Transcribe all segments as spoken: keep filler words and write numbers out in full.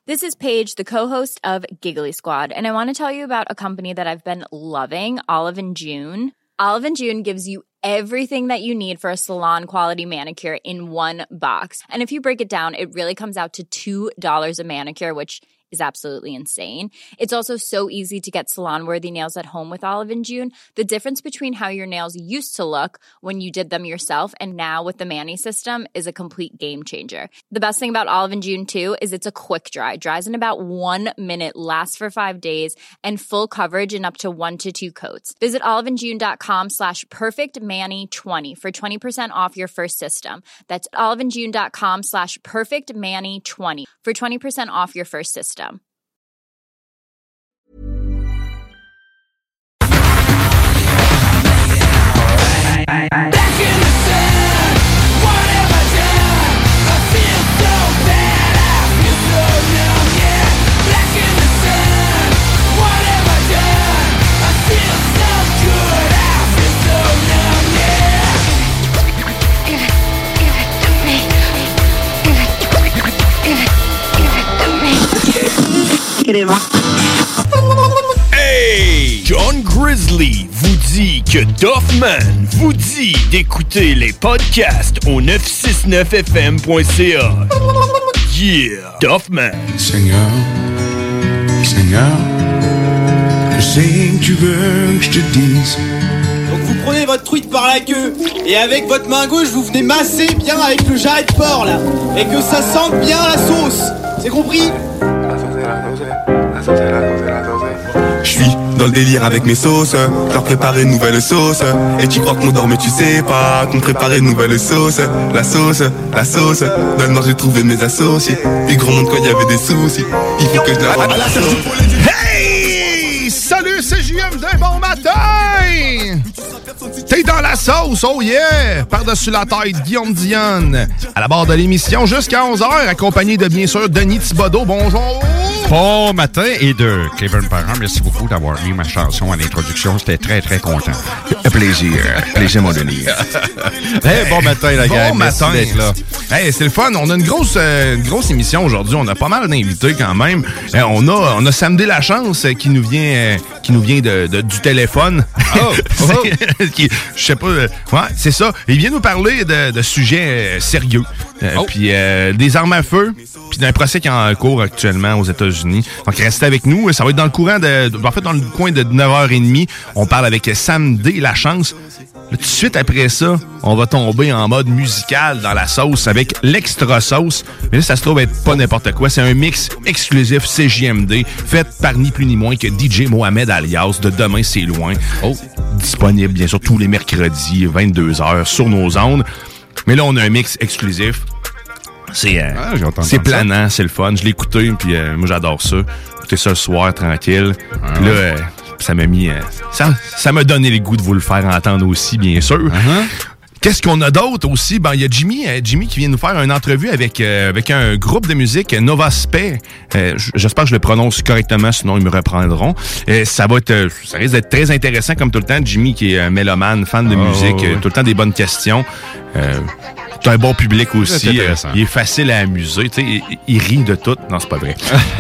This is Paige, the co-host of Giggly Squad, and I want to tell you about a company that I've been loving, Olive and June. Olive and June gives you everything that you need for a salon-quality manicure in one box. And if you break it down, it really comes out to two dollars a manicure, which is absolutely insane. It's also so easy to get salon-worthy nails at home with Olive and June. The difference between how your nails used to look when you did them yourself and now with the Mani system is a complete game changer. The best thing about Olive and June, too, is it's a quick dry. Dries in about one minute, lasts for five days, and full coverage in up to one to two coats. Visit oliveandjune.com slash perfectmani20 for twenty percent off your first system. That's oliveandjune.com slash perfectmani20 for twenty percent off your first system. Back in the sun, what have I done? I feel so bad, I feel so numb, yeah. Back in the sun, what have I done? I feel so good, I feel so numb, yeah. Give it, give it to me. Give it, give it, give it to me. Get it. Hey! John Grizzly vous dit que Duffman vous dit d'écouter les podcasts au neuf cent soixante-neuf F M point C A. Yeah! Duffman! Seigneur, Seigneur, que c'est que tu veux que je te dise? Donc vous prenez votre truite par la queue et avec votre main gauche vous venez masser bien avec le jarret de porc là et que ça sente bien la sauce. C'est compris? Je suis dans le délire avec mes sauces, je leur préparer une nouvelle sauce. Et tu crois qu'on dort mais tu sais pas qu'on préparait une nouvelle sauce. La sauce, la sauce, dans le nord j'ai trouvé mes associés. Puis gros monde quand il y avait des soucis, il faut que je la... Hey! Salut, c'est J M D, bon matin! T'es dans la sauce, oh yeah! Par-dessus la tête, Guillaume Dionne. À la barre de l'émission jusqu'à onze heures, accompagné de bien sûr Denis Thibodeau, bonjour! Bon matin et de Cleveland Parent. Merci beaucoup d'avoir mis ma chanson à l'introduction. J'étais très, très content. Plaisir. Plaisir, mon Denis. Hey, bon matin, la gang. Bon matin. Là. Hey, c'est le fun. On a une grosse, euh, une grosse émission aujourd'hui. On a pas mal d'invités quand même. Euh, on a, on a Samedi La Chance qui nous vient, euh, qui nous vient de, de, du téléphone. Oh! oh. qui, je sais pas. Euh, ouais, c'est ça. Il vient nous parler de, de sujets euh, sérieux. Euh, oh. Puis euh, des armes à feu. Puis d'un procès qui est en cours actuellement aux États-Unis. Donc, restez avec nous. Ça va être dans le courant de... En fait, dans le coin de neuf heures trente. On parle avec Samedi La Chance. Là, tout de suite après ça, on va tomber en mode musical dans la sauce avec l'extra sauce. Mais là, ça se trouve être pas n'importe quoi. C'est un mix exclusif C J M D fait par ni plus ni moins que D J Mohamed alias de Demain C'est Loin. Oh. Disponible, bien sûr, tous les mercredis, vingt-deux heures sur nos ondes. Mais là, on a un mix exclusif. C'est, euh, ah, c'est planant, c'est le fun. Je l'ai écouté, puis euh, moi, j'adore ça. Écouter ça le soir, tranquille. Ah. Puis là, euh, ça m'a mis... Euh, ça, ça m'a donné le goût de vous le faire entendre aussi, bien sûr. Uh-huh. Qu'est-ce qu'on a d'autre aussi? Ben, il y a Jimmy, euh, Jimmy qui vient nous faire une entrevue avec, euh, avec un groupe de musique, Nova Spé. Euh, j'espère que je le prononce correctement, sinon ils me reprendront. Euh, ça va être, euh, ça risque d'être très intéressant, comme tout le temps. Jimmy qui est un mélomane, fan de oh, musique, oui. euh, tout le temps des bonnes questions. Euh, C'est un bon public aussi. Euh, il est facile à amuser. Tu sais, il, il rit de tout. Non, c'est pas vrai.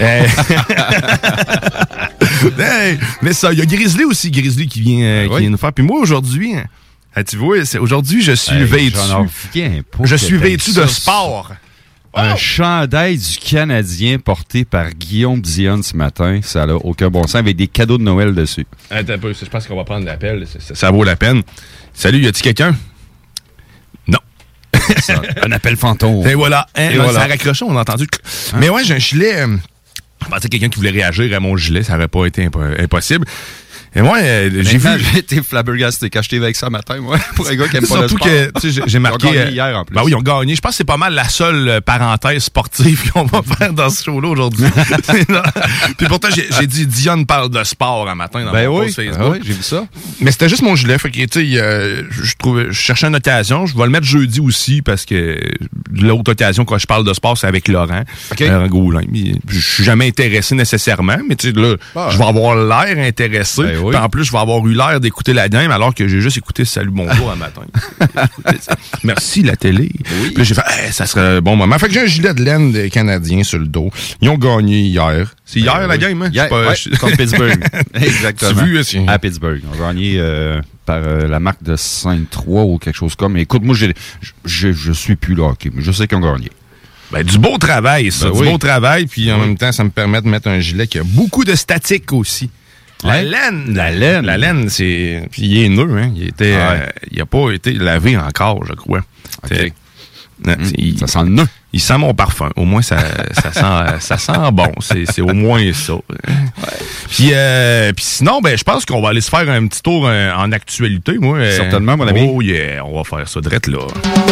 hey, mais ça, il y a Grizzly aussi, Grizzly qui vient, euh, oui. qui vient nous faire. Puis moi, aujourd'hui, hein, tu vois, c'est, aujourd'hui, je suis hey, vêtu. Je suis vêtu de sport. Un oh! chandail du Canadien porté par Guillaume Dionne ce matin. Ça n'a aucun bon sens, avec des cadeaux de Noël dessus. Attends un peu, je pense qu'on va prendre l'appel. Ça, ça, ça vaut la peine. Salut, y a-t-il quelqu'un? Non. Ça, un appel fantôme. Et voilà. Hein, Et non, voilà. Ça a raccroché, on a entendu. Hein? Mais ouais, j'ai un gilet. Euh, je pensais que quelqu'un qui voulait réagir à mon gilet, ça n'aurait pas été imp- impossible. Et moi, euh, j'ai vu... J'ai été flabbergasté quand je t'ai avec ça matin, moi, pour un gars qui aime pas le sport. Surtout que, tu sais, j'ai marqué... Ils ont gagné hier, en plus. Ben oui, ils ont gagné. Je pense que c'est pas mal la seule parenthèse sportive qu'on va faire dans ce show-là aujourd'hui. Puis pourtant, j'ai, j'ai dit Dionne parle de sport un matin dans ben mon oui, post Facebook. Ben oui, j'ai vu ça. Mais c'était juste mon gilet. Fait que, tu sais, euh, je trouvais, je cherchais une occasion. Je vais le mettre jeudi aussi parce que l'autre occasion, quand je parle de sport, c'est avec Laurent. Okay. Laurent Gaulin. Je suis jamais intéressé nécessairement, mais tu sais, là, ah. je vais avoir l'air intéressé. Ben Oui. Puis en plus, je vais avoir eu l'air d'écouter la game alors que j'ai juste écouté Salut Bonjour un matin. Merci la télé. Oui. Puis là, j'ai fait, hey, ça serait un bon moment. Fait que j'ai un gilet de laine des Canadiens sur le dos. Ils ont gagné hier. C'est hier ben, la oui. game, hein? Hier, pas, ouais, je... contre Pittsburgh. Exactement. Tu vu, à Pittsburgh. Ils ont gagné euh, par euh, la marque de cinq trois ou quelque chose comme. Mais écoute, moi, j'ai, je, je suis plus là, OK, mais je sais qu'ils ont gagné. Ben, du beau travail, ça. Ben, du oui. beau travail, puis en oui. même temps, ça me permet de mettre un gilet qui a beaucoup de statique aussi. La ouais. laine. La laine. La laine, c'est... Puis il est neuf, hein. Il était... Ouais. Euh, il a pas été lavé encore, je crois. OK. Non, mmh. il, ça sent le nœud. Il sent mon parfum. Au moins, ça, ça, sent, ça sent bon. C'est, c'est au moins ça. Ouais. Puis, euh, puis sinon, ben, je pense qu'on va aller se faire un petit tour euh, en actualité, moi. Euh, Certainement, mon ami. Oh yeah, on va faire ça direct là.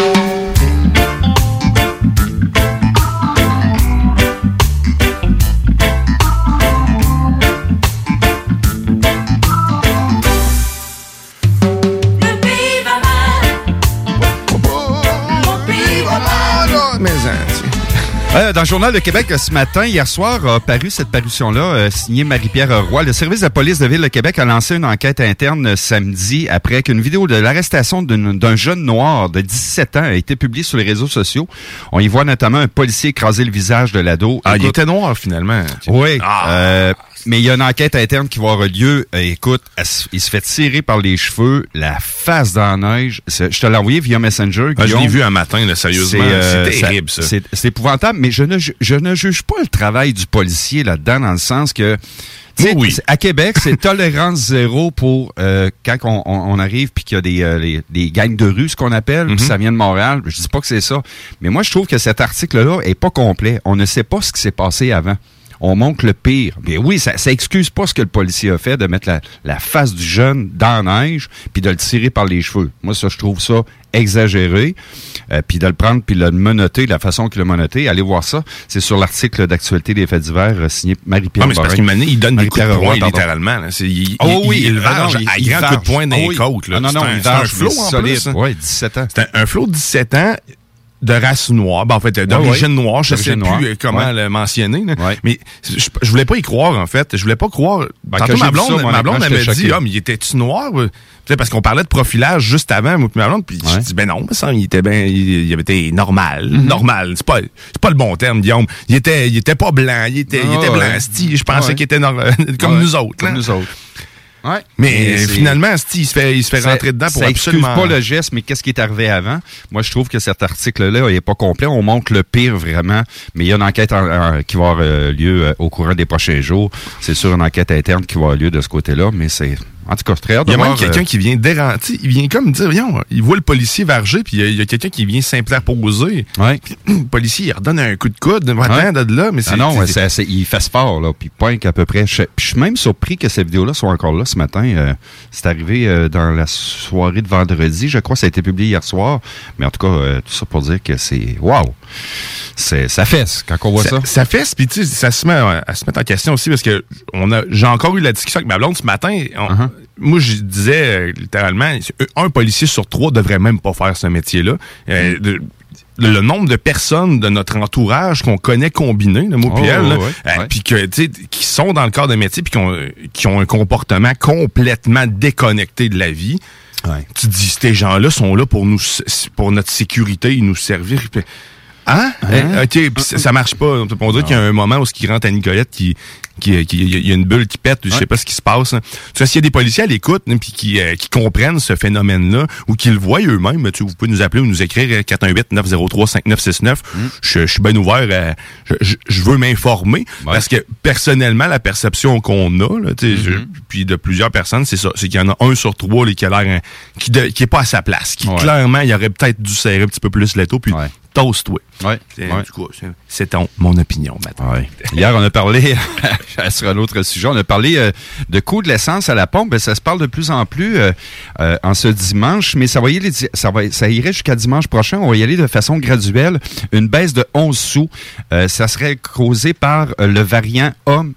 Euh, dans le Journal de Québec, ce matin, hier soir, a paru cette parution-là, euh, signée Marie-Pierre Roy. Le service de police de Ville de Québec a lancé une enquête interne euh, samedi après qu'une vidéo de l'arrestation d'un, d'un jeune noir de dix-sept ans a été publiée sur les réseaux sociaux. On y voit notamment un policier écraser le visage de l'ado. Ah, écoute, il était noir finalement. Oui. Ah. Euh, mais il y a une enquête interne qui va avoir lieu. Euh, écoute, il se fait tirer par les cheveux, la face dans la neige. C'est, je te l'ai envoyé via Messenger. Ah, je l'ai vu un matin, là, sérieusement. C'est, euh, c'est terrible, ça. ça. C'est, c'est épouvantable, mais je ne, je ne juge pas le travail du policier là-dedans, dans le sens que... Oui. À Québec, c'est tolérance zéro pour euh, quand on, on, on arrive puis qu'il y a des, euh, les, des gangs de rue, ce qu'on appelle, mm-hmm. puis ça vient de Montréal. Je dis pas que c'est ça. Mais moi, je trouve que cet article-là est pas complet. On ne sait pas ce qui s'est passé avant. On montre le pire. Mais oui, ça, ça excuse pas ce que le policier a fait de mettre la, la face du jeune dans la neige puis de le tirer par les cheveux. Moi, ça, je trouve ça exagéré. Euh, puis de le prendre puis de le menotter de la façon qu'il l'a menotté. Allez voir ça. C'est sur l'article d'actualité des faits divers euh, signé Marie-Pierre. Non, mais c'est parce qu'une année, il donne des coups de poing, littéralement. Là. C'est, il, oh oui, il, il, il verge à grand coup de poing dans les oui. côtes. Là. Ah, non, non, c'est il un, verge c'est un flot en solide. plus. Oui, dix-sept ans. C'est un, un flot de dix-sept ans de race noire, ben en fait d'origine oui, oui. noire, je ne sais noire. plus comment ouais. le mentionner, là. Ouais. Mais je, je voulais pas y croire en fait, je voulais pas croire. Ben, tantôt ma blonde, ça, ma blonde elle m'a dit, ah mais il était-tu noir? Peut-être parce qu'on parlait de profilage juste avant, moi ma blonde, puis ouais. je dis ben non, mais ça, il était ben, il, il avait été normal, mm-hmm. normal, c'est pas, c'est pas le bon terme, Guillaume. Il était, il était pas blanc, il était, oh, il était blanc, ouais. sti, je pensais ouais. qu'il était normal, comme ouais. nous autres, comme là. nous autres. Ouais. Mais euh, finalement, sti, il se fait, il se fait ça, rentrer dedans pour ça absolument... Ça excuse pas le geste, mais qu'est-ce qui est arrivé avant? Moi, je trouve que cet article-là, il est pas complet. On montre le pire, vraiment. Mais il y a une enquête en, en, qui va avoir euh, lieu euh, au courant des prochains jours. C'est sûr, une enquête interne qui va avoir lieu de ce côté-là, mais c'est... En tout cas, c'est très hâte de voir. Il y a même quelqu'un euh... qui vient déranger. Il vient comme dire, voyons, il voit le policier varger, puis il y a, a quelqu'un qui vient s'interposer. Ouais. Puis, le policier, il redonne un coup de coude, va-t'en de là, mais c'est... Ah non, c'est, c'est, c'est, il fait fort, là, puis pointe à peu près. Je, je suis même surpris que cette vidéo-là soit encore là ce matin. Euh, c'est arrivé euh, dans la soirée de vendredi, je crois, ça a été publié hier soir. Mais en tout cas, euh, tout ça pour dire que c'est... Wow! C'est, ça fesse quand on voit ça. Ça, ça fesse, puis tu sais, ça se met à, à se mettre en question aussi, parce que on a, j'ai encore eu la discussion avec ma blonde ce matin. On, uh-huh. Moi, je disais euh, littéralement, un policier sur trois devrait même pas faire ce métier-là. Euh, de, le, le nombre de personnes de notre entourage qu'on connaît combiné, le mot oh, puis elle, ouais, là, ouais. euh, puis que tu sais, qui sont dans le corps de métier, puis qui ont, qui ont un comportement complètement déconnecté de la vie. Ouais. Tu te dis, ces gens-là sont là pour nous, pour notre sécurité, ils nous servir. Pis, Hein? hein? OK, pis ça, ça marche pas. On peut dire qu'il y a un moment où il rentre à Nicolette qui, qui, qui, il y a une bulle qui pète, je sais ouais. pas ce qui se passe. Tu sais, s'il y a des policiers à l'écoute, puis qui, euh, qui comprennent ce phénomène-là, ou qui le voient eux-mêmes, tu sais, vous pouvez nous appeler ou nous écrire quatre un huit neuf zéro trois cinq neuf six neuf. Mm. Je, je suis bien ouvert à, je, je, je veux m'informer, ouais. parce que personnellement, la perception qu'on a, là, tu sais, mm-hmm. puis de plusieurs personnes, c'est ça, c'est qu'il y en a un sur trois là, qui a l'air, qui, de, qui est pas à sa place, qui ouais. clairement, il aurait peut-être dû serrer un petit peu plus l'étau, puis ouais. toast-toi. Ouais. C'est, ouais. Du coup, c'est, c'est ton, mon opinion maintenant. Ouais. Hier, on a parlé, sur un autre sujet, on a parlé euh, de coût de l'essence à la pompe. Ben, ça se parle de plus en plus euh, euh, en ce dimanche, mais ça va, y aller, ça, va, ça irait jusqu'à dimanche prochain. On va y aller de façon graduelle. Une baisse de onze sous. Euh, ça serait causé par euh, le variant homme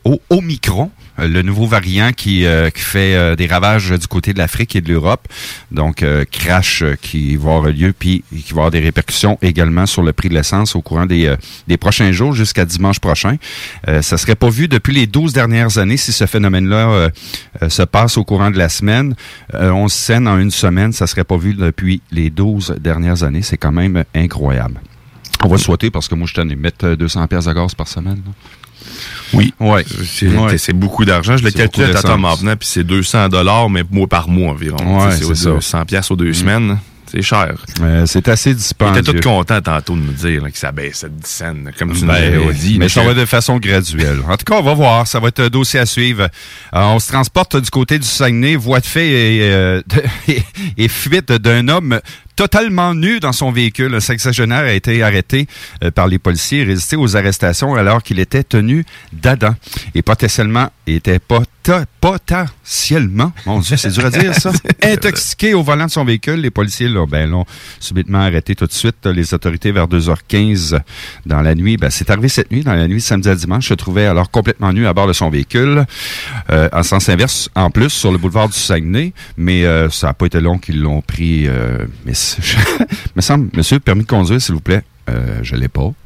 au Omicron, le nouveau variant qui, euh, qui fait euh, des ravages du côté de l'Afrique et de l'Europe. Donc, euh, crash euh, qui va avoir lieu, puis qui va avoir des répercussions également sur le prix de l'essence au courant des, euh, des prochains jours jusqu'à dimanche prochain. Euh, ça serait pas vu depuis les douze dernières années si ce phénomène-là euh, euh, se passe au courant de la semaine. Euh, onze cents en une semaine, ça serait pas vu depuis les douze dernières années. C'est quand même incroyable. On va souhaiter, parce que moi, je t'en ai mettre deux cents piastres de gaz par semaine, là. Oui, ouais. c'est, ouais. c'est beaucoup d'argent. Je l'ai calculé à temps maintenant, puis c'est deux cents dollars, mais mois par mois environ. Ouais, c'est c'est ça. cent piastres aux deux mmh. semaines. C'est cher. Euh, c'est assez dispendieux. Il était tout content tantôt de nous dire là, que ça baissait de dix cents, comme tu ben, nous l'as dit. Mais ça va de façon graduelle. En tout cas, on va voir. Ça va être un dossier à suivre. Euh, on se transporte du côté du Saguenay. Voie de fait et, euh, et, et fuite d'un homme totalement nu dans son véhicule. Le sexagénaire a été arrêté euh, par les policiers et résisté aux arrestations alors qu'il était tenu d'Adam. Et potentiellement, il était pot- potentiellement, mon Dieu, c'est dur à dire ça, intoxiqué au volant de son véhicule. Les policiers là, ben, l'ont subitement arrêté tout de suite. Les autorités, vers deux heures quinze dans la nuit, ben, c'est arrivé cette nuit, dans la nuit de samedi à dimanche, se trouvait alors complètement nu à bord de son véhicule, euh, en sens inverse, en plus, sur le boulevard du Saguenay. Mais euh, ça n'a pas été long qu'ils l'ont pris. Euh, mais me semble, monsieur, permis de conduire, s'il vous plaît. Euh, je l'ai pas.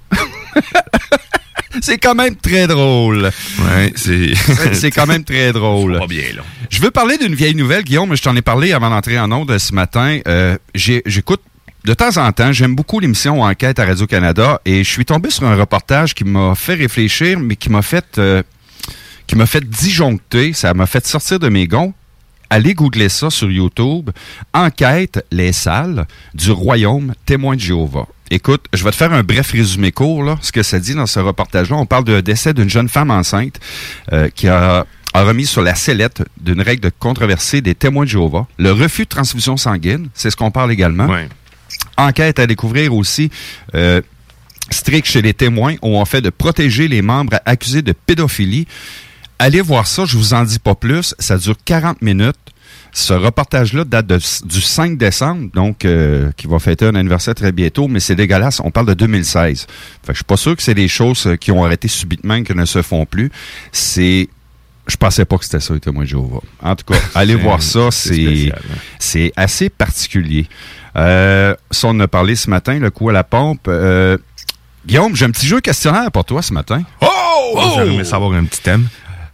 C'est quand même très drôle. Ouais, c'est... c'est quand même très drôle. Pas bien, là. Je veux parler d'une vieille nouvelle, Guillaume. Je t'en ai parlé avant d'entrer en ondes ce matin. Euh, j'ai, j'écoute de temps en temps, j'aime beaucoup l'émission Enquête à Radio-Canada et je suis tombé sur un reportage qui m'a fait réfléchir, mais qui m'a fait, euh, qui m'a fait disjoncter. Ça m'a fait sortir de mes gonds. Allez googler ça sur YouTube. Enquête, les salles du royaume témoin de Jéhovah. Écoute, je vais te faire un bref résumé court, là, ce que ça dit dans ce reportage-là. On parle d'un décès d'une jeune femme enceinte euh, qui a, a remis sur la sellette d'une règle controversée des témoins de Jéhovah. Le refus de transfusion sanguine, c'est ce qu'on parle également. Ouais. Enquête à découvrir aussi euh, strict chez les témoins où on fait de protéger les membres accusés de pédophilie. Allez voir ça, je vous en dis pas plus. Ça dure quarante minutes. Ce reportage-là date de, du cinq décembre, donc euh, qui va fêter un anniversaire très bientôt, mais c'est dégueulasse. On parle de deux mille seize. Fait que je suis pas sûr que c'est des choses qui ont arrêté subitement et qui ne se font plus. C'est... Je pensais pas que c'était ça, les témoins de Jéhovah. En tout cas, allez voir ça, c'est, c'est, spécial, hein? C'est assez particulier. Euh, ça, on en a parlé ce matin, le coup à la pompe. Euh, Guillaume, j'ai un petit jeu questionnaire pour toi ce matin. Oh! oh! J'aimerais savoir un petit thème.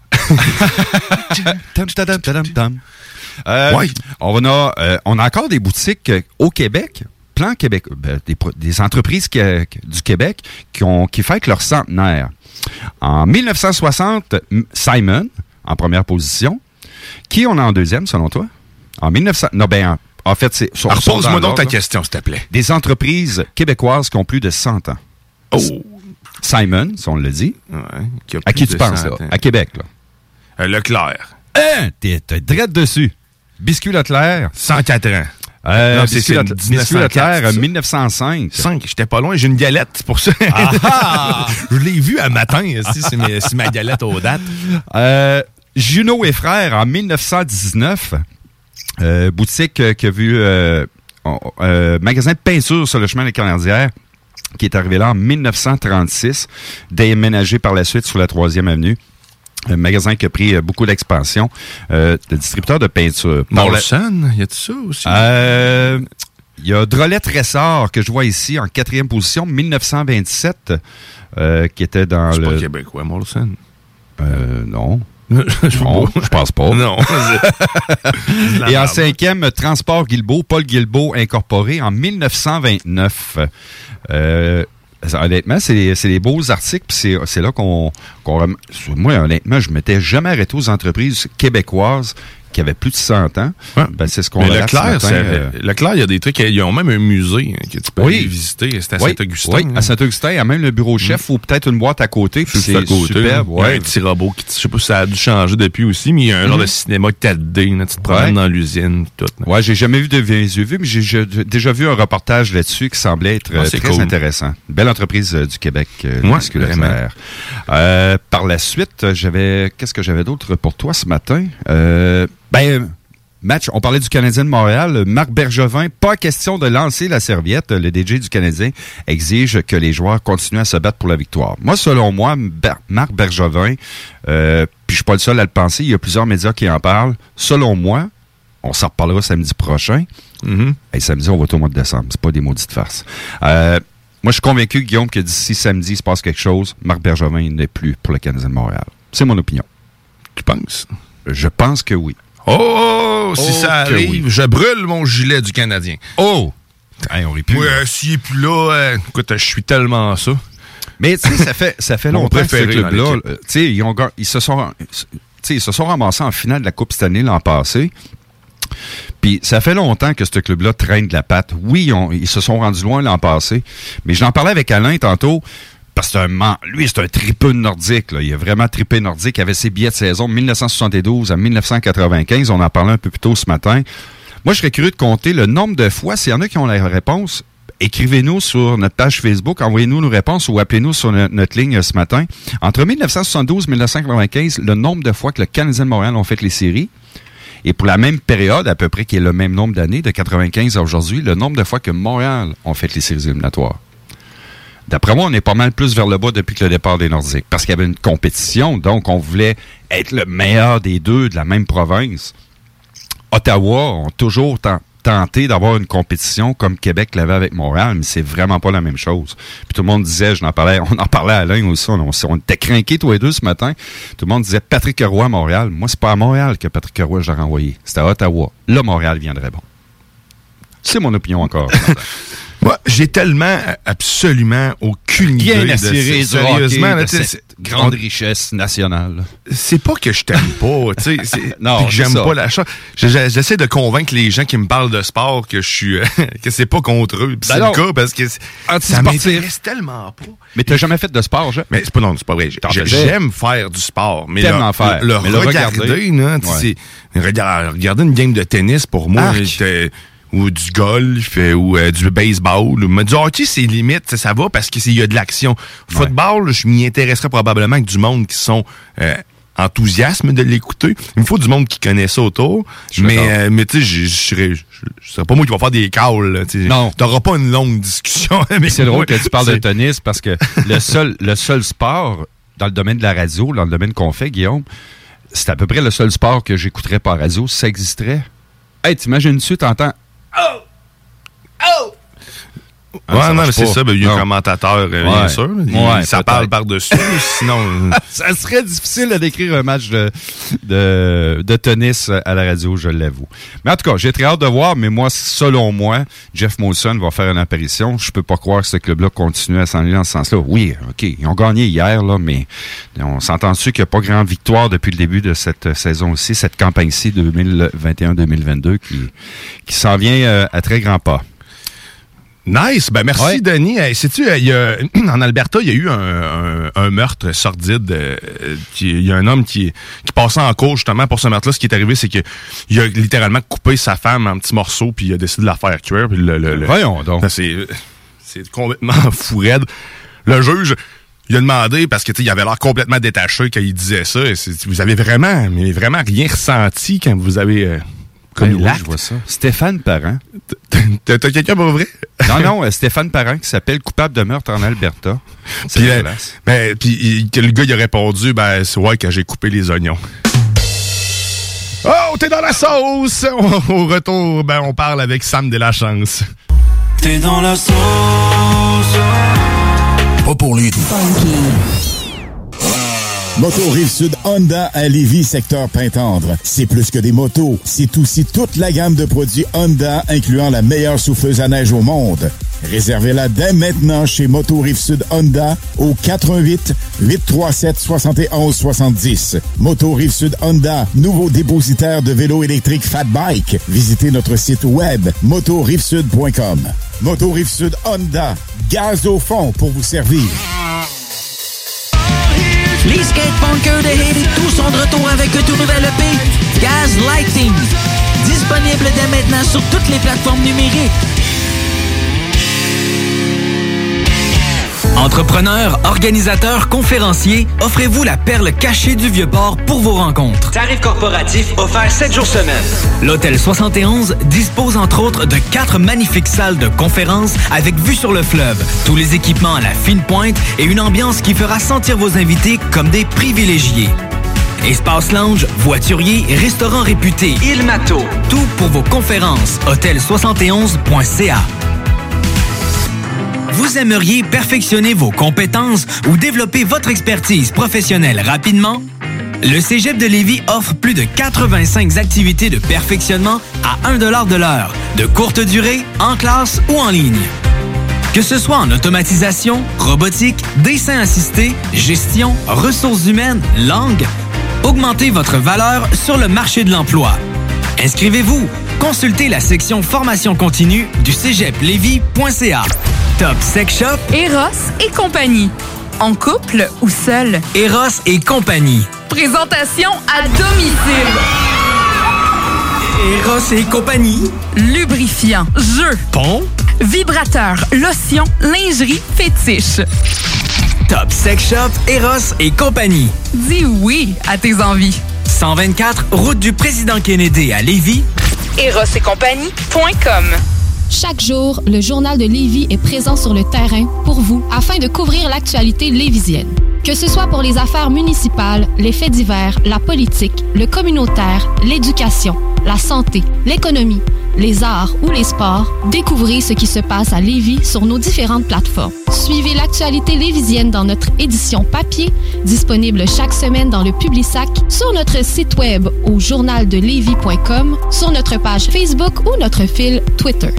tam, tam, tam, tam. Euh, ouais. on, a, euh, on a encore des boutiques euh, au Québec, Plan Québec, ben, des, des entreprises qui, euh, du Québec qui, ont, qui fêtent leur centenaire. En dix-neuf cent soixante, Simon, en première position. Qui on a en deuxième, selon toi? En mille neuf cents... Non, ben, en, en fait, c'est... Sur, Alors, pose-moi donc ta question, s'il te plaît. Des entreprises québécoises qui ont plus de cent ans. Oh! Simon, si on le dit. Ouais, qui a à qui tu de penses, là? À Québec, là? Euh, Leclerc. Hein? T'es, t'es drette dessus. Biscuit Leclerc. cent quatre ans. Euh, non, Biscuit, c'est, Leclerc, Biscuit Leclerc, mille neuf cent cinq. cinq, j'étais pas loin, j'ai une galette, c'est pour ça. Ah! Je l'ai vu un matin, si c'est, ma, c'est ma galette aux dates. Euh, Junot et Frères, en mille neuf cent dix-neuf. Euh, boutique euh, qui a vu... Euh, euh, magasin de peinture sur le chemin des Canardières, qui est arrivé là en mille neuf cent trente-six, déménagé par la suite sur la troisième avenue. Un magasin qui a pris euh, beaucoup d'expansion. Euh, le distributeur de peinture. Morrison, y a-tu ça aussi? Il euh, y a Drolet Tressard que je vois ici en quatrième position, mille neuf cent vingt-sept, euh, qui était dans c'est le... C'est pas québécois, Morrison? Euh, non. je, non je pense pas. Non. Et en cinquième, Transport Guilbeault, Paul Guilbeault Incorporé, en mille neuf cent vingt-neuf. Euh... Honnêtement, c'est, c'est des beaux articles, puis c'est, c'est là qu'on, qu'on... Moi, honnêtement, je m'étais jamais arrêté aux entreprises québécoises qui avaient plus de cent ans. Ouais. Ben, c'est ce qu'on Mais a Leclerc, ce matin, euh... Leclerc, il y a des trucs, ils ont même un musée hein, que tu peux oui. aller visiter. C'est à oui. Saint-Augustin. Oui, à Saint-Augustin, il y a même le bureau chef mmh. ou peut-être une boîte à côté, puis c'est, c'est côté, superbe. Ouais. Il y a un petit robot qui, je sais pas si ça a dû changer depuis aussi, mais il y a un mmh. genre de cinéma quatre D, là, tu te promènes ouais. dans l'usine, tout. Là. Ouais, j'ai jamais vu de les yeux vus, mais j'ai, j'ai déjà vu un reportage là-dessus qui semblait être ah, très cool. intéressant. Belle entreprise euh, du Québec, euh, ouais, Leclerc. Euh, par la suite, j'avais, qu'est-ce que j'avais d'autre pour toi ce matin? Euh, ben, match, on parlait du Canadien de Montréal. Marc Bergevin, pas question de lancer la serviette. Le D J du Canadien exige que les joueurs continuent à se battre pour la victoire. Moi, selon moi, Ber- Marc Bergevin, euh, puis je suis pas le seul à le penser, il y a plusieurs médias qui en parlent. Selon moi, on s'en reparlera samedi prochain. Mm-hmm. Et samedi, on va au mois de décembre. C'est pas des maudites farces. Euh, moi, je suis convaincu, Guillaume, que d'ici samedi, il se passe quelque chose. Marc Bergevin n'est plus pour le Canadien de Montréal. C'est mon opinion. Tu penses? Je pense que oui. Oh! Si oh, ça arrive, oui. Je brûle mon gilet du Canadien. Oh! Hey, on aurait pu. Oui, euh, s'il n'est plus là, euh, écoute, je suis tellement ça. Mais tu sais, ça fait, ça fait longtemps que ce club-là, tu sais, ils, ont, ils se sont... ils se sont ramassés en finale de la Coupe Stanley l'an passé. Puis ça fait longtemps que ce club-là traîne de la patte. Oui, on, ils se sont rendus loin l'an passé. Mais j'en parlais avec Alain tantôt. Parce que c'est un man, lui, c'est un tripeux nordique. Là. Il a vraiment trippé nordique. Il avait ses billets de saison de dix-neuf cent soixante-douze à dix-neuf cent quatre-vingt-quinze. On en parlait un peu plus tôt ce matin. Moi, je serais curieux de compter le nombre de fois. S'il y en a qui ont la réponse, écrivez-nous sur notre page Facebook, envoyez-nous nos réponses ou appelez-nous sur no- notre ligne ce matin. Entre dix-neuf cent soixante-douze et dix-neuf cent quatre-vingt-quinze, le nombre de fois que le Canadien de Montréal ont fait les séries. Et pour la même période, à peu près, qui est le même nombre d'années, de quatre-vingt-quinze à aujourd'hui, le nombre de fois que Montréal ont fait les séries éliminatoires. D'après moi, on est pas mal plus vers le bas depuis que le départ des Nordiques. Parce qu'il y avait une compétition, donc on voulait être le meilleur des deux de la même province. Ottawa ont toujours t- tenté d'avoir une compétition comme Québec l'avait avec Montréal, mais c'est vraiment pas la même chose. Puis tout le monde disait, je n'en parlais, on en parlait à Alain aussi, on, on était crinqués tous les deux ce matin. Tout le monde disait Patrick Roy à Montréal. Moi, c'est pas à Montréal que Patrick Roy je l'ai renvoyé. C'était à Ottawa. Là, Montréal viendrait bon. C'est mon opinion encore. Moi, j'ai tellement, absolument aucune Bien idée assuré de ça. Sérieusement, là, de cette grande richesse nationale. C'est pas que je t'aime pas, tu sais, non, que j'aime ça. Pas la chose. J'essaie de convaincre les gens qui me parlent de sport que je suis, que c'est pas contre eux. Pis c'est ben le cas parce que ça m'intéresse tellement pas. Mais t'as jamais fait de sport, je? Mais c'est pas non, c'est pas vrai. J'aime faire du sport, mais le, faire. le, mais le regarder, regarder là, ouais. c'est regarder une game de tennis pour moi. Ou du golf, ou euh, du baseball. Mais du hockey, c'est limite, ça va parce qu'il y a de l'action. Ouais. Football, je m'y intéresserais probablement avec du monde qui sont euh, enthousiastes de l'écouter. Il me faut du monde qui connaît ça autour. Mais, euh, mais tu sais, je serais c'est pas moi qui va faire des calls. Non. T'auras pas une longue discussion avec C'est drôle moi. que tu parles de tennis parce que le seul, le seul sport dans le domaine de la radio, dans le domaine qu'on fait, Guillaume, c'est à peu près le seul sport que j'écouterais par radio si ça existerait. Hey, t'imagines-tu, t'entends Oh! Oh! Ouais, ah, non, mais c'est ça, ben, il y a un commentateur, euh, ouais. bien sûr. Il, ouais, ça parle par-dessus, sinon... ça serait difficile de décrire un match de, de, de tennis à la radio, je l'avoue. Mais en tout cas, j'ai très hâte de voir, mais moi, selon moi, Jeff Molson va faire une apparition. Je peux pas croire que ce club-là continue à s'enligner dans ce sens-là. Oui, OK, ils ont gagné hier, là, mais on s'entend-tu qu'il n'y a pas grande victoire depuis le début de cette saison-ci, cette campagne-ci deux mille vingt et un deux mille vingt-deux qui, qui s'en vient euh, à très grands pas. Nice. Ben merci, ouais. Denis. Hey, sais-tu, il y a, en Alberta, il y a eu un, un, un meurtre sordide. Euh, qui, il y a un homme qui, qui passait en cours justement pour ce meurtre-là. Ce qui est arrivé, c'est qu'il a littéralement coupé sa femme en petits morceaux, puis il a décidé de la faire cuire. Puis le, le, le, Voyons donc. C'est, c'est complètement fou raide. Le juge, il a demandé, parce que il avait l'air complètement détaché quand il disait ça. Et vous avez vraiment, mais vraiment rien ressenti quand vous avez... Euh, Comme oui, je vois ça. Stéphane Parent. T'as, t'as quelqu'un pour vrai? Non, non, euh, Stéphane Parent qui s'appelle coupable de meurtre en Alberta. C'est puis, euh, ben, puis le gars il a répondu, ben c'est ouais quand j'ai coupé les oignons. Oh, t'es dans la sauce! Au retour, ben on parle avec Sam Delachance. T'es dans la sauce. Pas pour les tout. Moto Rive-Sud Honda à Lévis, secteur Pintendre. C'est plus que des motos, c'est aussi toute la gamme de produits Honda, incluant la meilleure souffleuse à neige au monde. Réservez-la dès maintenant chez Moto Rive-Sud Honda au quatre un huit, huit trois sept, six un six dix. Moto Rive-Sud Honda, nouveau dépositaire de vélos électriques Fat Bike. Visitez notre site web moto rive sud point com. Moto Rive-Sud Honda, gaz au fond pour vous servir. Les skatepunkers de Haiti tous sont de retour avec un tout nouvel E P, Gaz Lighting. Disponible dès maintenant sur toutes les plateformes numériques. Entrepreneurs, organisateurs, conférenciers, offrez-vous la perle cachée du Vieux-Port pour vos rencontres. Tarif corporatif offert sept jours semaine. L'Hôtel soixante et onze dispose entre autres de quatre magnifiques salles de conférences avec vue sur le fleuve, tous les équipements à la fine pointe et une ambiance qui fera sentir vos invités comme des privilégiés. Espace lounge, voiturier, restaurant réputé, Il Mato, tout pour vos conférences. hôtel soixante et onze point c a. Vous aimeriez perfectionner vos compétences ou développer votre expertise professionnelle rapidement? Le Cégep de Lévis offre plus de quatre-vingt-cinq activités de perfectionnement à un dollar de l'heure, de courte durée, en classe ou en ligne. Que ce soit en automatisation, robotique, dessin assisté, gestion, ressources humaines, langue, augmentez votre valeur sur le marché de l'emploi. Inscrivez-vous. Consultez la section formation continue du cégep lévis point c a. Top Sex Shop, Eros et compagnie. En couple ou seul? Eros et compagnie. Présentation à domicile. Eros et compagnie. Lubrifiant, jeu, pont, vibrateur, lotion, lingerie, fétiche. Top Sex Shop, Eros et compagnie. Dis oui à tes envies. cent vingt-quatre, route du Président Kennedy à Lévis. Eros et compagnie point com. Chaque jour, le Journal de Lévis est présent sur le terrain pour vous afin de couvrir l'actualité lévisienne. Que ce soit pour les affaires municipales, les faits divers, la politique, le communautaire, l'éducation, la santé, l'économie, les arts ou les sports, découvrez ce qui se passe à Lévis sur nos différentes plateformes. Suivez l'actualité lévisienne dans notre édition papier, disponible chaque semaine dans le Publisac, sur notre site web au journal de lévis point com, sur notre page Facebook ou notre fil Twitter.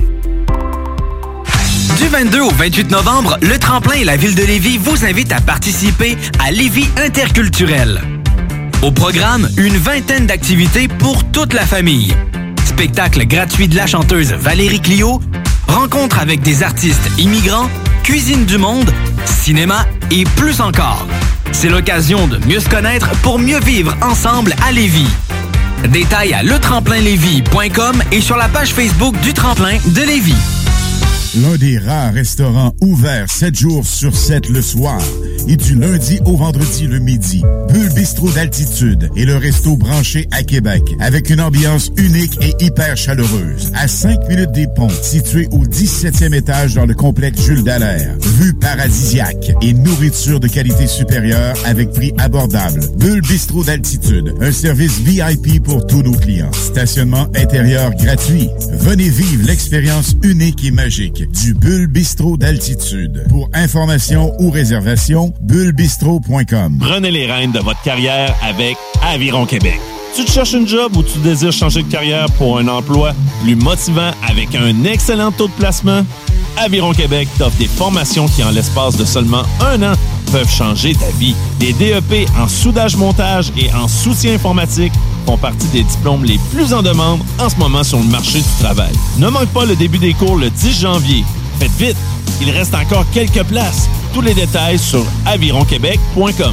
Du vingt-deux au vingt-huit novembre, le Tremplin et la Ville de Lévis vous invitent à participer à Lévis Interculturel. Au programme, une vingtaine d'activités pour toute la famille. Spectacle gratuit de la chanteuse Valérie Clio, rencontre avec des artistes immigrants, cuisine du monde, cinéma et plus encore. C'est l'occasion de mieux se connaître pour mieux vivre ensemble à Lévis. Détails à le tremplin lévis point com et sur la page Facebook du Tremplin de Lévis. L'un des rares restaurants ouverts sept jours sur sept le soir et du lundi au vendredi le midi. Bulle Bistrot d'altitude et le resto branché à Québec avec une ambiance unique et hyper chaleureuse. À cinq minutes des ponts, situé au dix-septième étage dans le complexe Jules Dallaire. Vue paradisiaque et nourriture de qualité supérieure avec prix abordable. Bulle Bistrot d'altitude, un service V I P pour tous nos clients. Stationnement intérieur gratuit. Venez vivre l'expérience unique et magique du Bulle Bistrot d'altitude. Pour information ou réservation, bulle bistrot point com. Prenez les rênes de votre carrière avec Aviron Québec. Tu te cherches une job ou tu désires changer de carrière pour un emploi plus motivant avec un excellent taux de placement? Aviron Québec t'offre des formations qui, en l'espace de seulement un an, peuvent changer ta vie. Des D E P en soudage-montage et en soutien informatique font partie des diplômes les plus en demande en ce moment sur le marché du travail. Ne manque pas le début des cours le dix janvier. Faites vite, il reste encore quelques places. Tous les détails sur aviron québec point com.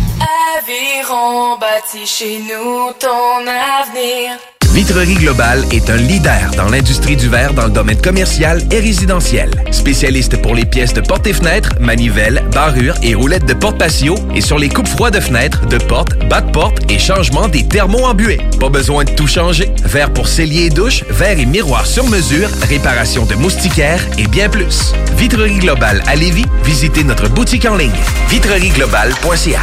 Aviron bâtit chez nous ton avenir. Vitrerie Globale est un leader dans l'industrie du verre dans le domaine commercial et résidentiel. Spécialiste pour les pièces de portes et fenêtres, manivelles, barrures et roulettes de porte patio et sur les coupes froides de fenêtres, de portes, bas de porte et changement des thermos embués. Pas besoin de tout changer. Verre pour cellier et douche, verre et miroirs sur mesure, réparation de moustiquaires et bien plus. Vitrerie Globale à Lévis, visitez notre boutique en ligne vitrerie globale point c a.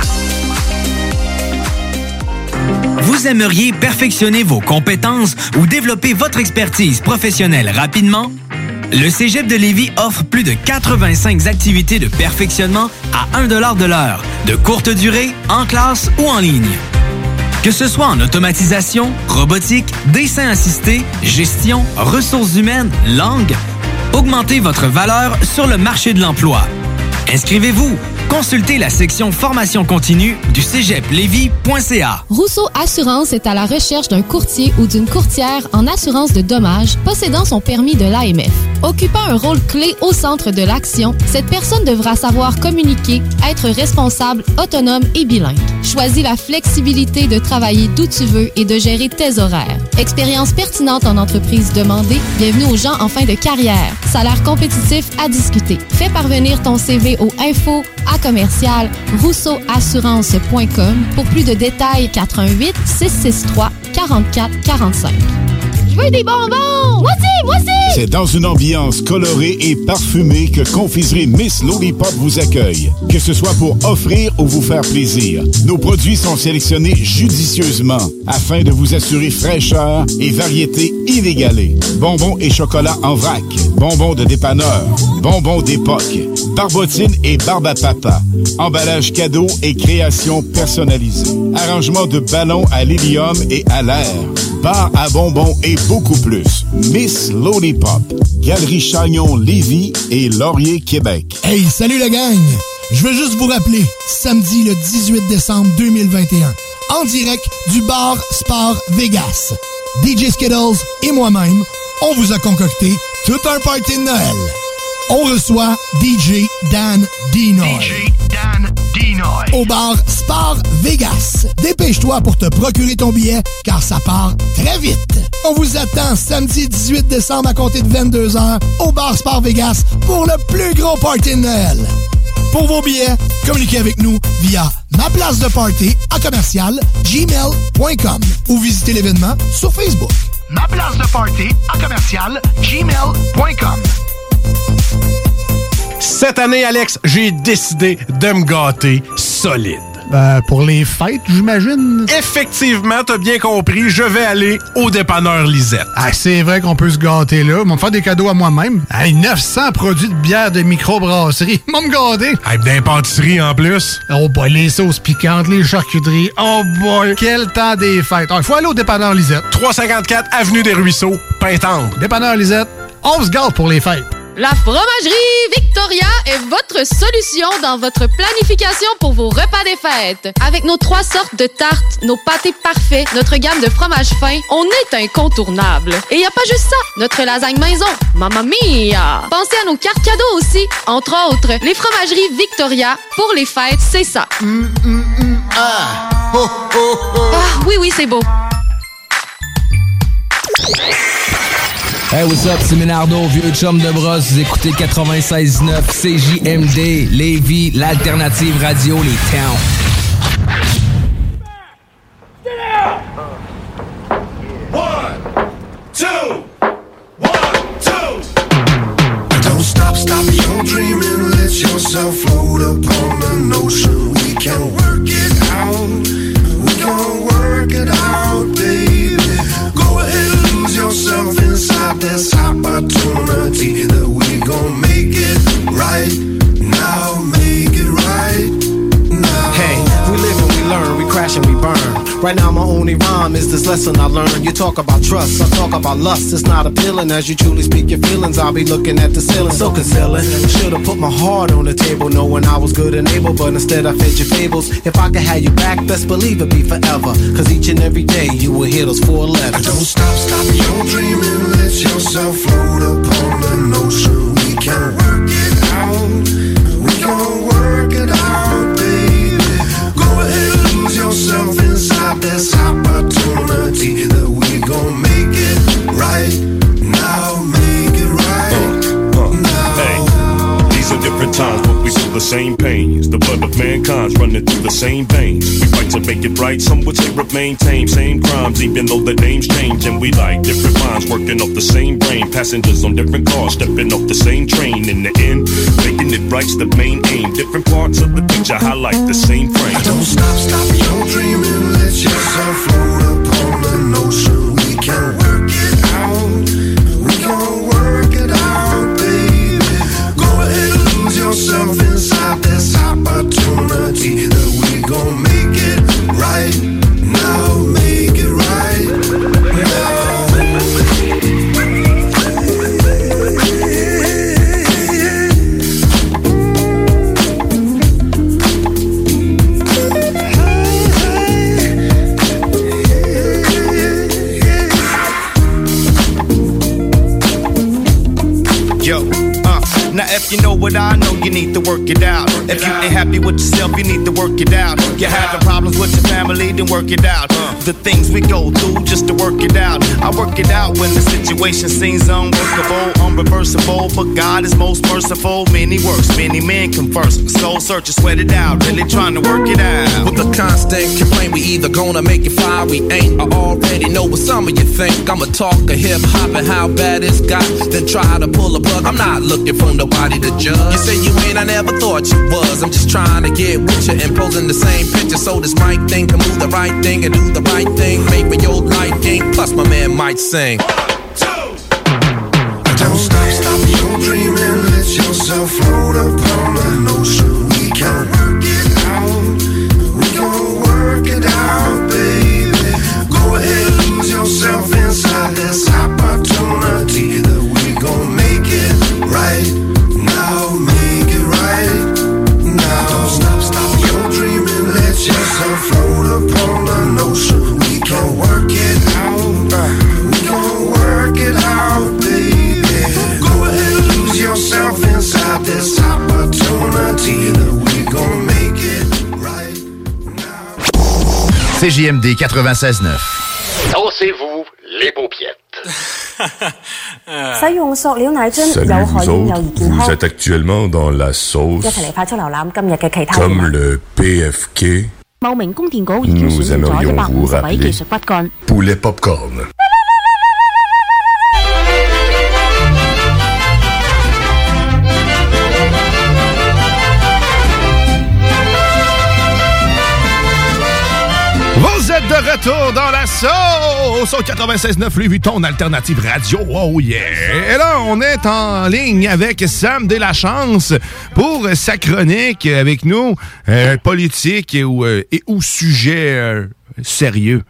Vous aimeriez perfectionner vos compétences ou développer votre expertise professionnelle rapidement? Le Cégep de Lévis offre plus de quatre-vingt-cinq activités de perfectionnement à un dollar de l'heure, de courte durée, en classe ou en ligne. Que ce soit en automatisation, robotique, dessin assisté, gestion, ressources humaines, langue, augmentez votre valeur sur le marché de l'emploi. Inscrivez-vous. Consultez la section formation continue du cégep lévis point c a. Rousseau Assurance est à la recherche d'un courtier ou d'une courtière en assurance de dommages possédant son permis de l'A M F. Occupant un rôle clé au centre de l'action, cette personne devra savoir communiquer, être responsable, autonome et bilingue. Choisis la flexibilité de travailler d'où tu veux et de gérer tes horaires. Expérience pertinente en entreprise demandée, bienvenue aux gens en fin de carrière. Salaire compétitif à discuter. Fais parvenir ton C V au info à commercial rousseau assurance point com pour plus de détails. Quatre un huit, six six trois, quarante-quatre quarante-cinq. Je veux des bonbons! Moi aussi, moi aussi! C'est dans une ambiance colorée et parfumée que Confiserie Miss Lollipop vous accueille. Que ce soit pour offrir ou vous faire plaisir, nos produits sont sélectionnés judicieusement afin de vous assurer fraîcheur et variété inégalée. Bonbons et chocolat en vrac, bonbons de dépanneur, bonbons d'époque, barbotine et barbe à papa, emballage cadeau et création personnalisée, arrangement de ballons à l'hélium et à l'air, bar à bonbons et beaucoup plus. Miss Lollipop, Galerie Chagnon Lévis et Laurier Québec. Hey, salut la gang! Je veux juste vous rappeler, samedi le dix-huit décembre deux mille vingt et un, en direct du bar Sport Vegas. D J Skittles et moi-même, on vous a concocté tout un party de Noël. On reçoit D J Dan Dinoy. D J Dan Dinoy. Au bar Sport Vegas. Dépêche-toi pour te procurer ton billet, car ça part très vite. On vous attend samedi dix-huit décembre à compter de vingt-deux heures au bar Sport Vegas pour le plus gros party de Noël. Pour vos billets, communiquez avec nous via ma place de party à commercial gmail point com ou visitez l'événement sur Facebook. Ma place de party à commercial gmail point com. Cette année, Alex, j'ai décidé de me gâter solide. Ben, pour les fêtes, j'imagine. Effectivement, t'as bien compris, je vais aller au dépanneur Lisette. Ah, c'est vrai qu'on peut se gâter là. Ils vont me faire des cadeaux à moi-même. Hey, neuf cents produits de bière de microbrasserie. Ils vont me gâter. Hey, d'impantisserie en plus. Oh boy, les sauces piquantes, les charcuteries. Oh boy, quel temps des fêtes. Il faut aller au dépanneur Lisette. trois cent cinquante-quatre Avenue des Ruisseaux, Pintendre. Dépanneur Lisette, on se gâte pour les fêtes. La Fromagerie Victoria est votre solution dans votre planification pour vos repas des fêtes. Avec nos trois sortes de tartes, nos pâtés parfaits, notre gamme de fromages fins, on est incontournable. Et y a pas juste ça, notre lasagne maison, mamma mia! Pensez à nos cartes cadeaux aussi. Entre autres, les Fromageries Victoria, pour les fêtes, c'est ça. Mm, mm, mm, ah. Oh, oh, oh. Ah, oui, oui, c'est beau. Hey, what's up, c'est Ménardo, vieux chum de brosse. Vous écoutez quatre-vingt-seize neuf C J M D, Lévis, l'alternative radio, les towns. One, two, one, two. Don't stop, stop your dreaming. Let yourself float upon the ocean. We can work it out. We can work it out, baby. Go ahead and lose yourself inside this opportunity that we gon' make it right now, make it right now. Hey, we live and we learn, we crash and we burn. Right now my only rhyme is this lesson I learned. You talk about trust, I talk about lust. It's not appealing as you truly speak your feelings. I'll be looking at the ceiling, so concealing. Should've put my heart on the table, knowing I was good and able, but instead I fed your fables. If I could have you back, best believe it'd be forever. Cause each and every day you will hear those four letters. Don't stop, stop your dreaming. Let yourself float upon the ocean. We can work it out. We can work it out, baby. Go ahead and lose yourself inside this opportunity that we gon' make it right now, make it right uh, uh, now. Hey, these are different times, but we feel the same pains. The blood of mankind's running through the same veins. We fight to make it right, some would say remain tame. Same crimes, even though the names change. And we like different minds working off the same brain. Passengers on different cars, stepping off the same train. In the end, making it right's the main aim. Different parts of the picture highlight the same frame. Don't stop, stop your dreaming. Let yourself float upon the ocean. We can work it out. We can work it out, baby. Go ahead and lose yourself inside this opportunity that we gon' make it right now, make it right now. what I know, you need to work it out. If you ain't happy with yourself, you need to work it out. You're having problems with your family, then work it out. The things we go through just to work it out. I work it out when the situation seems unworkable, unreversible, but God is most merciful. Many works, many men converse. Soul search, sweat it out, really trying to work it out. With the constant complaint, we either gonna make it fly, we ain't. I already know what some of you think. I'ma talk a hip hop and how bad it's got, then try to pull a plug. I'm not looking for nobody to judge. You say you ain't, I never thought you was. I'm just trying to get with you and posing the same picture so this mic thing can move the right thing and do the right thing. Make for your liking. Plus my man might sing. Don't stop, stop your dreaming. Let yourself float upon the ocean. We can work it out. We gon' work it out, baby. Go ahead, lose yourself inside this opportunity that we gon' make it right now. Make it right now. Don't stop, stop your dreaming. Let yourself float upon the ocean. We can work it out. We gon' work it out, baby. Yourself inside this opportunity that we gon' make it right now. C J M D quatre-vingt-seize neuf. Dansez-vous les paupiètes. Salut, vous vous êtes actuellement dans la sauce comme le P F K. Nous aimerions vous rappeler poulet popcorn. Vous êtes de retour dans la sauce au quatre-vingt-seize neuf Louis Vuitton, alternative radio. Oh yeah! Et là, on est en ligne avec Sam Deslachance pour sa chronique avec nous, euh, politique et ou, euh, et ou sujet euh, sérieux.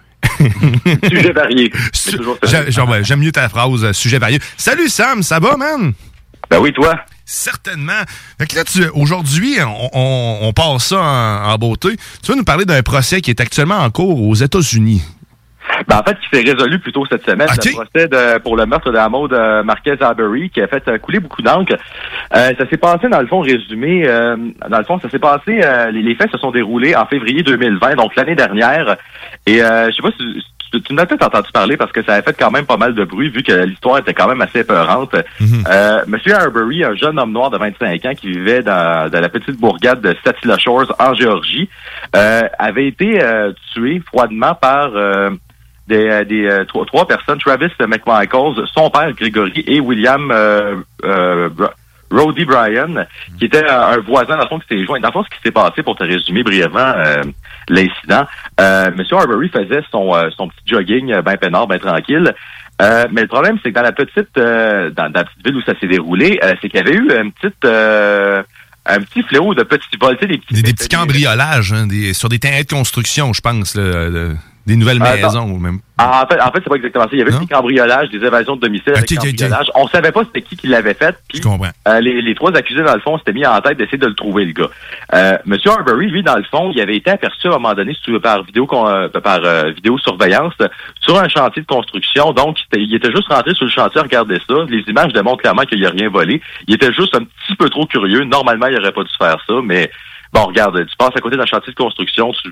Sujet varié. Su- J'aime, j'aime, j'aime mieux ta phrase, sujet varié. Salut Sam, ça va, man? Ben oui, toi? Certainement. Fait que là, tu, aujourd'hui, on, on, on passe ça en, en beauté. Tu vas nous parler d'un procès qui est actuellement en cours aux États-Unis. Ben, en fait, qui s'est résolu plus tôt cette semaine, okay. Le procès de, pour le meurtre de la Maud euh, Marquez-Arbery, qui a fait euh, couler beaucoup d'encre. Euh, ça s'est passé, dans le fond, résumé, euh, dans le fond, ça s'est passé, euh, les, les faits se sont déroulés en février deux mille vingt, donc l'année dernière. Et euh, je sais pas si... Tu, tu m'as peut-être entendu parler parce que ça a fait quand même pas mal de bruit vu que l'histoire était quand même assez épeurante. Mm-hmm. Euh, Monsieur Arbery, un jeune homme noir de vingt-cinq ans qui vivait dans, dans la petite bourgade de Statila Shores en Géorgie, euh, avait été euh, tué froidement par euh, des, des euh, trois, trois personnes, Travis McMichaels, son père Gregory et William euh, euh, Roddy Bryan, qui était un voisin, dans le fond, qui s'est joint. Dans le fond, ce qui s'est passé, pour te résumer brièvement euh, l'incident, euh, M. Arbery faisait son, euh, son petit jogging euh, ben peinard, ben tranquille. Euh, mais le problème, c'est que dans la petite euh, dans, dans la petite ville où ça s'est déroulé, euh, c'est qu'il y avait eu une petite euh, un petit fléau de petits vols, des petits... Des, des petits cambriolages, hein, des, sur des terrains de construction, je pense, là, de... Des nouvelles euh, maisons, ou même. En fait, en fait, c'est pas exactement ça. Il y avait non? des cambriolages, des évasions de domicile okay, avec okay, cambriolage. Okay. On savait pas c'était qui qui l'avait fait. Puis, je comprends. Euh, les, les trois accusés, dans le fond, s'étaient mis en tête d'essayer de le trouver, le gars. Euh, Monsieur Arbery, lui, dans le fond, il avait été aperçu à un moment donné, par vidéo, euh, par euh, vidéosurveillance, sur un chantier de construction. Donc, il était juste rentré sur le chantier à regarder ça. Les images démontrent clairement qu'il n'y a rien volé. Il était juste un petit peu trop curieux. Normalement, il aurait pas dû faire ça, mais bon, regarde, tu passes à côté d'un chantier de construction, tu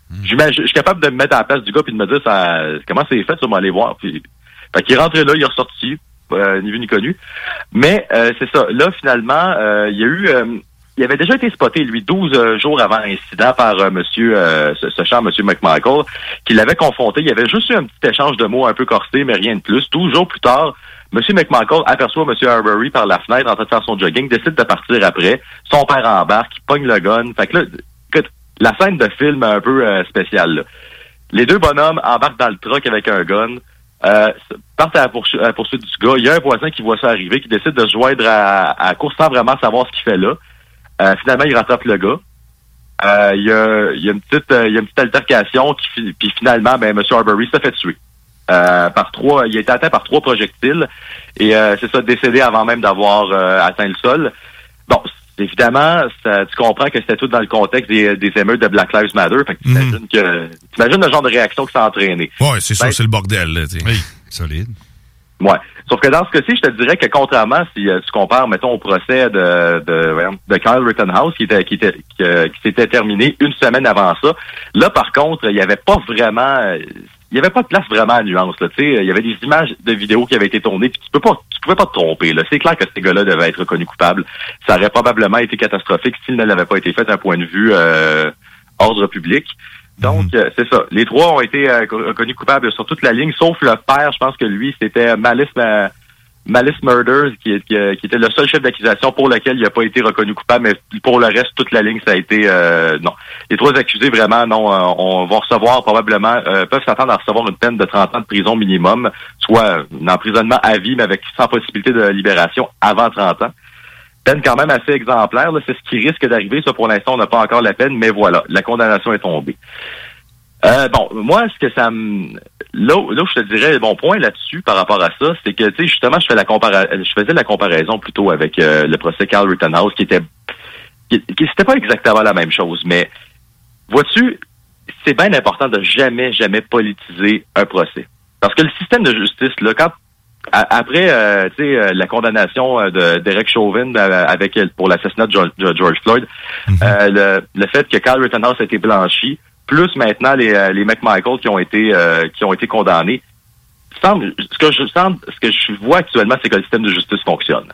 Je suis capable de me mettre à la place du gars puis de me dire ça, comment c'est fait, ça, aller voir. Puis, fait qu'il est rentré là, il est ressorti, euh, ni vu ni connu. Mais euh, c'est ça. Là, finalement, euh, il y a eu, euh, il avait déjà été spoté, lui, douze euh, jours avant l'incident par euh, Monsieur, euh, ce, ce cher Monsieur McMichael, qui l'avait confronté. Il y avait juste eu un petit échange de mots un peu corsé, mais rien de plus. douze jours plus tard, Monsieur McMichael aperçoit Monsieur Arbery par la fenêtre en train de faire son jogging, décide de partir après. Son père embarque, il pogne le gun. Fait que là, écoute, la scène de film un peu euh, spéciale, là. Les deux bonhommes embarquent dans le truck avec un gun, euh, partent à la, poursu- à la poursuite du gars. Il y a un voisin qui voit ça arriver, qui décide de se joindre à, à la course sans vraiment savoir ce qu'il fait là. Euh, finalement, il rattrape le gars. Euh, il y a, il y a une petite, euh, il y a une petite altercation, qui, puis finalement, ben, M. Arbery s'est fait tuer. Euh, par trois, il a été atteint par trois projectiles et euh, c'est ça, décédé avant même d'avoir euh, atteint le sol. Bon, évidemment, ça, tu comprends que c'était tout dans le contexte des, des émeutes de Black Lives Matter. Fait que tu imagines mm-hmm. que, tu imagines le genre de réaction que ça a entraîné. Ouais, c'est ben, ça, c'est le bordel, là, tu sais. Oui, solide. Ouais. Sauf que dans ce cas-ci, je te dirais que contrairement, si euh, tu compares, mettons, au procès de de, de Kyle Rittenhouse qui était qui était qui, euh, qui s'était terminé une semaine avant ça, là par contre, il y avait pas vraiment euh, il y avait pas de place vraiment à nuance, là, tu sais, il y avait des images de vidéos qui avaient été tournées, puis tu peux pas tu pouvais pas te tromper, là. C'est clair que ces gars-là devaient être reconnus coupables. Ça aurait probablement été catastrophique s'il ne l'avait pas été fait d'un point de vue euh, ordre public. Donc, mm-hmm. euh, c'est ça. Les trois ont été euh, reconnus coupables sur toute la ligne, sauf le père, je pense que lui, c'était Malice, euh, Malice Murders, qui, qui, qui était le seul chef d'accusation pour lequel il n'a pas été reconnu coupable, mais pour le reste, toute la ligne, ça a été... Euh, non. Les trois accusés, vraiment, non, euh, on va recevoir probablement... Euh, peuvent s'attendre à recevoir une peine de trente ans de prison minimum, soit un emprisonnement à vie, mais avec sans possibilité de libération avant trente ans. Peine quand même assez exemplaire, là, c'est ce qui risque d'arriver. Ça, pour l'instant, on n'a pas encore la peine, mais voilà, la condamnation est tombée. Euh, bon, moi, ce que ça me... Là, là où je te dirais, mon point là-dessus par rapport à ça, c'est que, tu sais, justement, je fais la compara... je faisais la comparaison plutôt avec euh, le procès Kyle Rittenhouse, qui était... Qui, qui c'était pas exactement la même chose, mais vois-tu, c'est bien important de jamais, jamais politiser un procès. Parce que le système de justice, là, quand après, euh, tu sais, euh, la condamnation euh, de Derek Chauvin euh, avec pour l'assassinat de George, George Floyd, mm-hmm. euh, le, le fait que Kyle Rittenhouse a été blanchi, plus maintenant les, euh, les McMichael qui ont été euh, qui ont été condamnés, semble, ce que je sens, ce que je vois actuellement, c'est que le système de justice fonctionne.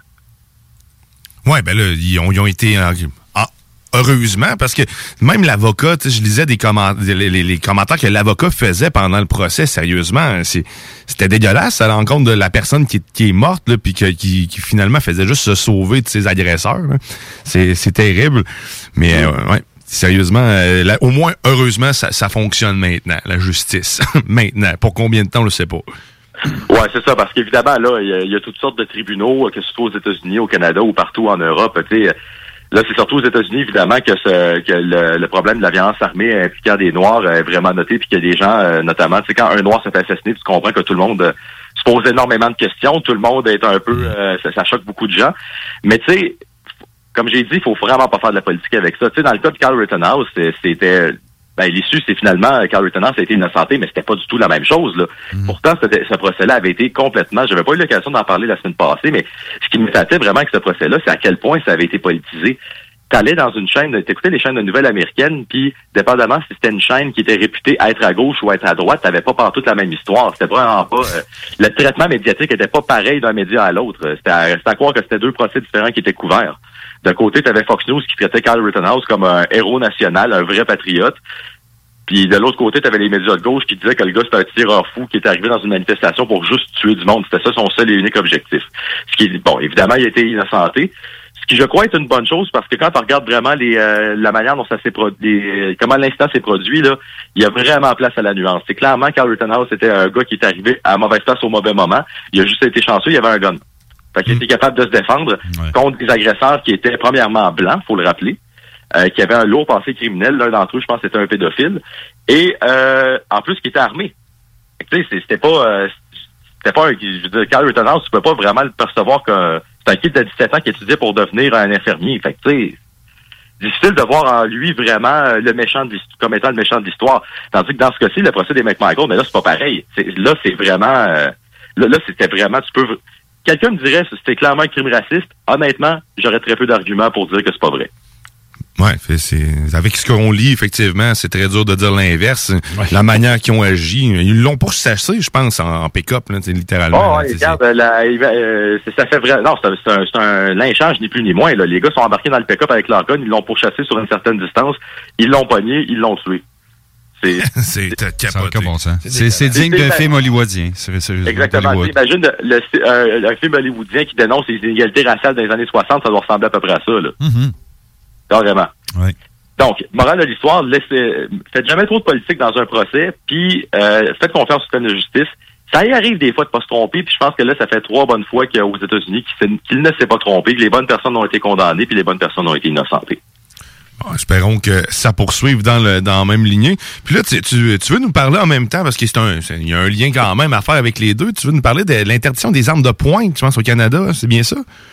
Ouais, ben là, ils ont, ils ont été euh, ah, heureusement, parce que même l'avocat, tu sais, je lisais des comment, les, les, les commentaires que l'avocat faisait pendant le procès, sérieusement, c'est, c'était dégueulasse à l'encontre de la personne qui, qui est morte, là, puis qui, qui, qui finalement faisait juste se sauver de ses agresseurs. Là. C'est, c'est terrible. Mais euh, ouais, sérieusement, euh, là, au moins, heureusement, ça, ça fonctionne maintenant, la justice. Maintenant. Pour combien de temps, on le sait pas. Ouais, c'est ça, parce qu'évidemment, là, il y, y a toutes sortes de tribunaux, que ce soit aux États-Unis, au Canada ou partout en Europe, tu sais. Là, c'est surtout aux États-Unis, évidemment, que, ce, que le, le problème de la violence armée impliquant des Noirs est vraiment noté, puis qu'il y a des gens, euh, notamment, tu sais, quand un Noir se fait assassiner, tu comprends que tout le monde euh, se pose énormément de questions, tout le monde est un peu, euh, ça, ça choque beaucoup de gens. Mais tu sais, comme j'ai dit, il faut vraiment pas faire de la politique avec ça. Tu sais, dans le cas de Kyle Rittenhouse, c'était... Ben, l'issue, c'est finalement, Kyle Rittenhouse a été innocenté, mais c'était pas du tout la même chose, là. Mm. Pourtant, ce, ce procès-là avait été complètement, j'avais pas eu l'occasion d'en parler la semaine passée, mais ce qui me flattait vraiment avec ce procès-là, c'est à quel point ça avait été politisé. T'allais dans une chaîne, t'écoutais les chaînes de nouvelles américaines, puis dépendamment si c'était une chaîne qui était réputée être à gauche ou être à droite, t'avais pas partout la même histoire. C'était vraiment pas... Euh, le traitement médiatique était pas pareil d'un média à l'autre. C'était à, c'était à croire que c'était deux procès différents qui étaient couverts. D'un côté, t'avais Fox News qui traitait Kyle Rittenhouse comme un héros national, un vrai patriote. Puis de l'autre côté, t'avais les médias de gauche qui disaient que le gars, c'était un tireur fou qui était arrivé dans une manifestation pour juste tuer du monde. C'était ça son seul et unique objectif. Ce qui, bon, évidemment, il a été innocenté. Ce qui, je crois, est une bonne chose parce que quand on regarde vraiment les, euh, la manière dont ça s'est produit, comment l'incident s'est produit, là, il y a vraiment place à la nuance. C'est clairement Kyle Rittenhouse était un gars qui est arrivé à mauvaise place au mauvais moment. Il a juste été chanceux, il y avait un gun. Fait qu'il mmh. était capable de se défendre ouais. contre des agresseurs qui étaient premièrement blancs, faut le rappeler, euh, qui avaient un lourd passé criminel. L'un d'entre eux, je pense, c'était un pédophile. Et euh, en plus, qui était armé. Tu sais, c'était pas... Euh, c'était pas un... Je veux dire, Kyle Rittenhouse, tu peux pas vraiment le percevoir que c'est un kid de dix-sept ans qui étudiait pour devenir un infirmier. Fait que, tu sais, difficile de voir en lui vraiment le méchant de l'histoire, comme étant le méchant de l'histoire. Tandis que dans ce cas-ci, le procès des McMichael, mais là, c'est pas pareil. C'est, là, c'est vraiment... Euh, là, là, c'était vraiment... Tu peux... Quelqu'un me dirait que c'était clairement un crime raciste. Honnêtement, j'aurais très peu d'arguments pour dire que c'est pas vrai. Ouais, c'est avec ce qu'on lit, effectivement, c'est très dur de dire l'inverse. Ouais. La manière qu'ils ont agi, ils l'ont pourchassé, je pense, en, en pick-up, là, littéralement. Oh, ouais, regarde, la, euh, ça fait vrai. Non, c'est un, c'est un, c'est un lynchage, ni plus ni moins. Là. Les gars sont embarqués dans le pick-up avec leur gun, ils l'ont pourchassé sur une certaine distance, ils l'ont pogné, ils l'ont tué. C'est, c'est, c'est capoté. Bon sens. C'est, c'est, c'est digne d'un film hollywoodien. C'est, c'est exactement. Imagine le, le, euh, un film hollywoodien qui dénonce les inégalités raciales dans les années soixante, ça doit ressembler à peu près à ça. Là. Mm-hmm. Carrément. Oui. Donc, morale de l'histoire, laissez, faites jamais trop de politique dans un procès, puis euh, faites confiance au système de justice. Ça y arrive des fois de pas se tromper, puis je pense que là, ça fait trois bonnes fois qu'aux États-Unis qu'il, qu'il ne s'est pas trompé, que les bonnes personnes ont été condamnées, puis les bonnes personnes ont été innocentées. Bon, espérons que ça poursuive dans le dans la même lignée. Puis là, tu, tu, tu veux nous parler en même temps, parce qu'il y a un lien quand même à faire avec les deux, tu veux nous parler de l'interdiction des armes de pointe, je pense, au Canada, c'est bien ça?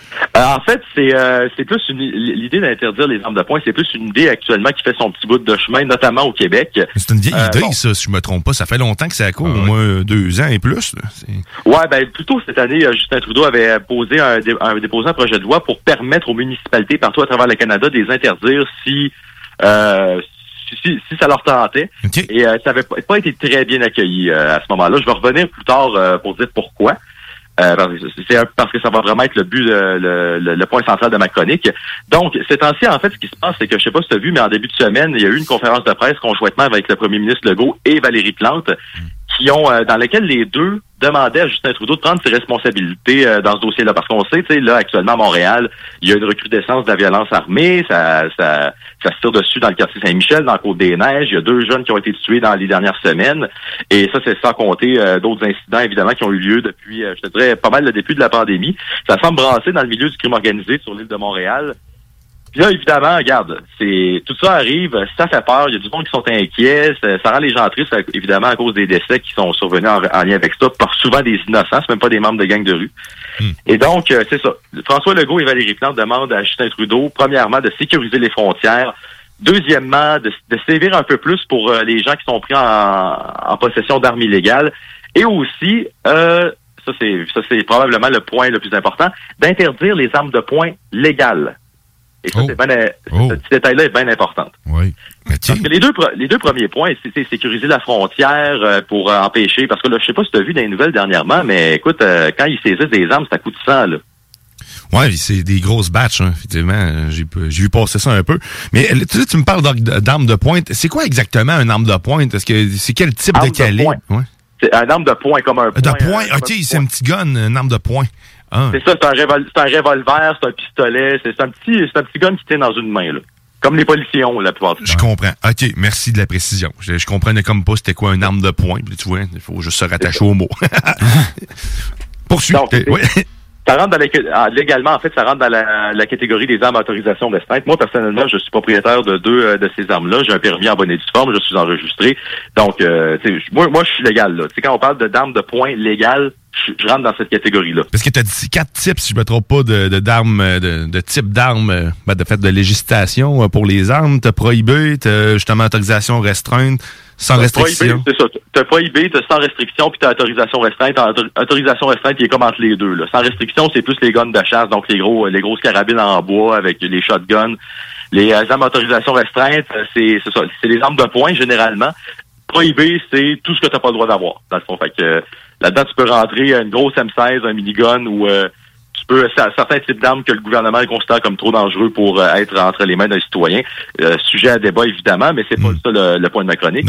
Euh, en fait, c'est euh, c'est plus une l'idée d'interdire les armes de poing, c'est plus une idée actuellement qui fait son petit bout de chemin, notamment au Québec. C'est une vieille euh, idée, bon. ça, si je me trompe pas. Ça fait longtemps que c'est à court, ah, au moins deux ans et plus. Là. Ouais, ben plutôt cette année, Justin Trudeau avait posé un, un déposé un projet de loi pour permettre aux municipalités partout à travers le Canada de les interdire si euh, Si, si ça leur tentait. Okay. Et euh, ça n'avait pas été très bien accueilli euh, à ce moment-là. Je vais revenir plus tard euh, pour dire pourquoi. Euh, c'est parce que ça va vraiment être le but, le, le, le point central de ma chronique. Donc, ces temps-ci, en fait, ce qui se passe, c'est que je sais pas si tu as vu, mais en début de semaine, il y a eu une conférence de presse conjointement avec le premier ministre Legault et Valérie Plante, qui ont, euh, dans laquelle les deux demandaient à Justin Trudeau de prendre ses responsabilités euh, dans ce dossier-là. Parce qu'on sait, tu sais, là, actuellement, à Montréal, il y a une recrudescence de la violence armée, ça, ça, ça se tire dessus dans le quartier Saint-Michel, dans le Côte-des-Neiges. Il y a deux jeunes qui ont été tués dans les dernières semaines. Et ça, c'est sans compter euh, d'autres incidents, évidemment, qui ont eu lieu depuis, euh, je te dirais, pas mal le début de la pandémie. Ça semble brasser dans le milieu du crime organisé sur l'île de Montréal. Puis là, évidemment, regarde, c'est tout ça arrive, ça fait peur, il y a du monde qui sont inquiets, ça, ça rend les gens tristes, évidemment, à cause des décès qui sont survenus en, en lien avec ça, par souvent des innocents, c'est même pas des membres de gangs de rue. Mm. Et donc, euh, c'est ça. François Legault et Valérie Plante demandent à Justin Trudeau, premièrement, de sécuriser les frontières, deuxièmement, de, de sévir un peu plus pour euh, les gens qui sont pris en, en possession d'armes illégales, et aussi, euh, ça c'est ça c'est probablement le point le plus important, d'interdire les armes de poing légales. Et ça, oh. c'est ben, oh. ce petit détail-là est bien important. Oui. Parce que les deux, les deux premiers points, c'est, c'est sécuriser la frontière euh, pour euh, empêcher, parce que là, je sais pas si tu as vu dans les nouvelles dernièrement, mais écoute, euh, quand ils saisissent des armes, c'est à coup de sang, là. Oui, c'est des grosses batches, hein, effectivement. J'ai, j'ai vu passer ça un peu. Mais tu sais, tu me parles d'armes de pointe. C'est quoi exactement une arme de pointe? Est-ce que c'est quel type arme de calibre? De ouais. C'est un arme de poing, comme un poing. De poing, euh, ok, c'est un petit gun, une arme de poing. Ah. C'est ça, c'est un, revol- c'est un revolver, c'est un pistolet, c'est, c'est un petit c'est un petit gun qui tient dans une main, là. Comme les policiers ont, la plupart du temps. Je comprends. OK, merci de la précision. Je, je comprenais comme pas c'était quoi une arme de poing. Puis tu vois, il faut juste se rattacher au mot. Poursuis. Donc, oui. Ça rentre dans la, légalement, en fait, ça rentre dans la, la catégorie des armes à autorisation restreinte. Moi, personnellement, je suis propriétaire de deux euh, de ces armes-là. J'ai un permis en bonne et due forme, je suis enregistré. Donc, euh, moi, moi, je suis légal, là. Tu sais, quand on parle de d'armes de poing légales, je, je rentre dans cette catégorie-là. Parce que tu as dit quatre types, si je me trompe pas, de, de d'armes, de, de types d'armes, ben, de fait, de législation pour les armes. T'as prohibé, t'as justement autorisation restreinte, sans t'as restriction. Prohibé, c'est ça. T'as prohibé, t'as sans restriction, puis t'as autorisation restreinte. Autorisation restreinte, il est comme entre les deux, là. Sans restriction, c'est plus les guns de chasse, donc les gros, les grosses carabines en bois avec les shotguns. Les euh, armes à autorisation restreinte, c'est, c'est ça. C'est les armes de poing, généralement. Prohibé, c'est tout ce que t'as pas le droit d'avoir, dans le fond. Fait que, euh, là-dedans, tu peux rentrer une grosse M seize, un minigun ou euh, tu peux certains types d'armes que le gouvernement considère comme trop dangereux pour euh, être entre les mains d'un citoyen. Euh, sujet à débat, évidemment, mais c'est pas mmh. ça le, le point de ma chronique.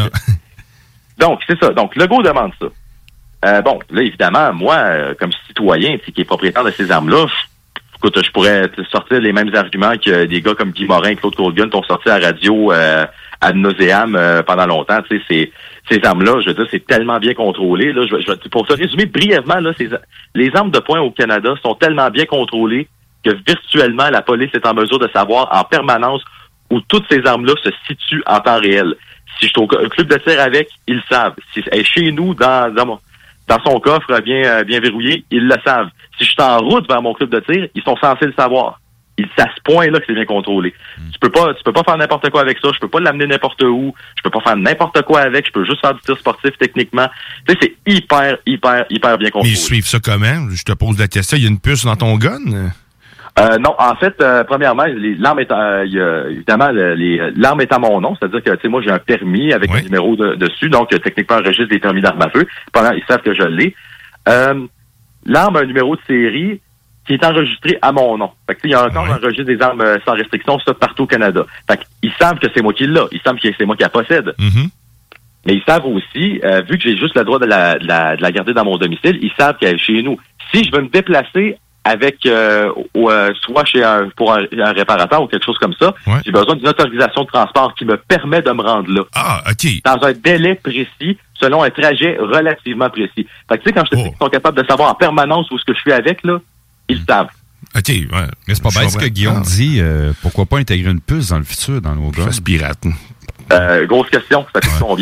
Donc, c'est ça. Donc, Legault demande ça. Euh, bon, là, évidemment, moi, euh, comme citoyen qui est propriétaire de ces armes-là, écoute, je pourrais te sortir les mêmes arguments que des gars comme Guy Morin et Claude Courtgun t'ont sorti à la radio euh, ad nauseam euh, pendant longtemps. Tu sais, c'est ces armes-là, je veux dire, c'est tellement bien contrôlé. Là, je, je, pour te résumer brièvement, là, ces, les armes de poing au Canada sont tellement bien contrôlées que virtuellement, la police est en mesure de savoir en permanence où toutes ces armes-là se situent en temps réel. Si je suis au club de tir avec, ils le savent. Si elle est chez nous, dans, dans, mon, dans son coffre bien, bien verrouillé, ils le savent. Si je suis en route vers mon club de tir, ils sont censés le savoir. C'est à ce point-là que c'est bien contrôlé. Mm. Tu peux pas, tu peux pas faire n'importe quoi avec ça. Je peux pas l'amener n'importe où. Je peux pas faire n'importe quoi avec. Je peux juste faire du tir sportif techniquement. Tu sais, c'est hyper, hyper, hyper bien contrôlé. Mais ils suivent ça comment? Je te pose la question. Il y a une puce dans ton gun? Euh, non, en fait, euh, premièrement, les, l'arme est, euh, y a, évidemment, le, les, l'arme est à mon nom. C'est-à-dire que, tu sais, moi, j'ai un permis avec oui. un numéro de, dessus. Donc, techniquement, un registre des permis d'armes à feu. Pendant, ils savent que je l'ai. Euh, l'arme a un numéro de série qui est enregistré à mon nom. Fait que, il y a encore ouais. un registre des armes euh, sans restriction, ça, partout au Canada. Fait qu'ils savent que c'est moi qui l'ai. Ils savent que c'est moi qui la possède. Mm-hmm. Mais ils savent aussi, euh, vu que j'ai juste le droit de la, de la, de la garder dans mon domicile, ils savent qu'elle est chez nous. Si je veux me déplacer avec, euh, ou, euh, soit chez un, pour un, un réparateur ou quelque chose comme ça, ouais. j'ai besoin d'une autorisation de transport qui me permet de me rendre là. Ah, OK. Dans un délai précis, selon un trajet relativement précis. Fait que, tu sais, quand je te dis oh. qu'ils sont capables de savoir en permanence où ce que je suis avec, là, ils le savent. OK, ouais. Mais c'est pas bien. Ce que Guillaume ah. dit, euh, pourquoi pas intégrer une puce dans le futur, dans nos gars? Ça se pirate. Euh, grosse question, ça coûte combien?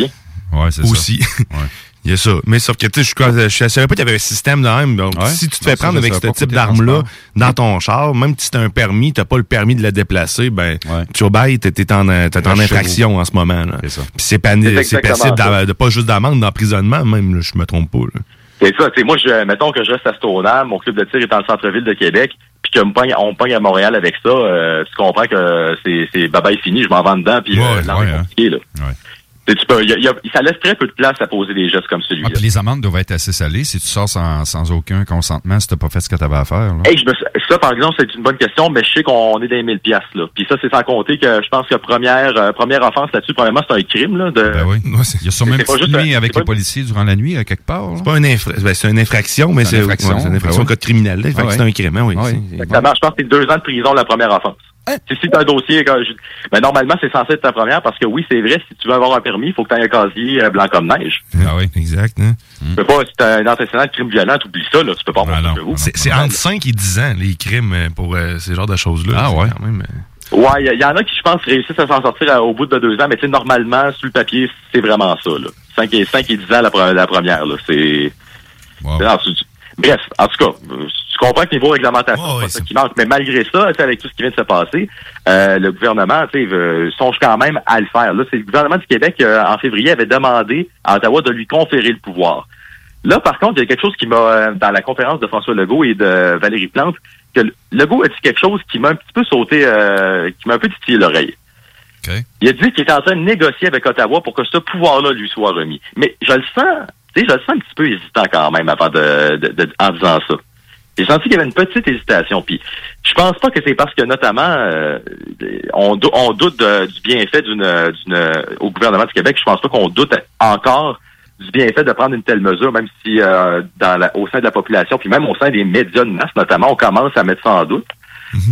Ouais, c'est aussi. ça. Ouais. Il y a ça. Mais sauf que, tu sais, je ne savais pas qu'il y avait un système de même. Donc, ouais, si tu te fais prendre avec ce type d'arme-là dans ton char, même si tu as un permis, tu n'as pas le permis de la déplacer, ben, ouais. tu obéis, tu es en, t'es en infraction en ce moment. Là. C'est ça. Puis c'est, pan- c'est, c'est passible de, de pas juste d'amende, d'emprisonnement, même, là, je me trompe pas. Là. C'est ça. Tu sais, moi, je, mettons que je reste à Stoneham, mon club de tir est dans le centre-ville de Québec, puis qu'on me pogne, on me pogne à Montréal avec ça, euh, tu comprends que c'est, c'est bye-bye fini, je m'en vends dedans, puis ouais, euh, l'en ouais, est compliqué, là. Ouais. Tu peux, y a, y a, ça laisse très peu de place à poser des gestes comme celui-là. Ah, puis les amendes doivent être assez salées si tu sors sans, sans aucun consentement, si tu n'as pas fait ce que tu avais à faire. Là. Hey, je me, ça, par exemple, c'est une bonne question, mais je sais qu'on est dans les mille piastres, là. Puis ça, c'est sans compter que je pense que première, euh, première offense là-dessus, premièrement, c'est un crime, là. De... Ben oui. Ouais, il y a sûrement un petit nuit avec les pas... policiers durant la nuit, à quelque part. Là. C'est pas une, infra... ben, c'est une infraction, mais c'est, c'est, infraction, ouais, c'est une infraction, ben code criminel. Là. Fait ah, que ouais. C'est un crime, hein, oui. Ah, ouais. Exactement. Je pense que c'est deux ans de prison la première offense. Hein? Si c'est un dossier, je... ben, normalement, c'est censé être ta première parce que oui, c'est vrai, si tu veux avoir un permis, il faut que tu aies un casier euh, blanc comme neige. Ah oui, exact. Hein? Tu peux pas, si tu as un antécédent de crime violent, oublie ça, là, tu peux pas avoir ah, ça vous. C'est, c'est entre cinq et dix ans, les crimes pour euh, ces genres de choses-là. Ah ouais. Quand même, euh... Ouais, il y, y en a qui, je pense, réussissent à s'en sortir à, au bout de deux ans, mais tu sais, normalement, sur le papier, c'est vraiment ça, là. cinq et dix ans la, la première, là. C'est. Wow. c'est Bref, en tout cas, tu comprends que niveau réglementation, oh, c'est pas ça qui manque. Mais malgré ça, avec tout ce qui vient de se passer, euh, le gouvernement, tu sais, songe quand même à le faire. Là, c'est le gouvernement du Québec, euh, en février, avait demandé à Ottawa de lui conférer le pouvoir. Là, par contre, il y a quelque chose qui m'a, euh, dans la conférence de François Legault et de Valérie Plante, que Legault a dit quelque chose qui m'a un petit peu sauté, euh, qui m'a un peu titillé l'oreille. Okay. Il a dit qu'il était en train de négocier avec Ottawa pour que ce pouvoir-là lui soit remis. Mais je le sens... Tu sais, je le sens un petit peu hésitant quand même avant de, de, de en disant ça. J'ai senti qu'il y avait une petite hésitation. Puis, je pense pas que c'est parce que notamment euh, on, on doute de, du bienfait d'une, d'une au gouvernement du Québec. Je pense pas qu'on doute encore du bienfait de prendre une telle mesure, même si euh, dans la, au sein de la population, puis même au sein des médias de masse, notamment, on commence à mettre ça en doute. Mm-hmm.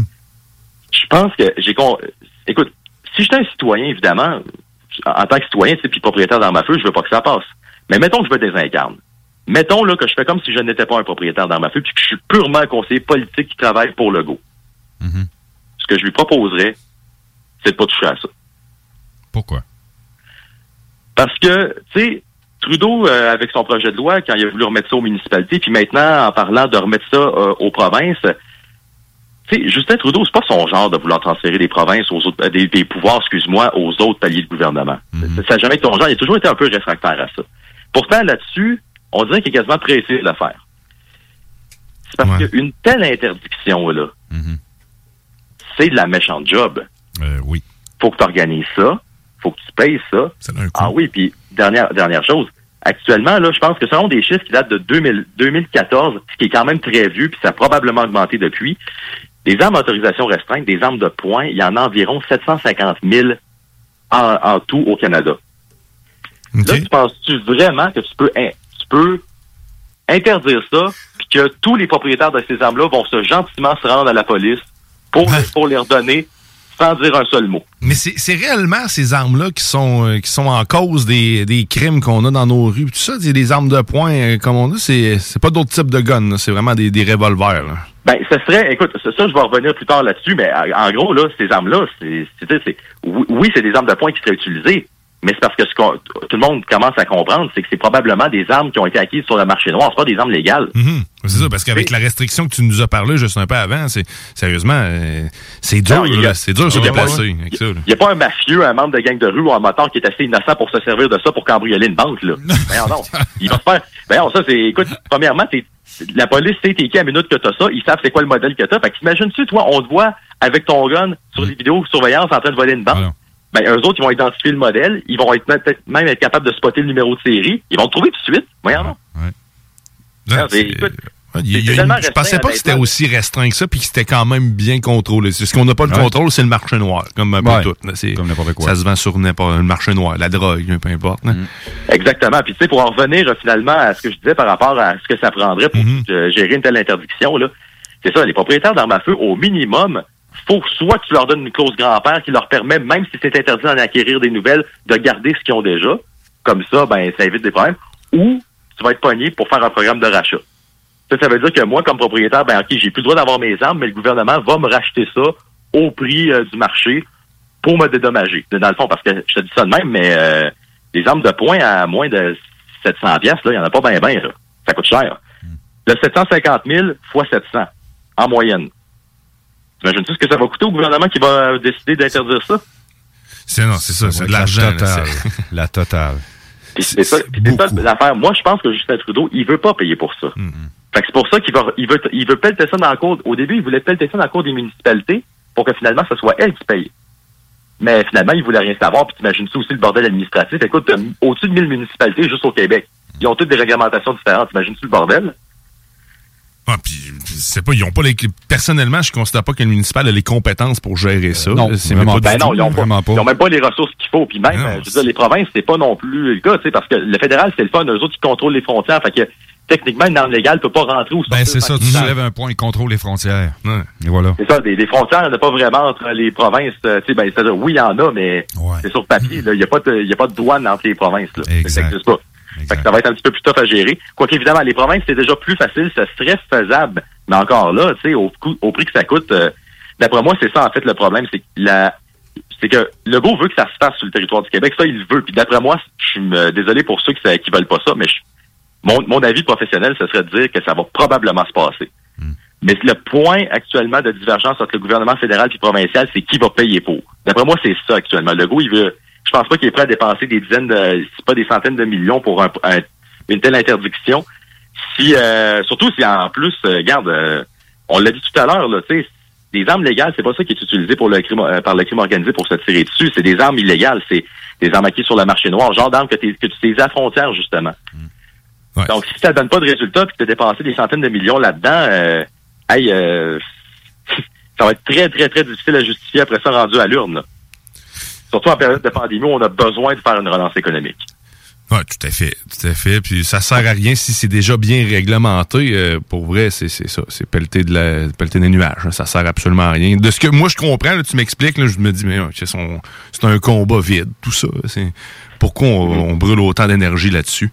Je pense que j'ai con... écoute, si j'étais un citoyen, évidemment, en tant que citoyen, puis propriétaire d'armes à feu, je veux pas que ça passe. Mais mettons que je me désincarne. Mettons là que je fais comme si je n'étais pas un propriétaire d'armes à feu puis que je suis purement un conseiller politique qui travaille pour Legault. Mm-hmm. Ce que je lui proposerais, c'est de pas toucher à ça. Pourquoi? Parce que, tu sais, Trudeau, euh, avec son projet de loi, quand il a voulu remettre ça aux municipalités, puis maintenant, en parlant de remettre ça euh, aux provinces, tu sais, Justin Trudeau, c'est pas son genre de vouloir transférer des provinces aux autres, des, des pouvoirs, excuse-moi, aux autres paliers de gouvernement. Mm-hmm. Ça n'a jamais été son genre. Il a toujours été un peu réfractaire à ça. Pourtant, là-dessus, on dirait qu'il est quasiment pressé de le faire. C'est parce ouais. qu'une telle interdiction-là, mm-hmm. c'est de la méchante job. Euh, oui. Faut que tu organises ça. Faut que tu payes ça. Ah oui, puis dernière dernière chose. Actuellement, là, je pense que selon des chiffres qui datent de deux mille, deux mille quatorze, ce qui est quand même très vieux, puis ça a probablement augmenté depuis, les armes à autorisation restreinte, des armes de poing, il y en a environ sept cent cinquante mille en, en tout au Canada. Okay. Là, tu penses-tu vraiment que tu peux, in, tu peux interdire ça, puis que tous les propriétaires de ces armes-là vont se gentiment se rendre à la police pour, pour les redonner sans dire un seul mot? Mais c'est, c'est réellement ces armes-là qui sont euh, qui sont en cause des, des crimes qu'on a dans nos rues. Tout ça, c'est des armes de poing, euh, comme on dit, c'est, c'est pas d'autres types de guns, là. C'est vraiment des, des revolvers. Là. Ben, ce serait, écoute, ça, ça, je vais revenir plus tard là-dessus, mais en gros, là, ces armes-là, c'est, c'est, c'est oui, oui, c'est des armes de poing qui seraient utilisées, mais c'est parce que ce qu'on, tout le monde commence à comprendre, c'est que c'est probablement des armes qui ont été acquises sur le marché noir, c'est pas des armes légales. Mm-hmm. C'est ça, parce qu'avec la restriction que tu nous as parlé juste un peu avant, c'est sérieusement, euh, c'est dur, non, là, a, c'est dur de se déplacer avec ça. Il n'y a pas un mafieux, un membre de gang de rue ou un motard qui est assez innocent pour se servir de ça pour cambrioler une banque, là. Ben non, il va se faire. Ben non, ça, c'est, écoute, premièrement, t'es, la police sait t'es qui à la minute que t'as ça, ils savent c'est quoi le modèle que t'as. Fait qu'imagine-tu, toi, on te voit avec ton gun sur les vidéos de surveillance en train de voler une banque. Ah ben, eux autres, ils vont identifier le modèle, ils vont être peut-être même être capables de spotter le numéro de série, ils vont le trouver tout de suite. Voyons donc. Ouais. Non, c'est, écoute, il, il, il, je pensais pas que c'était aussi restreint que ça, puis que c'était quand même bien contrôlé. Ce qu'on n'a pas le ouais. contrôle, c'est le marché noir, comme un peu ouais. tout. Là, c'est, comme n'importe quoi. Ça se vend sur n'importe, le marché noir, la drogue, peu importe. Là. Mm. Exactement. Puis tu sais, pour en revenir finalement à ce que je disais par rapport à ce que ça prendrait pour mm-hmm. euh, gérer une telle interdiction, là, c'est ça, les propriétaires d'armes à feu, au minimum, faut soit que tu leur donnes une clause grand-père qui leur permet, même si c'est interdit d'en acquérir des nouvelles, de garder ce qu'ils ont déjà. Comme ça, ben, ça évite des problèmes. Ou tu vas être pogné pour faire un programme de rachat. Ça, ça veut dire que moi, comme propriétaire, ben, OK, j'ai plus le droit d'avoir mes armes, mais le gouvernement va me racheter ça au prix euh, du marché pour me dédommager. Dans le fond, parce que je te dis ça de même, mais euh, les armes de poing à moins de sept cents piastres, là, il n'y en a pas bien, bien, là. Ça coûte cher. Le sept cent cinquante mille fois sept cents, en moyenne. T'imagines-tu ce que ça va coûter au gouvernement qui va décider d'interdire ça? C'est, non, c'est ça, c'est de l'argent. Totale. La totale. Puis c'est ça, puis c'est ça l'affaire. Moi, je pense que Justin Trudeau, il veut pas payer pour ça. Mm-hmm. Fait que c'est pour ça qu'il va, il veut, il veut pelleter ça dans la cour. Au début, il voulait pelleter ça dans la cour des municipalités pour que finalement, ce soit elle qui paye. Mais finalement, il voulait rien savoir. Puis t'imagines-tu aussi le bordel administratif. Écoute, au-dessus de mille municipalités juste au Québec. Ils ont toutes des réglementations différentes. T'imagines-tu le bordel? Ah, puis, c'est pas, ils ont pas les, personnellement, je considère pas que le municipal a les compétences pour gérer ça. Non, c'est même pas. Ben tout, non, ils ont pas, pas. Ils ont même pas les ressources qu'il faut. Puis même, non, je veux dire, les provinces, c'est pas non plus le cas, tu sais, parce que le fédéral, c'est le fun, eux autres, qui contrôlent les frontières. Fait que, techniquement, une arme légale peut pas rentrer ou sortir. Ben, c'est ça, tu soulèves un point, ils contrôlent les frontières. Ouais. Et voilà. C'est ça, des, des frontières, il n'y en a pas vraiment entre les provinces, euh, tu sais, ben, c'est-à-dire, oui, il y en a, mais ouais. c'est sur papier, là. Il y a pas de, il y a pas de douane entre les provinces, là. Exact. Ça n'existe pas. Fait que ça va être un petit peu plus tough à gérer. Quoique, évidemment, les provinces, c'est déjà plus facile, ça serait faisable. Mais encore là, tu sais, au, au prix que ça coûte, euh, d'après moi, c'est ça, en fait, le problème. C'est que la, c'est que Legault veut que ça se fasse sur le territoire du Québec. Ça, il le veut. Puis d'après moi, je suis euh, désolé pour ceux qui, qui veulent pas ça, mais je, mon, mon avis professionnel, ce serait de dire que ça va probablement se passer. Mm. Mais le point actuellement de divergence entre le gouvernement fédéral et provincial, c'est qui va payer pour. D'après moi, c'est ça actuellement. Legault, il veut... Je pense pas qu'il est prêt à dépenser des dizaines de, si pas des centaines de millions pour un, un, une telle interdiction. Si, euh, surtout si en plus, euh, regarde, euh, on l'a dit tout à l'heure, là, tu sais, des armes légales, c'est pas ça qui est utilisé pour le crime, euh, par le crime organisé pour se tirer dessus. C'est des armes illégales, c'est des armes acquises sur le marché noir, genre d'armes que, que tu utilises à la frontière, justement. Mmh. Ouais. Donc, si ça donne pas de résultat, puis que tu as dépensé des centaines de millions là-dedans, euh, hey, euh, ça va être très, très, très difficile à justifier après ça rendu à l'urne, là. Surtout en période de pandémie où on a besoin de faire une relance économique. Oui, tout à fait, tout à fait. Puis ça sert à rien si c'est déjà bien réglementé. Euh, pour vrai, c'est, c'est ça, c'est pelleter de la, pelleter des nuages. Hein, ça sert absolument à rien. De ce que moi je comprends, là, tu m'expliques, là, je me dis mais non, c'est, son, c'est un combat vide, tout ça. C'est pourquoi on, mm-hmm. on brûle autant d'énergie là-dessus.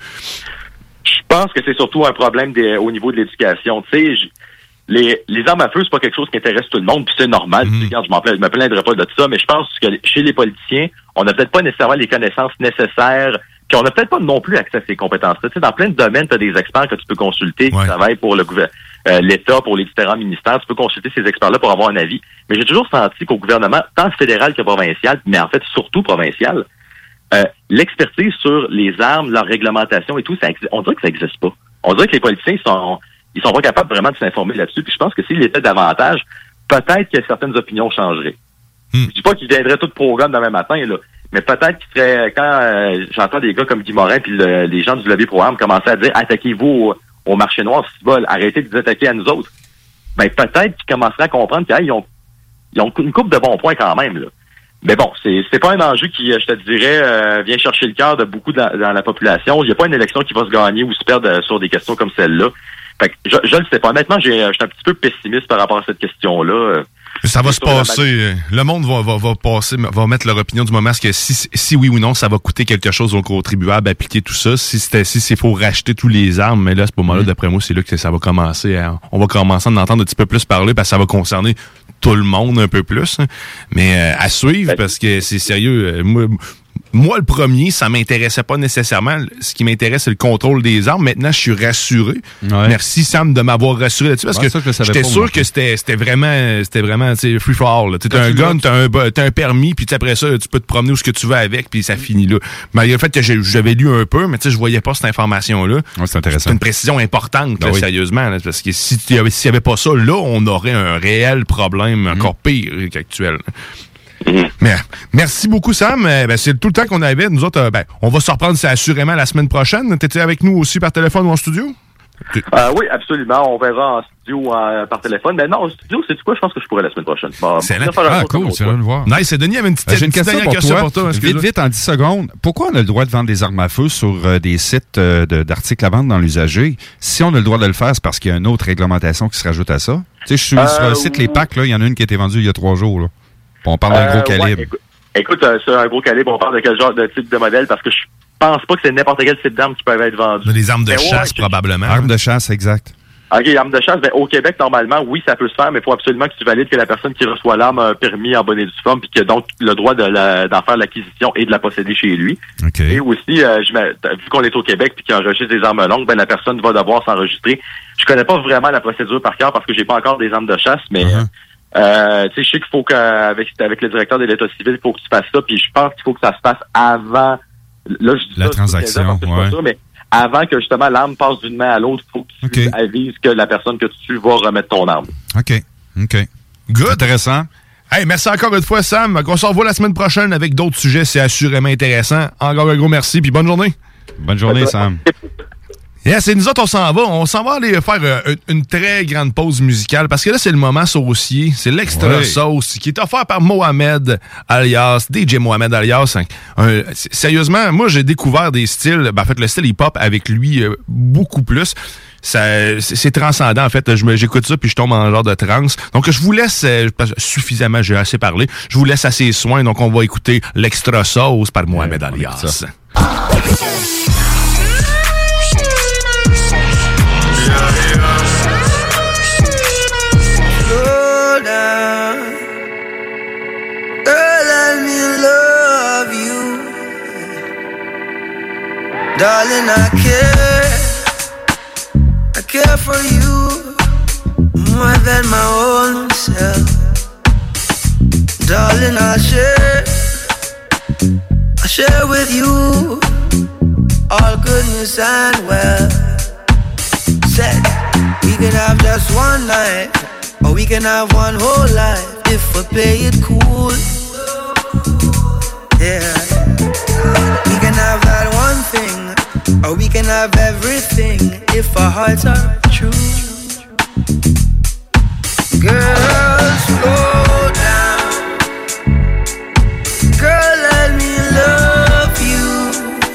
Je pense que c'est surtout un problème des, au niveau de l'éducation. Tu sais. Les, les armes à feu, c'est pas quelque chose qui intéresse tout le monde, puis c'est normal. Mmh. Regarde, je m'en plains, je me plaindrai pas de ça, mais je pense que chez les politiciens, on n'a peut-être pas nécessairement les connaissances nécessaires, puis on n'a peut-être pas non plus accès à ces compétences-là. Tu sais, dans plein de domaines, tu as des experts que tu peux consulter, qui ouais. travaillent pour le gouvernement, euh, l'État, pour les différents ministères. Tu peux consulter ces experts-là pour avoir un avis. Mais j'ai toujours senti qu'au gouvernement, tant fédéral que provincial, mais en fait surtout provincial, euh, l'expertise sur les armes, leur réglementation et tout, ça, on dirait que ça n'existe pas. On dirait que les politiciens sont... Ils sont pas capables vraiment de s'informer là-dessus. Puis je pense que s'il était davantage, peut-être que certaines opinions changeraient. Hmm. Je dis pas qu'ils viendraient tous pro-gun demain matin, là. Mais peut-être qu'il serait, quand euh, j'entends des gars comme Guy Morin puis le, les gens du lobby pro-armes commencer à dire attaquez-vous au, au marché noir, si bol, arrêtez de vous attaquer à nous autres. Ben peut-être qu'ils commenceraient à comprendre qu'ils ont, ils ont une couple de bons points quand même, là. Mais bon, c'est c'est pas un enjeu qui, je te dirais, euh, vient chercher le cœur de beaucoup de la, dans la population. Il n'y a pas une élection qui va se gagner ou se perdre euh, sur des questions comme celle-là. Fait que je, je le sais pas. Honnêtement, j'ai, je suis un petit peu pessimiste par rapport à cette question-là. Ça va se passer. Le monde va, va, va passer, va mettre leur opinion du moment que si, si oui ou non, ça va coûter quelque chose aux contribuables d'appliquer tout ça. Si c'était, si c'est faut racheter tous les armes, mais là, à ce moment-là, mmh. d'après moi, c'est là que ça va commencer à, on va commencer à en entendre un petit peu plus parler parce que ça va concerner tout le monde un peu plus. Hein. Mais euh, à suivre parce que c'est sérieux. Euh, moi, Moi, le premier, ça m'intéressait pas nécessairement. Ce qui m'intéresse, c'est le contrôle des armes. Maintenant, je suis rassuré. Ouais. Merci, Sam, de m'avoir rassuré là-dessus. Parce ouais, que, ça, que j'étais sûr moi. que c'était, c'était vraiment, c'était vraiment, tu sais, free for all. T'as un gun, t'as un, t'as un permis, puis après ça, tu peux te promener où ce que tu veux avec, puis ça finit là. Malgré le fait que j'avais lu un peu, mais tu sais, je voyais pas cette information-là. Ouais, c'est intéressant. C'est une précision importante, là, ben oui. sérieusement. Là, parce que si s'il y avait pas ça, là, on aurait un réel problème encore mmh. pire qu'actuel. Mmh. Mais, merci beaucoup, Sam. Ben, c'est tout le temps qu'on avait. Nous autres, ben, on va se reprendre, c'est assurément la semaine prochaine. T'étais avec nous aussi par téléphone ou en studio? Euh, oui, absolument. On verra en studio ou euh, par téléphone. Mais non, en studio, c'est du quoi? Je pense que je pourrais la semaine prochaine. Bon, c'est ah, cool. C'est là de voir. Nice. C'est Denis avait une petite, euh, j'ai une, une question, pour, question toi. pour toi. Vite, vite, en dix secondes. Pourquoi on a le droit de vendre des armes à feu sur euh, des sites euh, de, d'articles à vendre dans l'usager? Si on a le droit de le faire, c'est parce qu'il y a une autre réglementation qui se rajoute à ça. Tu sais, je suis euh, sur le site Les Packs, là. Il y en a une qui a été vendue il y a trois jours, là. On parle d'un gros euh, calibre. Ouais, écoute, écoute euh, sur un gros calibre, on parle de quel genre de type de modèle? Parce que je pense pas que c'est n'importe quel type d'armes qui peuvent être vendues. Des armes de mais chasse, ouais, probablement. Armes de chasse, exact. OK, arme de chasse, ben, au Québec, normalement, oui, ça peut se faire, mais il faut absolument que tu valides que la personne qui reçoit l'arme a un permis en bonne et due forme, puis qu'il a donc le droit de la, d'en faire l'acquisition et de la posséder chez lui. Okay. Et aussi, euh, je vu qu'on est au Québec puis qu'il enregistre des armes longues, ben, la personne va devoir s'enregistrer. Je connais pas vraiment la procédure par cœur parce que j'ai pas encore des armes de chasse, mais uh-huh. euh, tu sais, je sais qu'il faut qu'avec avec le directeur de l'État civil, il faut que tu fasses ça, puis je pense qu'il faut que ça se passe avant. Là, je dis la ça, transaction, c'est ouais. pas ça, mais avant que justement l'arme passe d'une main à l'autre, il faut que tu okay. avises que la personne que tu tues va remettre ton arme. OK. OK. Good. Intéressant. Hey, merci encore une fois, Sam. On se revoit la semaine prochaine avec d'autres sujets. C'est assurément intéressant. Encore un gros merci, puis bonne journée. Bonne journée, Sam. Yes, et nous autres, on s'en va. On s'en va aller faire euh, une très grande pause musicale parce que là, c'est le moment saucier. C'est l'extra ouais. sauce qui est offert par Mohamed alias, D J Mohamed alias. Un, un, sérieusement, moi, j'ai découvert des styles, ben, en fait, le style hip-hop avec lui euh, beaucoup plus. Ça, c'est, c'est transcendant, en fait. Je me, j'écoute ça puis je tombe en genre de transe. Donc, je vous laisse, euh, suffisamment, j'ai assez parlé, je vous laisse à ses soins. Donc, on va écouter l'extra sauce par Mohamed ouais, alias. Darling, I care, I care for you more than my own self. Darling, I'll share, I'll share with you all goodness and wealth. Said, we can have just one night, or we can have one whole life if we play it cool. Yeah, we can have that one thing, or we can have everything if our hearts are true. Girl, slow down. Girl, let me love you.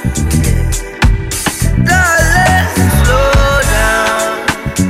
Darling, slow down.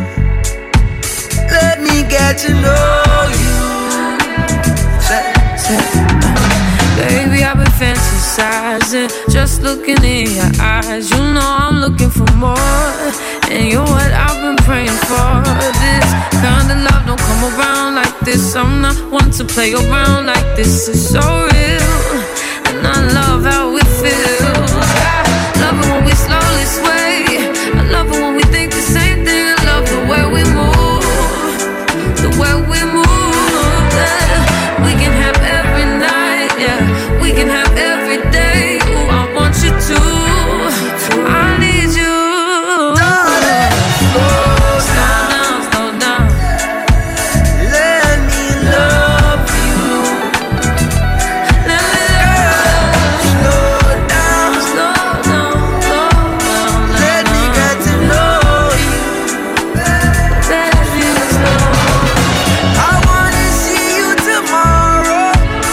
Let me get to know you. Say, say. Baby, I've been fantasizing, just looking in your eyes. You know I'm looking for more, and you're what I've been praying for. This kind of love don't come around like this. I'm not one to play around like this. It's so real, and I love how it feels. I love it when we slowly sway. I love it when we think the same thing. I love the way we move, the way we move. Yeah. We can have every night, yeah. We can have every day. Ooh, I want you to. I need you. Darling, slow down, slow down. Let me love you. Let me slow down, slow down, slow down. Let me get to know you. Let me slow. I wanna see you tomorrow,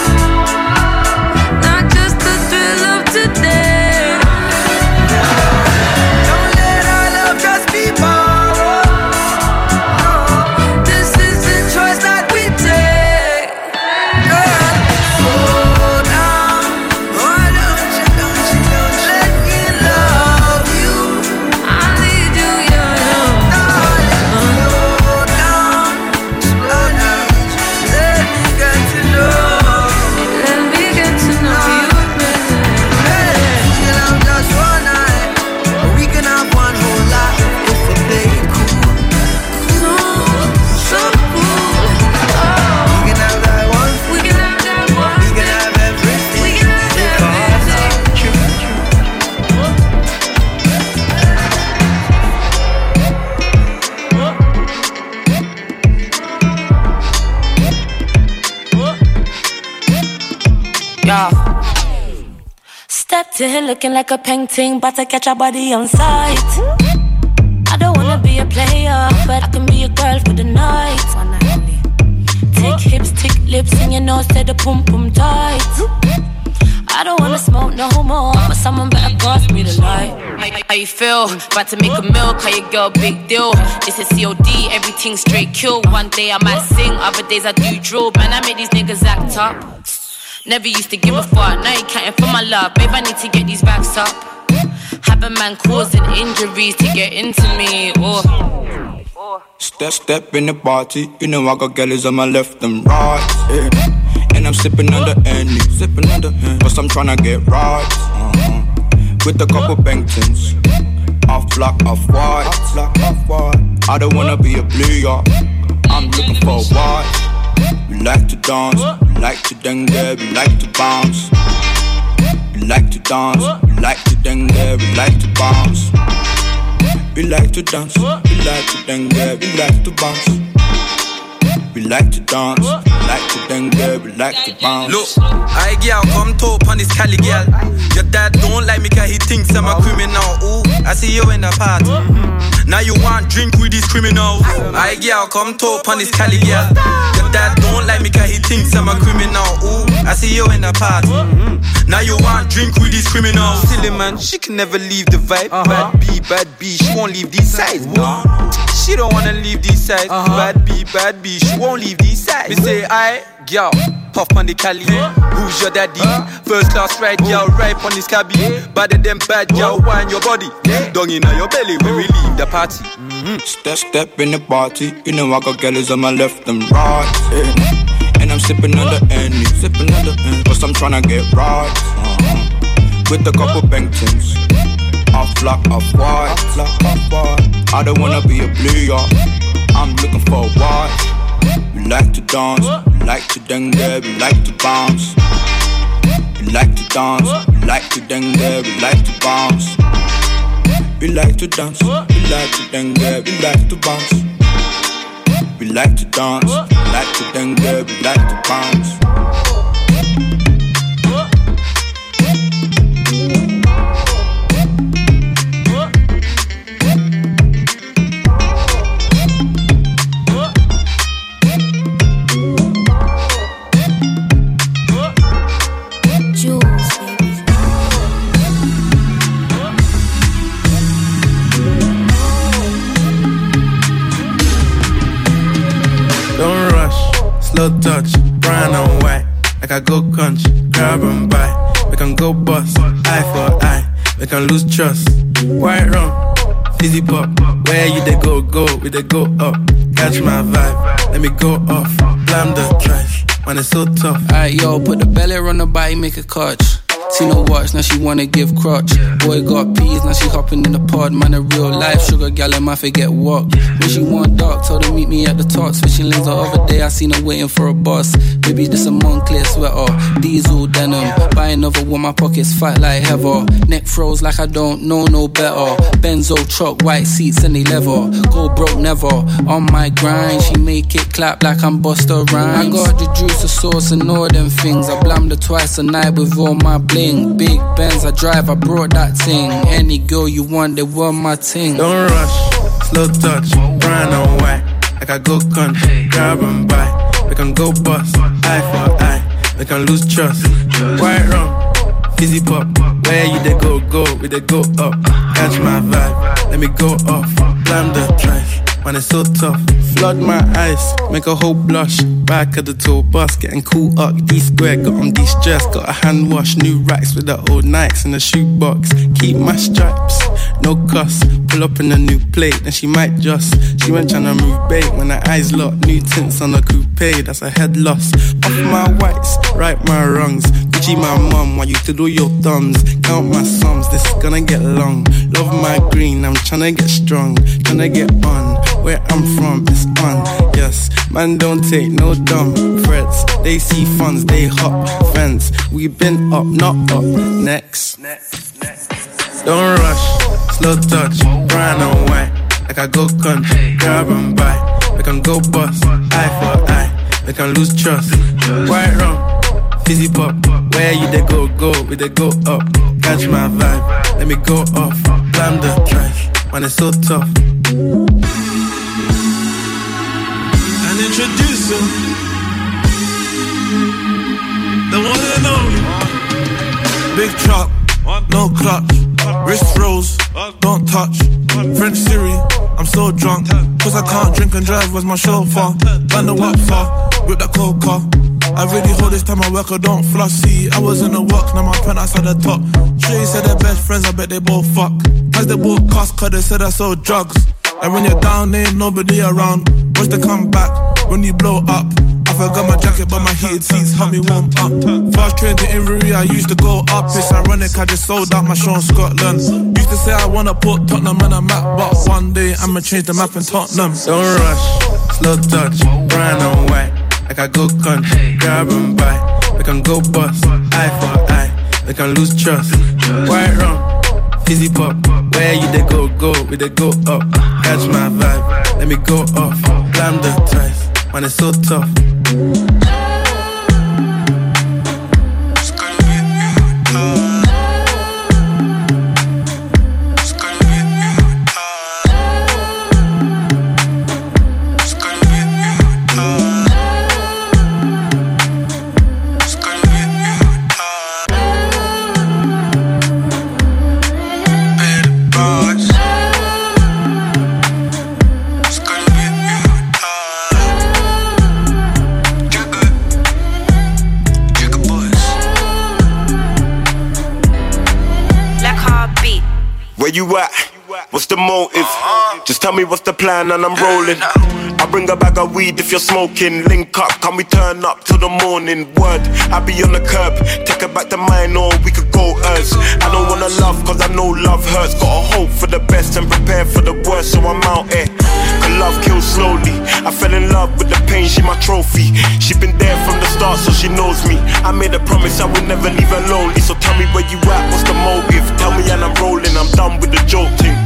not just the thrill of today. Don't let our love just be borrowed. No, this is the choice that we take. Girl, slow down. Why don't you, don't you, don't you let me love you? I need you, yeah, yeah. Darling, slow down, slow down. Let me get to know. Let me get to know you, baby. We can have just one night, or we can have one whole life if we play it cool. Cool, so cool. Oh, we can have that one. We can have that one. We can have everything. We can have if our hearts are true. Yeah. Stepped in looking like a painting, but to catch a body on sight. I don't wanna be a player, but I can be a girl for the night. One night only. Tick hips, tick lips, and your nose said the pum pum tight. I don't wanna smoke no more, but someone better pass me the light. How, how you feel? About to make a meal, call your girl big deal. This is C O D, everything straight kill. One day I might sing, other days I do drill. Man, I make these niggas act up. Never used to give a fuck, now you counting for my love. Babe, I need to get these backs up. Have a man causing injuries to get into me. Oh. Step, step in the party, you know I got girls on my left and right, yeah. And I'm sipping on the Henny, sipping on the Henny, cause I'm tryna get right, uh-huh. With a couple Bengtons, off black, off white, off black, off white. I don't wanna be a player, I'm looking for a white. We like to dance, we like to dengue, we like to bounce. We like to dance, we like to dengue, we like to bounce. We like to dance, we like to dengue, we like to bounce. We like to dance, we like to dengue, we like to bounce. Look, I girl come talk on this Cali girl. Your dad don't like me cause he thinks I'm a criminal. Ooh, I see you in the party. Now you want drink with these criminals. I girl come talk on this Cali girl. Your dad don't like me cause he thinks I'm a criminal. Ooh, I see you in the party. Now you want drink with these criminals. Silly man, she can never leave the vibe. Bad B, bad B, she won't leave these sides. No. She don't wanna leave these sides. Bad B, bad B, she won't leave these sides. Me say I, girl, puff on the Cali. Who's your daddy? First class ride, girl, right on this cabby. Better than bad, girl, wine your body. Dung in your belly when we leave the party. Mm-hmm. Step, step in the party. You know I got girls on my left and right, yeah. And I'm sipping on the Henny, sipping on the Henny, cause I'm tryna get right, uh-huh. With a couple Bengtons, off black, off white, off black, off white. I don't wanna be a player, I'm looking for a white. We like to dance, we like to dengue, we like to bounce. We like to dance, we like to dengue, we like to bounce. We like to dance, we like to dengue, we like to bounce. We like to dance, we like to dengue, we like to bounce. Slow touch, brown and white. Like I go country, grab and buy. We can go bust, eye for eye. We can lose trust. White rum, fizzy pop. Where you they go, go, we they go up. Catch my vibe, let me go off. Blam the trash, man it's so tough. Alright yo, put the belly on the body, make a catch. See no watch, now she wanna give crutch. Boy got peas, now she hopping in the pod. Man a real life, sugar gal and my forget walk. When she want dark, told her meet me at the top. Switching lanes the other day, I seen her waiting for a bus. Baby, this a Moncler sweater, diesel denim. Buy another one, my pockets fat like heather. Neck froze like I don't know no better. Benzo truck, white seats and they leather. Go broke never, on my grind. She make it clap like I'm Busta Rhymes. I got the juice, the sauce and all them things. I blammed her twice a night with all my bling. Big Benz I drive, I brought that thing. Any girl you want, they want my ting. Don't rush, slow touch, brown and white. Like I go country, grab and buy. We can go bust, eye for eye. We can lose trust. White rum, fizzy pop. Where you they go, go, we they go up. Catch my vibe, let me go off. Blam the trash, man it's so tough. Flood my eyes, make a whole blush. Back of the tour bus, getting cool up. D-square, got on de-stress. Got a hand wash, new racks with the old Nikes in the shoebox. Keep my stripes, no cuss. Pull up in a new plate, then she might just. She went tryna move bait when her eyes locked. New tints on a coupe, that's a head loss. Off my whites, right my wrongs. Gucci my mum, while you twiddle your thumbs. Count my sums, this is gonna get long. Love my green, I'm tryna get strong. Tryna get on, where I'm from, it's on. Yes, man don't take no dumb threats. They see funds, they hop fence. We been up, not up. Next. Don't rush, slow touch, brown and white. Like I go country, grab and buy. We can go bust, eye for eye. We can lose trust. White rum, fizzy pop. Where you they go, go, we they go up. Catch my vibe, let me go off. Blam the trash, man it's so tough. And introduce him, the one and only. Big truck, no clutch, wrist rolls, don't touch. French Siri, I'm so drunk, cause I can't drink and drive, where's my chauffeur? Band the what for, with that cold car. I really hold this time I work, I don't floss. See, I was in the work, now my pen outside the top. Shay said they're best friends, I bet they both fuck. As they both cost, cause they said I sold drugs. And when you're down, ain't nobody around. Watch the comeback when you blow up. I forgot my jacket, but my heated seats help me warm up. Fast train to Inverie, I used to go up. It's ironic, I just sold out my show in Scotland. Used to say I wanna put Tottenham on a map, but one day I'ma change the map in Tottenham. Don't rush, slow touch, brown and white. Like I go country, grab and buy. We can go bust, eye for eye. We can lose trust. White rum, fizzy pop. Where you they go, go, we they go up. Catch my vibe, let me go off. Blam the ties, man it's so tough. Where you at? What's the motive? Just tell me what's the plan and I'm rolling. I bring a bag of weed if you're smoking. Link up, can we turn up till the morning? Word, I be on the curb. Take her back to mine or we could go hers. I don't wanna love cause I know love hurts. Gotta hope for the best and prepare for the worst, so I'm out here. Cause love kills slowly. I fell in love with the pain, she my trophy. She been there from the start so she knows me. I made a promise I would never leave her lonely. So tell me where you at, what's the motive? Tell me and I'm rolling, I'm done with the joking.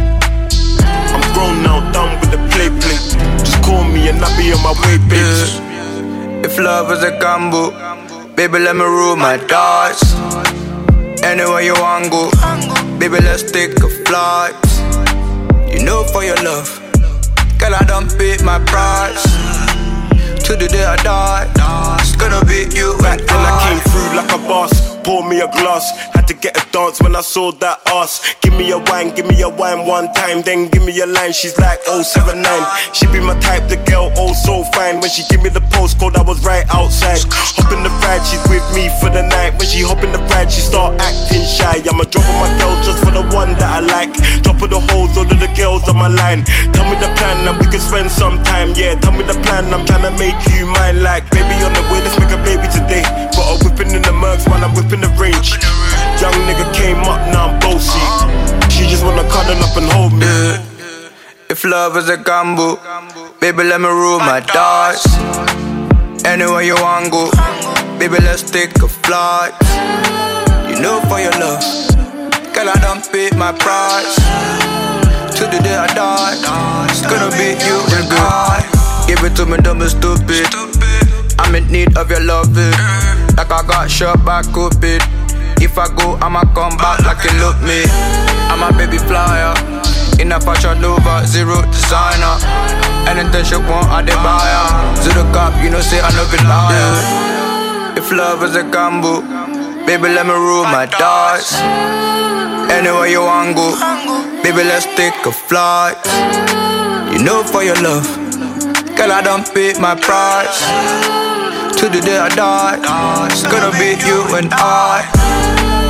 I'm grown now, done with the play play. Just call me and I'll be on my way, bitch. Yeah. If love is a gamble, baby let me rule my dice. Anywhere you want go, baby let's take a flight. You know for your love, girl I don't pay my price. To the day I die, it's gonna be you and I. I came through like a boss, pour me a glass. Had to get a dance when I saw that ass. Give me a wine, give me a wine one time, then give me a line. She's like oh seven nine. She be my type, the girl oh so fine. When she give me the postcode, I was right outside. Hop in the ride, she's with me for the night. When she hop in the ride, she start acting shy. I'ma drop on my girls just for the one that I like. Drop of the hoes, all of the girls on my line. Tell me the plan and we can spend some time. Yeah, tell me the plan, I'm tryna make you mine. Like baby on the way, let's make a baby today. Got a whipping in the Mercs, man, I'm whipping the range. Young nigga came up, now I'm bossy. She just wanna cuddle up and hold me. Yeah. If love is a gamble, baby let me rule my dice. Anywhere you want go, baby let's take a flight. You know for your love, girl I don't pay my price. To the day I die, it's gonna be you and I. Give it to me dumb and stupid. I'm in need of your loving, like I got shot by Cupid. If I go, I'ma come back like you look me. I'm a baby flyer, in a fashion Nova, zero designer. Anything she want, I dey buy her. Zero cop, you know say I no be liar. If love is a gamble, baby let me rule my dice. Anywhere you want go, baby let's take a flight. You know for your love, girl I don't pay my price. To the day I die, it's gonna be you and I.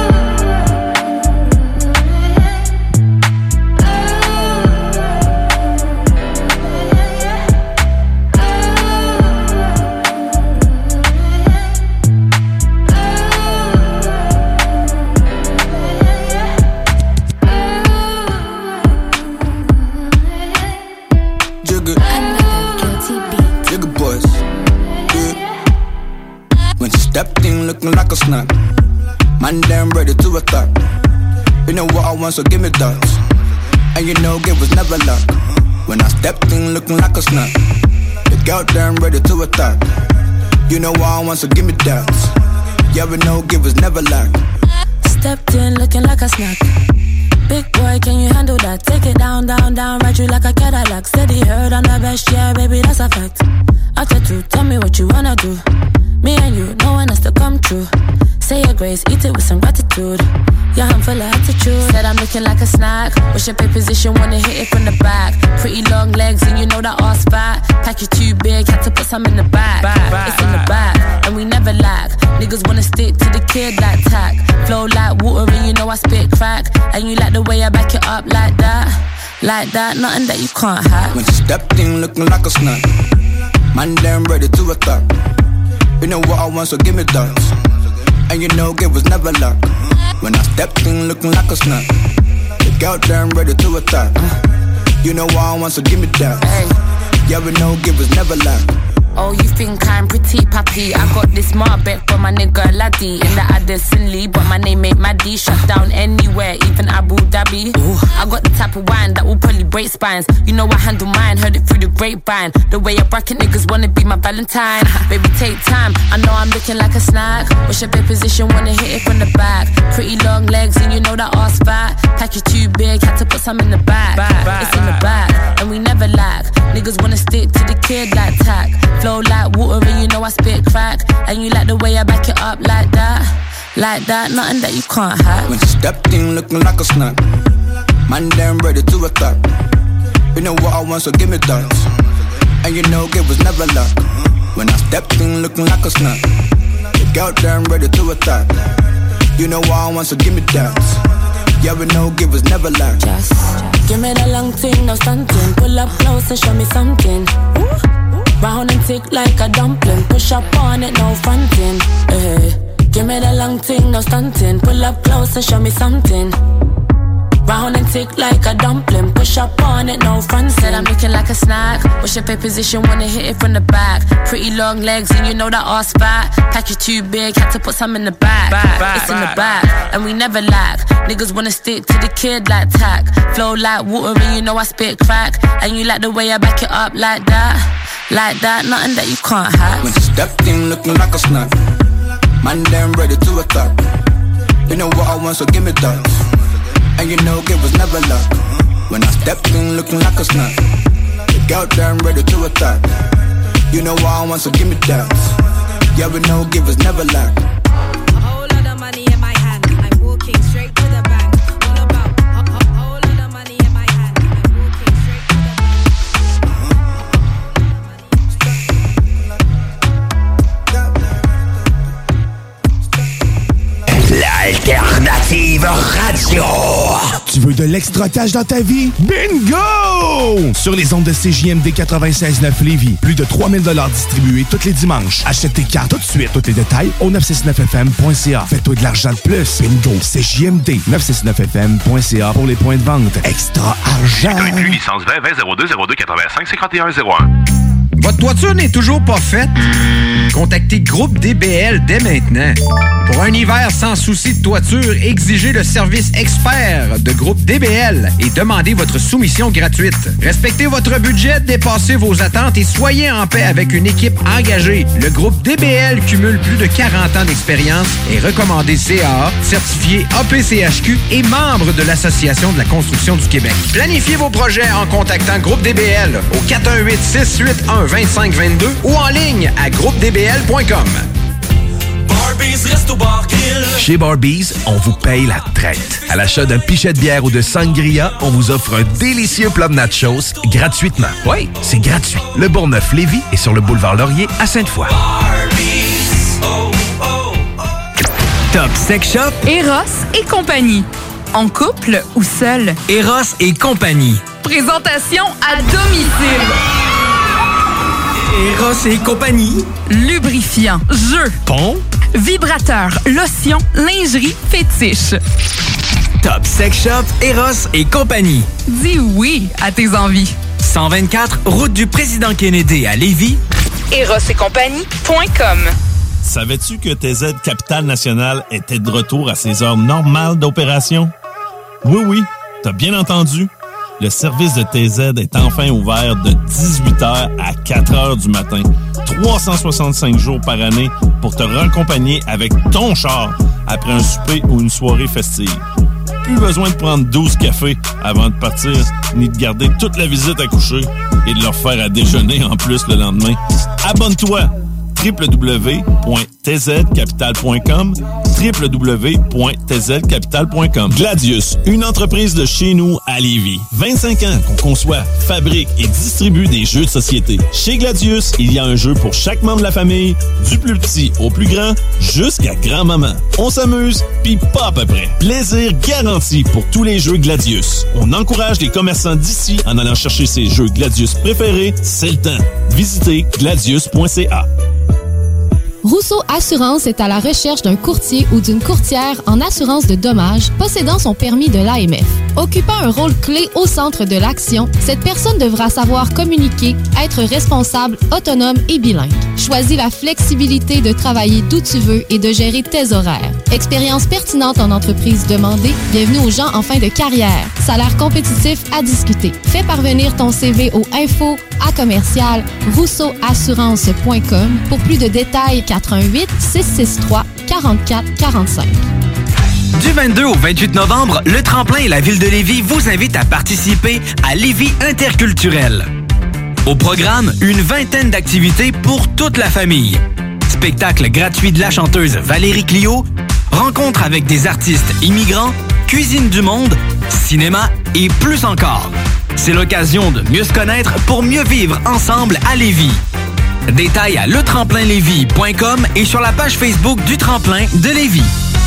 Stepped in looking like a snack. Man, damn ready to attack. You know what I want, so give me that. And you know it was never luck. When I stepped in looking like a snack. The girl damn ready to attack. You know what I want, so give me that. Yeah, we know it was never luck. Stepped in looking like a snack. Big boy, can you handle that? Take it down, down, down, ride you like a Cadillac. Steady heard I'm the best, yeah, baby, that's a fact. After two, tell me what you wanna do. Me and you, no one has to come true. Say your grace, eat it with some gratitude. Yeah, I'm full of attitude. Said I'm looking like a snack. Wish your pay position, wanna hit it from the back. Pretty long legs, and you know that ass fat. Pack you too big, had to put some in the back. back it's in the back, and we never lack. Niggas wanna stick to the kid like tack. Flow like water, and you know I spit crack. And you like the way I back it up like that. Like that, nothing that you can't have. When she stepped in looking like a snack, man damn ready to attack. You know what I want, so give me that. And you know it was never luck. When I stepped in looking like a snack, the girl damn ready to attack. You know what I want, so give me that. Yeah, we know it was never luck. Oh, you think I'm pretty pappy? I got this Marbeck for my nigga Laddie. In the Addison Lee, but my name ain't Maddie. Shut down anywhere, even Abu Dhabi. Ooh. I got the type of wine that will probably break spines. You know I handle mine, heard it through the grapevine. The way I bracket niggas wanna be my Valentine. Baby, take time, I know I'm looking like a snack. What's your big position, wanna hit it from the back. Pretty long legs, and you know that ass fat. Pack you too big, had to put some in the back. back, back it's in the back, and we never lack. Niggas wanna stick to the kid like tack. Flow like water and you know I spit crack. And you like the way I back it up like that. Like that, nothing that you can't have. When she stepped in looking like a snack, man damn ready to attack. You know what I want, so give me that. And you know it was never luck. When I stepped in looking like a snack, the girl damn ready to attack. You know what I want, so give me that. Yeah, we know it was never luck. Just, just give me the long thing, no stunting. Pull up close and show me something. Ooh. Round and tick like a dumpling. Push up on it, no fronting. Hey. Give me the long thing, no stunting. Pull up close and show me something. Round and tick like a dumpling. Push up on it, no fronting. Said I'm looking like a snack. What's your pay position, wanna hit it from the back. Pretty long legs and you know that ass fat. Pack you too big, had to put some in the back. back, back it's in the back, and we never lack. Niggas wanna stick to the kid like tack. Flow like water and you know I spit crack. And you like the way I back it up like that. Like that, nothing that you can't have. When she stepped in looking like a snack, man damn ready to attack. You know what I want, so give me that. And you know it was never luck. When I stepped in looking like a snack, the girl damn ready to attack. You know what I want, so give me that. Yeah, we know it was never luck. A whole lot of money in my hand, I'm walking straight to the bank. All about a, a whole lot of money in my hand, I'm walking straight to the bank. L'alternative radio. Tu veux de l'extra cash dans ta vie? Bingo! Sur les ondes de C J M D quatre-vingt-seize neuf Lévis, plus de trois mille dollars distribués tous les dimanches. Achète tes cartes tout de suite. Tous les détails au neuf cent soixante-neuf F M point C A. Fais-toi de l'argent de plus. Bingo! C J M D neuf cent soixante-neuf F M point C A pour les points de vente. Extra argent! Inclus licence vingt vingt zéro deux zéro deux quatre-vingt-cinq cinquante et un zéro un. Votre toiture n'est toujours pas faite? Contactez Groupe D B L dès maintenant. Pour un hiver sans souci de toiture, exigez le service expert de Groupe D B L et demandez votre soumission gratuite. Respectez votre budget, dépassez vos attentes et soyez en paix avec une équipe engagée. Le Groupe D B L cumule plus de quarante ans d'expérience, est recommandé C A A, certifié A P C H Q et membre de l'Association de la construction du Québec. Planifiez vos projets en contactant Groupe D B L au quatre un huit, six huit un, deux cinq deux deux ou en ligne à groupe d b l point com. Chez Barbies, on vous paye la traite. À l'achat d'un pichet de bière ou de sangria, on vous offre un délicieux plat de nachos gratuitement. Oui, c'est gratuit. Le Bourgneuf-Lévis est sur le boulevard Laurier à Sainte-Foy. Oh, oh, oh. Top Sex Shop, Eros et compagnie. En couple ou seul? Eros et compagnie. Présentation à domicile. Eros et compagnie. Lubrifiant, jeu, pont, vibrateur, lotion, lingerie, fétiche. Top Sex Shop, Eros et compagnie. Dis oui à tes envies. cent vingt-quatre, route du Président Kennedy à Lévis. Eros et compagnie point com. Savais-tu que T Z Capital National était de retour à ses heures normales d'opération? Oui, oui, t'as bien entendu. Le service de T Z est enfin ouvert de dix-huit heures à quatre heures du matin, trois cent soixante-cinq jours par année pour te raccompagner avec ton char après un souper ou une soirée festive. Plus besoin de prendre douze cafés avant de partir, ni de garder toute la visite à coucher et de leur faire à déjeuner en plus le lendemain. Abonne-toi! w w w point t z capital point com w w w point t z capital point com. Gladius, une entreprise de chez nous à Lévis. vingt-cinq ans qu'on conçoit, fabrique et distribue des jeux de société. Chez Gladius, il y a un jeu pour chaque membre de la famille, du plus petit au plus grand, jusqu'à grand-maman. On s'amuse, pis pas à peu près. Plaisir garanti pour tous les jeux Gladius. On encourage les commerçants d'ici en allant chercher ses jeux Gladius préférés. C'est le temps. Visitez gladius point c a. Rousseau Assurance est à la recherche d'un courtier ou d'une courtière en assurance de dommages possédant son permis de l'A M F. Occupant un rôle clé au centre de l'action, cette personne devra savoir communiquer, être responsable, autonome et bilingue. Choisis la flexibilité de travailler d'où tu veux et de gérer tes horaires. Expérience pertinente en entreprise demandée. Bienvenue aux gens en fin de carrière. Salaire compétitif à discuter. Fais parvenir ton C V au info à commercial rousseau assurance point com pour plus de détails. quatre un huit, six six trois, quarante-quatre quarante-cinq. Du vingt-deux au vingt-huit novembre, le Tremplin et la Ville de Lévis vous invitent à participer à Lévis Interculturel. Au programme, une vingtaine d'activités pour toute la famille. Spectacle gratuit de la chanteuse Valérie Clio, rencontre avec des artistes immigrants, cuisine du monde, cinéma et plus encore. C'est l'occasion de mieux se connaître pour mieux vivre ensemble à Lévis. Détails à le tremplin lévis point com et sur la page Facebook du Tremplin de Lévis.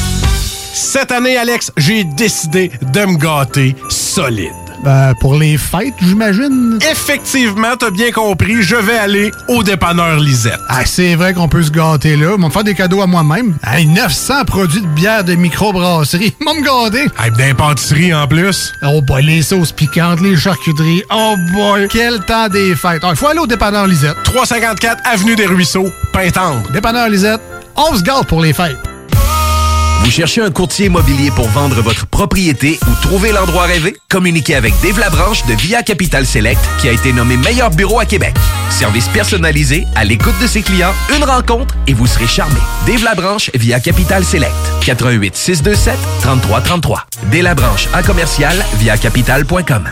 Cette année, Alex, j'ai décidé de me gâter solide. Ben, pour les fêtes, j'imagine. Effectivement, t'as bien compris, je vais aller au dépanneur Lisette. Ah, c'est vrai qu'on peut se gâter là. Ils vont me faire des cadeaux à moi-même. Hey, neuf cents produits de bière de microbrasserie. Ils vont me gâter. Hey, d'impantisserie en plus. Oh boy, les sauces piquantes, les charcuteries. Oh boy, quel temps des fêtes. Il faut aller au dépanneur Lisette. trois cent cinquante-quatre Avenue des Ruisseaux, Pintendre. Dépanneur Lisette, on se gâte pour les fêtes. Vous cherchez un courtier immobilier pour vendre votre propriété ou trouver l'endroit rêvé? Communiquez avec Dave Labranche de Via Capital Select qui a été nommé meilleur bureau à Québec. Service personnalisé, à l'écoute de ses clients, une rencontre et vous serez charmé. Dave Labranche via Capital Select. quatre un huit, six deux sept, trois trois trois trois. Dave Labranche à commercial via capital point com.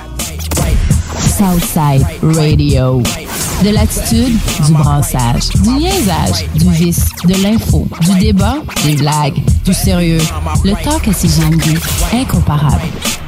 Southside Radio. De l'attitude, du brassage, du niaisage, du vice, de l'info, du débat, des blagues, du sérieux. Le talk à C G M D, incomparable.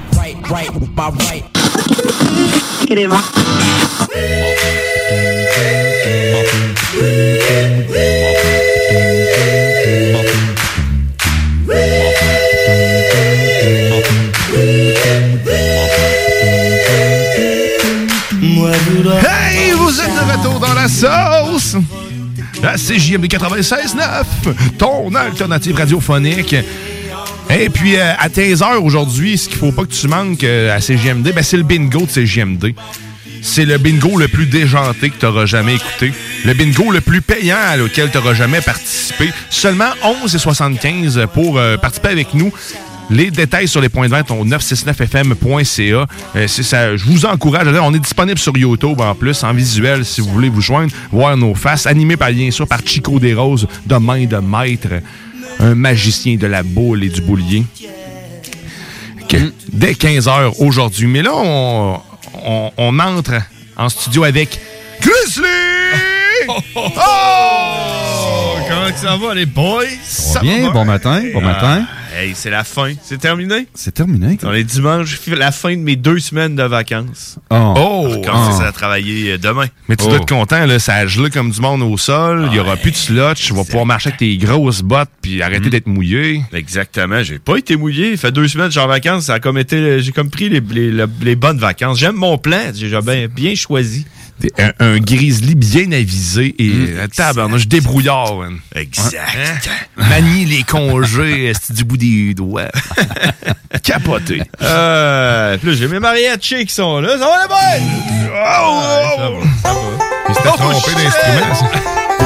Hey, vous êtes de retour dans la sauce! La C J M D quatre-vingt-seize neuf, ton alternative radiophonique. Et puis, euh, à quinze heures aujourd'hui, ce qu'il faut pas que tu manques euh, à C J M D, ben, c'est le bingo de C J M D. C'est le bingo le plus déjanté que tu auras jamais écouté. Le bingo le plus payant auquel tu auras jamais participé. Seulement onze soixante-quinze pour euh, participer avec nous. Les détails sur les points de vente au neuf cent soixante-neuf F M point C A. Euh, c'est ça, je vous encourage. On est disponible sur YouTube en plus, en visuel, si vous voulez vous joindre, voir nos faces. Animé par, bien sûr par Chico Desroses, de main de maître, un magicien de la boule et du boulier. Okay. Mm. Dès quinze heures aujourd'hui. Mais là, on, on, on entre en studio avec Grizzly! Oh! oh, oh! oh! Comment ça va, les boys? Ça va bien, va bon matin, bon ah. matin. Hey, c'est la fin. C'est terminé? C'est terminé. On est dimanche, la fin de mes deux semaines de vacances. Oh! oh je commence oh. à travailler demain. Mais tu oh. dois être content, là, ça a gelé comme du monde au sol, il n'y aura ouais. plus de slush, tu vas pouvoir marcher avec tes grosses bottes puis arrêter mm. d'être mouillé. Exactement, j'ai pas été mouillé. Il fait deux semaines que je suis en vacances, ça a comme été, j'ai comme pris les, les, les bonnes vacances. J'aime mon plan, j'ai bien, bien choisi. Un, un grizzly bien avisé et mmh. tabarnouche débrouillard. Man. Exact. Hein? Manie les congés du bout des doigts. Capoté. Euh, plus j'ai mes mariachis qui sont là. Ça va les boys? Oh, ah, ça va, ça va. Il s'était oh, trompé d'instrument, ça.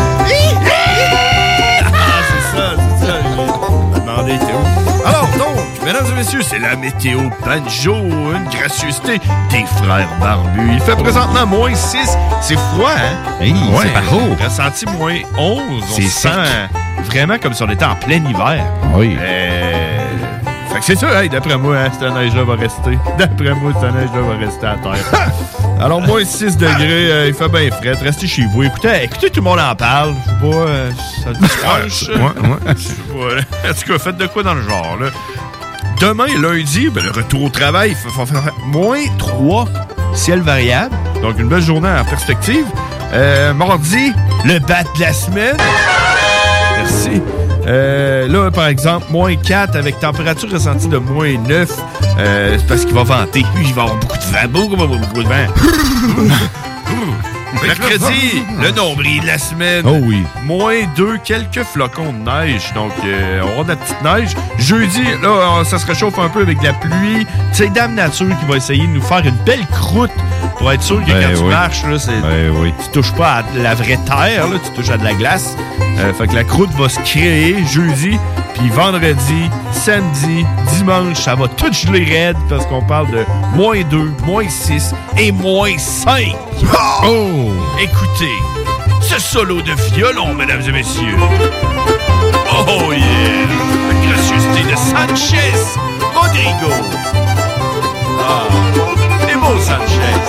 ah, c'est ça, c'est ça. J'ai demandé, t'es où? Alors, donc, mesdames et messieurs, c'est la météo banjo, une gracieuseté des frères barbus. Il fait présentement moins six. C'est froid, hein? Hey, ouais, c'est pas haut. J'ai ressenti moins onze. C'est On se sent vraiment comme si on était en plein hiver. Oui. Euh, Fait que c'est ça, hey, d'après moi, hein, cette neige-là va rester. D'après moi, cette neige-là va rester à terre. Alors, moins six degrés, euh, il fait bien frais. Restez chez vous. Écoutez, écoutez, tout le monde en parle. Je sais pas, euh, ça le distrache. Ouais, ouais. Je sais pas. En tout cas, faites de quoi dans le genre, là. Demain, lundi, ben, le retour au travail, il va faire moins trois, ciel variable. Donc, une belle journée en perspective. Euh, mardi, le bat de la semaine. Merci. Euh, là, par exemple, moins quatre avec température ressentie de moins neuf. Euh, c'est parce qu'il va venter. Il va y avoir beaucoup de vent. Beaucoup, beaucoup, beaucoup de vent. Mercredi, le nombril de la semaine. Oh oui. Moins deux, quelques flocons de neige. Donc, euh, on aura de la petite neige. Jeudi, là, ça se réchauffe un peu avec de la pluie. C'est Dame Nature qui va essayer de nous faire une belle croûte pour être sûr que ben quand oui. tu marches, là, c'est, ben oui. tu touches pas à la vraie terre, là, tu touches à de la glace. Euh, fait que la croûte va se créer jeudi, puis vendredi, samedi, dimanche, ça va tout geler raide parce qu'on parle de moins deux, moins six et moins cinq. Oh! Écoutez, ce solo de violon, mesdames et messieurs. Oh yeah! La gracieuseté de Sanchez Rodrigo. Ah, c'est beau, Sanchez.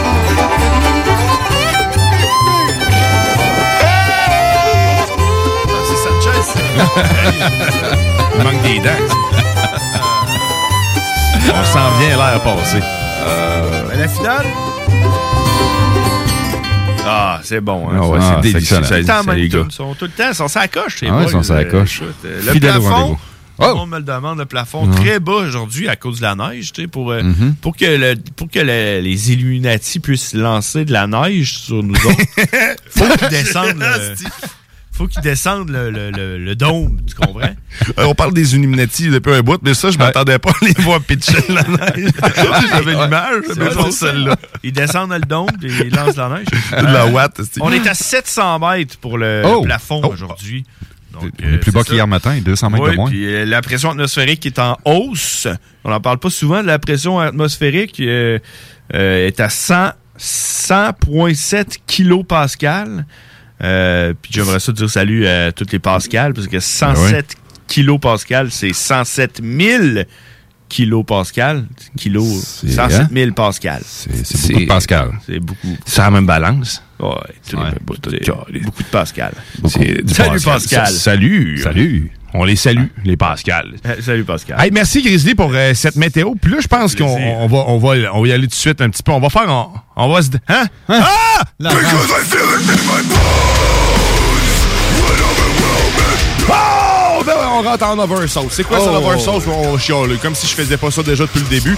Ah, c'est Sanchez. Il manque des dents. On sent bien l'air passer. Euh, la finale? Ah, c'est bon. Hein, ah ouais, ça. c'est délicieux. C'est Ça, ça, les gars. Ils sont tout le temps, ils sont sur la coche. Ah ouais, ils sont sur la coche. Euh, le Fidèle au plafond, rendez-vous. tout le monde me le demande, le plafond Ah. très bas aujourd'hui à cause de la neige, tu sais, pour, euh, Mhm. pour que, le, pour que le- les Illuminati puissent lancer de la neige sur nous autres. Faut qu'ils descendent le, faut qu'ils descendent le, le, le, le dôme, tu comprends? Euh, on parle des Illuminati depuis un bout, mais ça, je m'attendais pas à les voir pitcher de la neige. J'avais l'image, C'est mais vrai, pas c'est celle-là. Ils descendent dans le dôme et ils lancent de la neige. De la watt, c'est- On est à sept cents mètres pour le Oh! plafond Oh! aujourd'hui. Donc, On est plus bas c'est ça. qu'hier matin, deux cents mètres Oui, de moins. puis euh, la pression atmosphérique est en hausse. On n'en parle pas souvent de la pression atmosphérique. Euh, euh, est à cent virgule sept kilopascales. Euh, puis j'aimerais ça dire salut à toutes les pascales, parce que cent sept kilopascales, c'est cent sept mille kilopascales. Kilo, cent sept mille pascales. C'est beaucoup de pascal. C'est beaucoup. C'est la même balance. Ouais, c'est Ouais. c'est beaucoup de pascal. C'est du Salut Pascal. Sa- Salut. Salut. On les salue, les Pascal. Euh, Salut Pascal. Hey, merci Grizzly pour euh, cette météo. Puis là, je pense qu'on on va, on, va, on va y aller tout de suite un petit peu. On va faire... On, on va se... Hein? Ah! La Oh! Ben ouais, on rentre en oversauce. C'est quoi ça, Oh. l'oversauce? On chiale, comme si je faisais pas ça déjà depuis le début.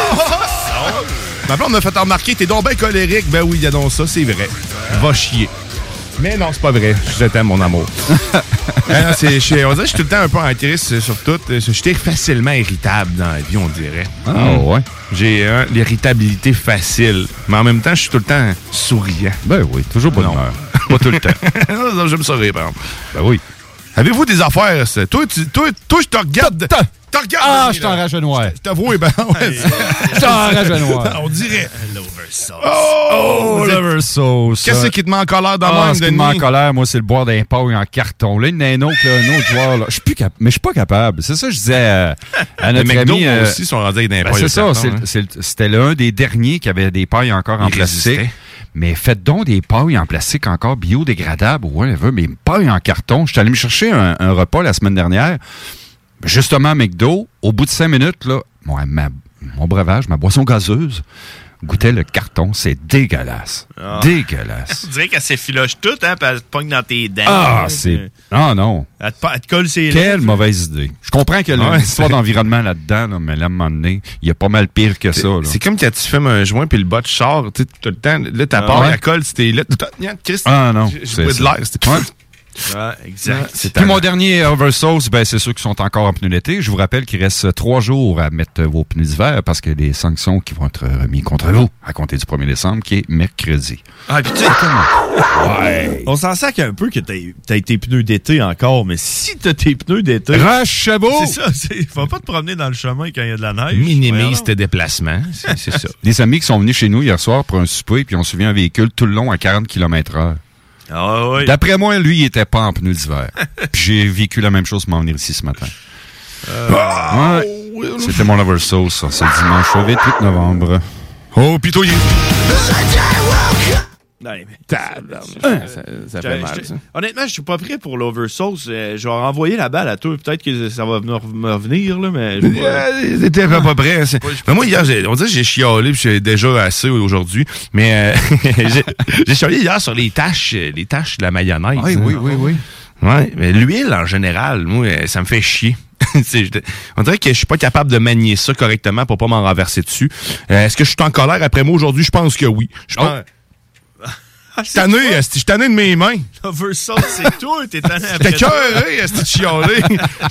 Ma blonde m'a fait remarquer, t'es donc ben colérique. Ben oui, il y a donc ça, c'est vrai. Va chier. Mais non, c'est pas vrai. Je t'aime, mon amour. Ah non, c'est, je, on dirait que je suis tout le temps un peu en crise sur tout. Je suis facilement irritable dans la vie, on dirait. Ah, Mm. ouais. J'ai hein, l'irritabilité facile. Mais en même temps, je suis tout le temps souriant. Ben oui, toujours bonne Non. humeur. Pas tout le temps. Non, j'aime ça rire, par exemple. Ben oui. Avez-vous des affaires, ça? Toi, tu, toi, toi je te regarde. Te regarde. Ah, Denis, je t'en là. rage noir. Je t'avoue, ben, ouais. Je t'en rage noir. On dirait. L'oversauce. Oh! l'oversauce. Qu'est-ce qui te met en colère dans Ah, même, ce qui me met en Denis? colère, moi, c'est le boire d'un paille en carton. Là, il y en a un autre, là, un autre joueur, là. Je suis plus capable. Mais je suis pas capable. C'est ça que je disais euh, à notre Les McDo, ami. moi euh, aussi, sont rendus avec des ben, pailles c'est de ça. carton, c'est- hein. c'est- C'était l'un des derniers qui avait des pailles encore en Il plastique. résistait. Mais faites donc des pailles en plastique encore biodégradables ou whatever, mais une paille en carton. Je suis allé me chercher un, un repas la semaine dernière, justement à McDo. Au bout de cinq minutes, là, mon, ma- mon breuvage, ma boisson gazeuse, goûtait le carton. C'est dégueulasse. Ah. Dégueulasse. On dirait qu'elle s'effiloche toute, hein, puis elle te pogne dans tes dents. Ah, Là, c'est... puis Ah non. Elle te, elle te colle ses Quelle lèvres. mauvaise idée. Je comprends qu'il y a Ouais, l'histoire c'est- d'environnement là-dedans, là, mais là, à un moment donné, il y a pas mal pire que ça. là. C'est comme quand tu fumes un joint puis le bot sort, tu sais, tout le temps, là, ta Ah, part, ouais. elle colle, c'était là. Christ, Ah non. J'ai c'est bois de ça. l'air, c'était Ouais. Ouais, exact. C'est Puis mon dernier Oversauce, ben, c'est ceux qui sont encore en pneus d'été. Je vous rappelle qu'il reste trois jours à mettre vos pneus d'hiver parce qu'il y a des sanctions qui vont être remises contre vous à compter du premier décembre, qui est mercredi. Ah, puis tu sais, Ouais. on s'en sac un peu que t'as t'as tes pneus d'été encore, mais si t'as tes pneus d'été. Rachabot! C'est ça, c'est, faut pas te promener dans le chemin quand il y a de la neige. Minimise Voyons. tes déplacements, c'est c'est ça. Des amis qui sont venus chez nous hier soir pour un souper, puis on suivi un véhicule tout le long à quarante kilomètres heure. Ah oui. D'après moi, lui, il était pas en pneus d'hiver. Puis j'ai vécu la même chose pour m'en venir ici ce matin. Ah, Ouais. C'était mon Oversauce, ça. C'est le dimanche vingt-huit novembre. Oh, pitoyé! Non, mais... Tabarnak. Ça, ça fait mal, ça. Honnêtement, je suis pas prêt pour l'oversauce. Euh, je vais renvoyer la balle à toi. Peut-être que ça va venir, me revenir, là, mais... Euh, T'étais pas, pas prêt. Hein, mais moi, hier, j'ai, on dirait que j'ai chialé, puis j'ai déjà assez aujourd'hui. Mais euh, j'ai, j'ai chialé hier sur les taches, les taches de la mayonnaise. Oui, hein. oui, oui, oui. Ouais, mais l'huile, en général, moi, ça me fait chier. On dirait que je suis pas capable de manier ça correctement pour pas m'en renverser dessus. Euh, est-ce que je suis en colère après moi aujourd'hui? Je pense que oui. Je pense... Oh. Je suis tanné, je suis tanné de mes mains. L'oversauce, c'est toi, t'es tanné après. T'es cœuré, est-ce que tu chialé?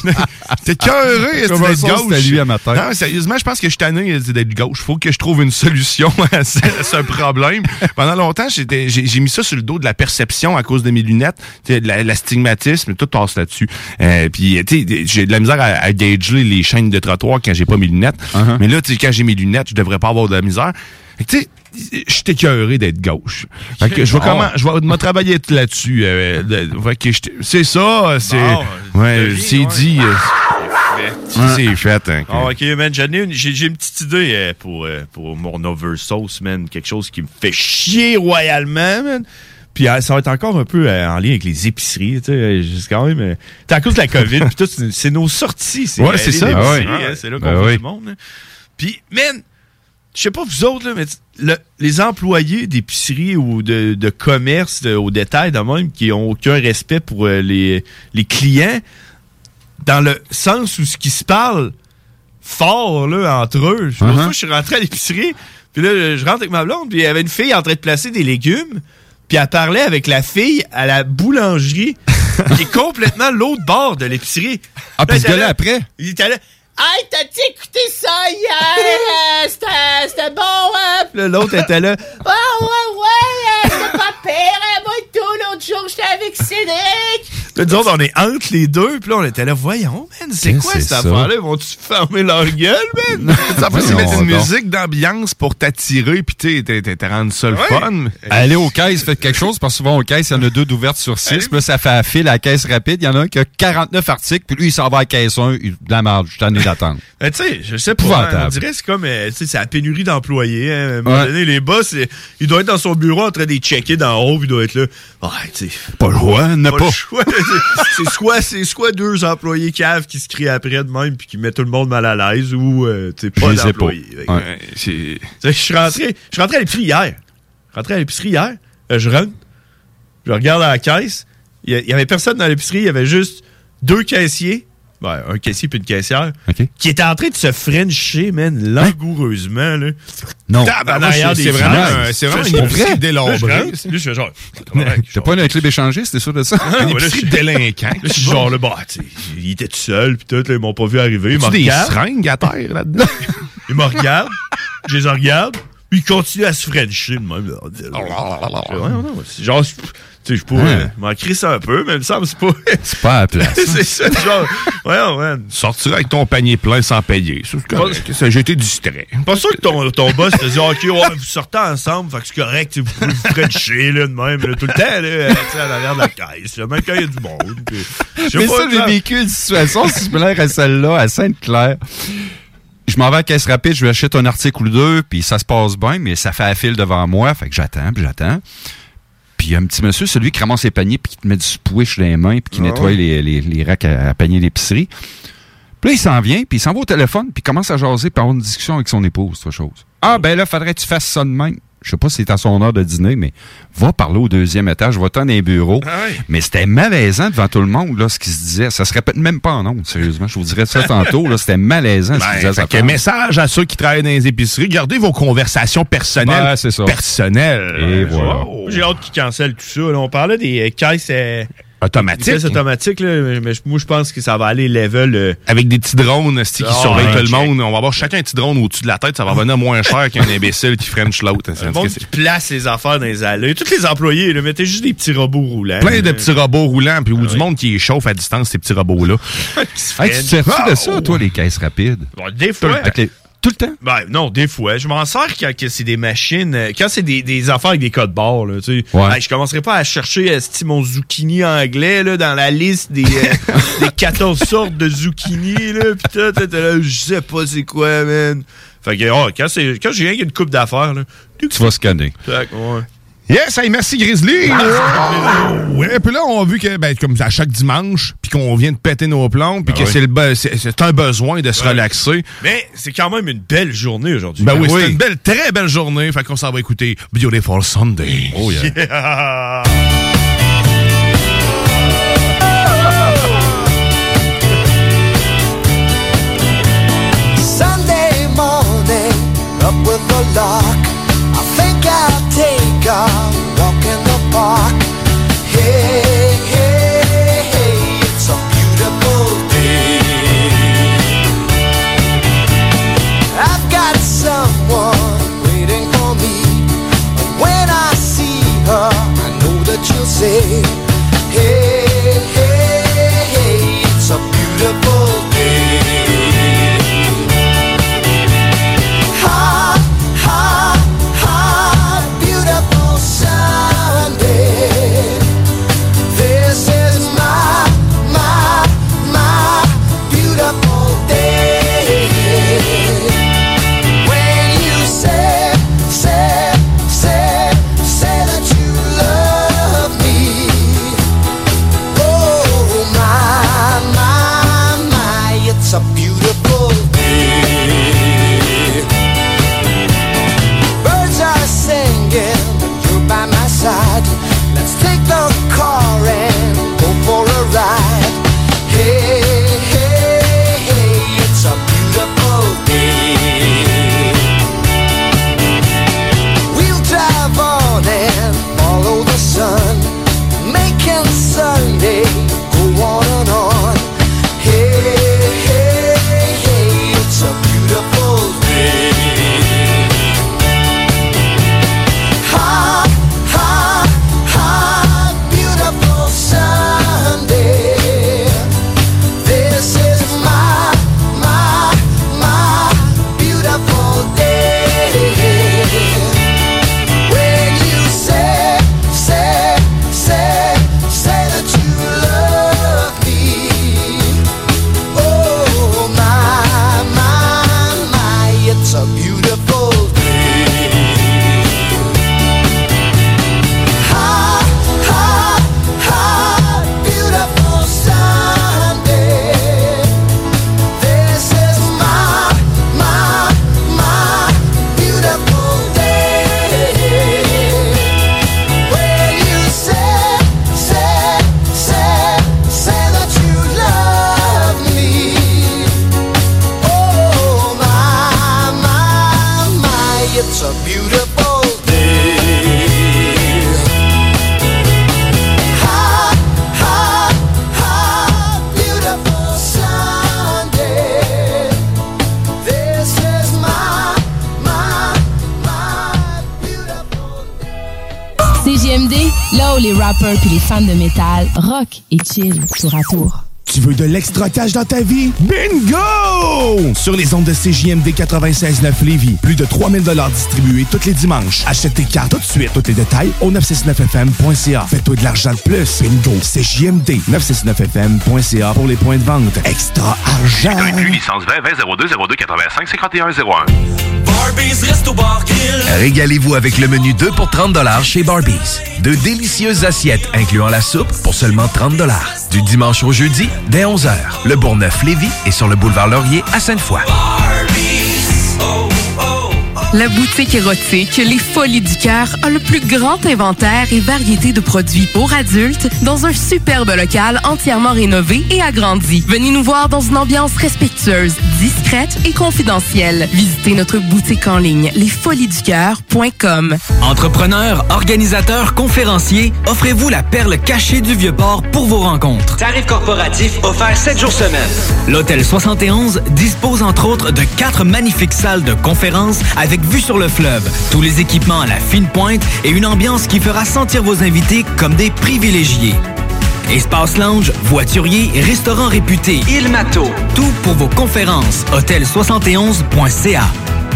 T'es cœuré, est-ce que tu d'être gauche? C'était lui à matin. Non, sérieusement, je pense que je suis tanné d'être gauche. Faut que je trouve une solution à ce, à ce problème. Pendant longtemps, j'étais, j'ai, j'ai mis ça sur le dos de la perception à cause de mes lunettes, de la, l'astigmatisme, tout passe là-dessus. Euh, Puis, tu sais, j'ai de la misère à, à gager les chaînes de trottoir quand j'ai pas mes lunettes. Uh-huh. Mais là, tu sais, quand j'ai mes lunettes, je devrais pas avoir de la misère. Tu sais, je suis écœuré d'être gauche. Fait que je vais comment, je vais me travailler là-dessus. Euh, de, fait que c'est ça, c'est, bon, ouais, devine, c'est ouais. dit. Euh, c'est, c'est fait. Hein, oh, ok, man, j'en ai une, j'ai, j'ai une petite idée euh, pour euh, pour mon Oversauce, man, quelque chose qui me fait chier royalement, man. Puis euh, ça va être encore un peu euh, en lien avec les épiceries, tu sais, juste quand même. Euh, à cause de la COVID, puis tout, c'est, c'est nos sorties, c'est, ouais, c'est ça. Ah ouais. Hein, c'est là qu'on ben voit oui. du monde. Hein. Puis, man. Je sais pas vous autres, là, mais le, les employés d'épicerie ou de, de commerce de, au détail de même qui ont aucun respect pour euh, les, les clients, dans le sens où ce qui se parle fort là, entre eux. Je uh-huh. fois, je suis rentré à l'épicerie, puis là, je rentre avec ma blonde, puis il y avait une fille en train de placer des légumes, puis elle parlait avec la fille à la boulangerie, qui est complètement l'autre bord de l'épicerie. Ah, puis ce gars-là après? Il était là. Hey, t'as-tu écouté ça hier? Euh, c'était, c'était bon, hein? Puis là, l'autre était là. Ah, oh, ouais, ouais, euh, c'était pas pire, hein? Moi et tout, l'autre jour, j'étais avec Cédric. Puis nous autres, on est entre les deux, puis là, on était là, voyons, man, c'est quoi c'est cette ça? affaire-là? Ils vont-tu fermer leur gueule, man? Ça va, c'est mettre une musique d'ambiance pour t'attirer, puis tu t'es, t'es, t'es rendu ça le ouais. fun. Allez aux caisses, faites quelque chose, parce que souvent aux caisses, il y en a deux d'ouvertes sur six, puis là, ça fait à fil à la caisse rapide. Il y en a un qui a quarante-neuf articles, puis lui, il s'en va à la caisse un, il, de la merde, je t'en ai d'attendre. Euh, tu sais, je sais pas, hein, on dirait que c'est comme, euh, tu sais, c'est la pénurie d'employés. Hein. À un moment ouais. donné, les boss, il doit être dans son bureau en train de les checker d'en haut, puis il doit être là. Ouais, tu sais. Pas le choix, n'a pas. pas. Choix. c'est, c'est, soit, c'est soit deux employés caves qui se crient après de même, puis qui mettent tout le monde mal à l'aise, ou, euh, tu sais, pas je d'employés. Pas. Ouais. Ouais, c'est... Je suis rentré, je suis rentré à l'épicerie hier. Je suis rentré à l'épicerie hier, euh, je rentre, je regarde à la caisse, il y, y avait personne dans l'épicerie, il y avait juste deux caissiers. Ben, un caissier puis une caissière okay. qui était en train de se frencher, man, langoureusement, hein? là. Non. Ben, non c'est, c'est vraiment, un, c'est vraiment une épicerie délabrée. Là, je fais genre... T'as pas une clip échangée, c'était sûr de ça? Une épicerie délinquant. Là, je suis genre, là, bah, tu sais, il était tout seul, pis tout, là, ils m'ont pas vu arriver. Ils m'ont regardé. Des seringues à terre, là-dedans. Ils me regardent, je les regarde, puis ils continuent à se frencher, de même. C'est genre... Tu sais, je pourrais ouais. m'en crisser un peu, mais il me semble que c'est pas... c'est pas à la place. c'est ça, genre... Ouais, ouais. Sortir avec ton panier plein sans payer. C'est correct. Pas... J'ai été distrait. Pas sûr que ton, ton boss te dit, OK, ouais, vous sortez ensemble, fait que c'est correct, vous pouvez vous frencher, là, de même, là, tout le temps, là, tu sais, à l'arrière de la caisse, là, même quand il y a du monde. Puis, mais pas, ça, j'ai vécu une situation similaire à celle-là, à Sainte-Claire. Je m'en vais à la caisse rapide, je lui achète un article ou deux, puis ça se passe bien, mais ça fait à fil devant moi, fait que j'attends, puis j'attends. Puis il y a un petit monsieur, celui qui ramasse ses paniers puis qui te met du squish dans les mains puis qui oh. nettoie les, les, les racks à, à panier d'épicerie. Puis là, il s'en vient, puis il s'en va au téléphone, puis il commence à jaser puis avoir une discussion avec son épouse, cette chose. Ah, ben là, faudrait que tu fasses ça de même. Je sais pas si c'est à son heure de dîner, mais va parler au deuxième étage, va-t'en dans les bureaux. Ah oui. Mais c'était malaisant devant tout le monde, là, ce qui se disait. Ça se répète même pas en ondes, sérieusement. Je vous dirais ça tantôt, là. C'était malaisant, ben, ce qui disait. Ça message à ceux qui travaillent dans les épiceries. Gardez vos conversations personnelles. Ben, c'est ça. Personnelles. Et voilà. Oh. J'ai hâte qu'ils cancellent tout ça, là. On parlait des euh, caisses, euh, automatique. Des caisses automatiques, là. Mais moi, je pense que ça va aller level. Euh... Avec des petits drones, qui oh, surveillent ouais, tout le monde. On va avoir chacun un petit drone au-dessus de la tête. Ça va revenir moins cher qu'un imbécile qui french l'autre. Un monde qui place les affaires dans les allées. Tous les employés, là, mettez juste des petits robots roulants. Plein de petits robots roulants. Puis ou ah, du oui. monde qui chauffe à distance, ces petits robots-là. Hey, tu te sers-tu de ça, toi, les caisses rapides? Bon, des fois. Les... Tout le temps? Ben, non, des fois. Je m'en sers quand que c'est des machines, euh, quand c'est des, des affaires avec des codes barres, là, tu sais. Ouais. Ben, je commencerai pas à chercher esti, mon zucchini anglais, là, dans la liste des, euh, des quatorze sortes de zucchini, là, pis tout, tout, là, je sais pas c'est quoi, man. Fait que, oh, quand c'est, quand j'ai rien qu'une coupe d'affaires, là. Tu vas scanner. Tac, ouais. Yes, hey, merci Grizzly! Ouais, puis là, on a vu que, ben, comme à chaque dimanche, puis qu'on vient de péter nos plombs, puis Ben que oui. c'est, le be- c'est, c'est un besoin de se Ouais. relaxer. Mais c'est quand même une belle journée aujourd'hui. Ben oui, c'est une belle, très belle journée. Fait qu'on s'en va écouter Beautiful Sunday. Oh yeah. Yeah. Sunday morning, up with the lark. I think I'll take a walk in the park. Hey, hey, hey, it's a beautiful day. I've got someone waiting for me. And when I see her, I know that she'll say, hey, hey, hey, it's a beautiful day. Hot, hot, hot, beautiful Sunday. This is my, my, my beautiful day. When you say, say, say, say that you love me. Oh my, my, my, it's a beautiful day. Birds are singing, you're by my side. Let's take the car and go for a ride. Hey, hey, hey, it's a beautiful day. We'll drive on and follow the sun, making Sunday go on and on. Hey, hey, hey, it's a beautiful day. Hot, hot, hot, beautiful Sunday. This is my, my, my beautiful day. When you say, say, say, say that you love me. Oh my, my, my, it's a beautiful day. Hot, hot, hot, beautiful Sunday. This is my, my, my beautiful day. When you say, say, say, say that you love me. Oh my, my, my, it's a beautiful day. Hot, hot, hot, beautiful Sunday. This is my, my, my beautiful C J M D, là où les rappers puis les fans de métal rock et chill tour à tour. Tu veux de l'extra cash dans ta vie? Bingo! Sur les ondes de C J M D quatre-vingt-seize neuf Lévis, plus de trois mille dollars distribués tous les dimanches. Achète tes cartes tout de suite. Tous les détails au neuf cent soixante-neuf F M point C A. Fais-toi de l'argent de plus. Bingo! C J M D neuf cent soixante-neuf F M point C A pour les points de vente. Extra argent! Inclus licence vingt vingt zéro deux zéro deux quatre-vingt-cinq cinquante et un zéro un. Régalez-vous avec le menu deux pour trente dollars chez Barbies. De délicieuses assiettes incluant la soupe pour seulement trente dollars. Du dimanche au jeudi, dès onze heures. Le Bourgneuf-Lévis est sur le boulevard Laurier à Sainte-Foy. La boutique érotique Les Folies du Cœur a le plus grand inventaire et variété de produits pour adultes dans un superbe local entièrement rénové et agrandi. Venez nous voir dans une ambiance respectueuse, discrète et confidentielle. Visitez notre boutique en ligne les folies du cœur point com. Entrepreneurs, organisateurs, conférenciers, offrez-vous la perle cachée du Vieux-Port pour vos rencontres. Tarif corporatif offert sept jours semaine. L'Hôtel soixante et onze dispose entre autres de quatre magnifiques salles de conférences avec vue sur le fleuve, tous les équipements à la fine pointe et une ambiance qui fera sentir vos invités comme des privilégiés. Espace lounge, voiturier, restaurant réputé, Il Mato. Tout pour vos conférences. hôtel soixante et onze point c a.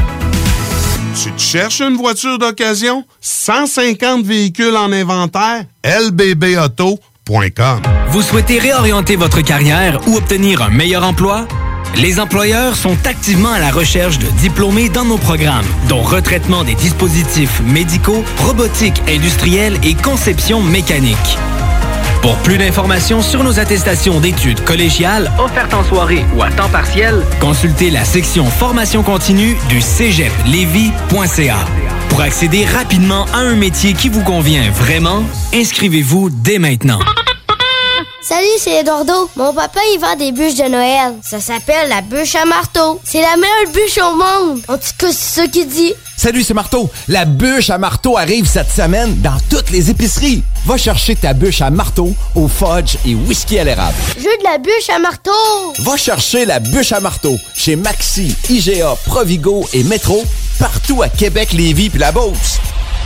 Tu te cherches une voiture d'occasion? cent cinquante véhicules en inventaire? L B B auto point com. Vous souhaitez réorienter votre carrière ou obtenir un meilleur emploi? Les employeurs sont activement à la recherche de diplômés dans nos programmes, dont retraitement des dispositifs médicaux, robotique industrielle et conception mécanique. Pour plus d'informations sur nos attestations d'études collégiales offertes en soirée ou à temps partiel, consultez la section formation continue du cégep lévis point c a. Pour accéder rapidement à un métier qui vous convient vraiment, inscrivez-vous dès maintenant. Salut, c'est Eduardo. Mon papa, il vend des bûches de Noël. Ça s'appelle la bûche à marteau. C'est la meilleure bûche au monde. En tout cas, c'est ça qu'il dit. Salut, c'est Marteau. La bûche à marteau arrive cette semaine dans toutes les épiceries. Va chercher ta bûche à marteau au fudge et whisky à l'érable. Je veux de la bûche à marteau. Va chercher la bûche à marteau chez Maxi, I G A, Provigo et Métro, partout à Québec, Lévis puis la Beauce.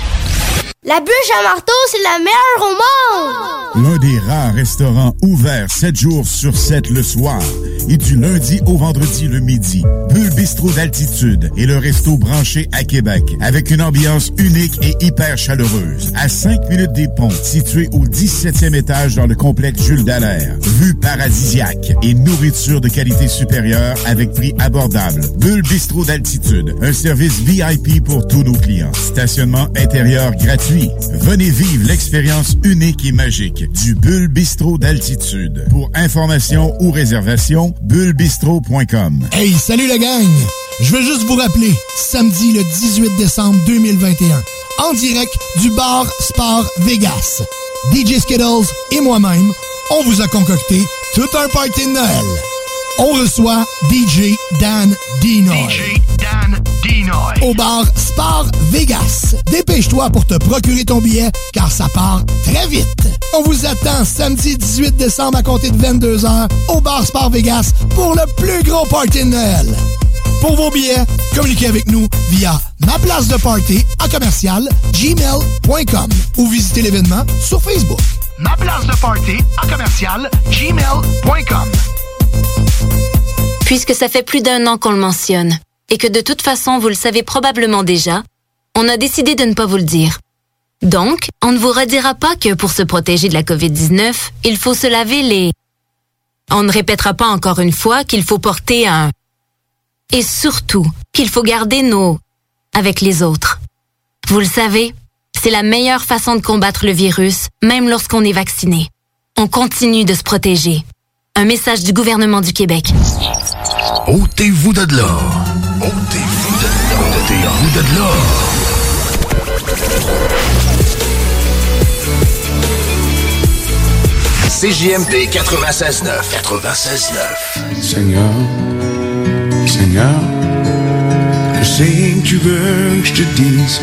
La bûche à marteau, c'est la meilleure au monde! L'un des rares restaurants ouverts sept jours sur sept le soir et du lundi au vendredi le midi. Bulle Bistrot d'altitude est le resto branché à Québec avec une ambiance unique et hyper chaleureuse. À cinq minutes des ponts, situé au dix-septième étage dans le complexe Jules Dallaire. Vue paradisiaque et nourriture de qualité supérieure avec prix abordable. Bulle Bistrot d'altitude, un service V I P pour tous nos clients. Stationnement intérieur gratuit. Venez vivre l'expérience unique et magique du Bulle Bistrot d'altitude. Pour information ou réservation, bulle bistrot point com. Hey, salut la gang! Je veux juste vous rappeler, samedi le dix-huit décembre deux mille vingt et un, en direct du bar Sport Vegas. D J Skittles et moi-même, on vous a concocté tout un party de Noël. On reçoit D J Dan Dinoy. D J Dan Dinoy. Au bar Sport Vegas. Dépêche-toi pour te procurer ton billet, car ça part très vite. On vous attend samedi dix-huit décembre à compter de vingt-deux heures au bar Sport Vegas pour le plus gros party de Noël. Pour vos billets, communiquez avec nous via ma place de party en commercial gmail point com ou visitez l'événement sur Facebook. Ma place de party en commercial gmail point com. Puisque ça fait plus d'un an qu'on le mentionne, et que de toute façon vous le savez probablement déjà, on a décidé de ne pas vous le dire. Donc, on ne vous redira pas que pour se protéger de la covid dix-neuf, il faut se laver les... On ne répétera pas encore une fois qu'il faut porter un... Et surtout, qu'il faut garder nos... avec les autres. Vous le savez, c'est la meilleure façon de combattre le virus, même lorsqu'on est vacciné. On continue de se protéger. Un message du gouvernement du Québec. Ôtez-vous de là. Ôtez-vous de là. Ôtez-vous de là. C J M D quatre-vingt-seize neuf. quatre-vingt-seize neuf. Seigneur, Seigneur, que c'est que tu veux que je te dise?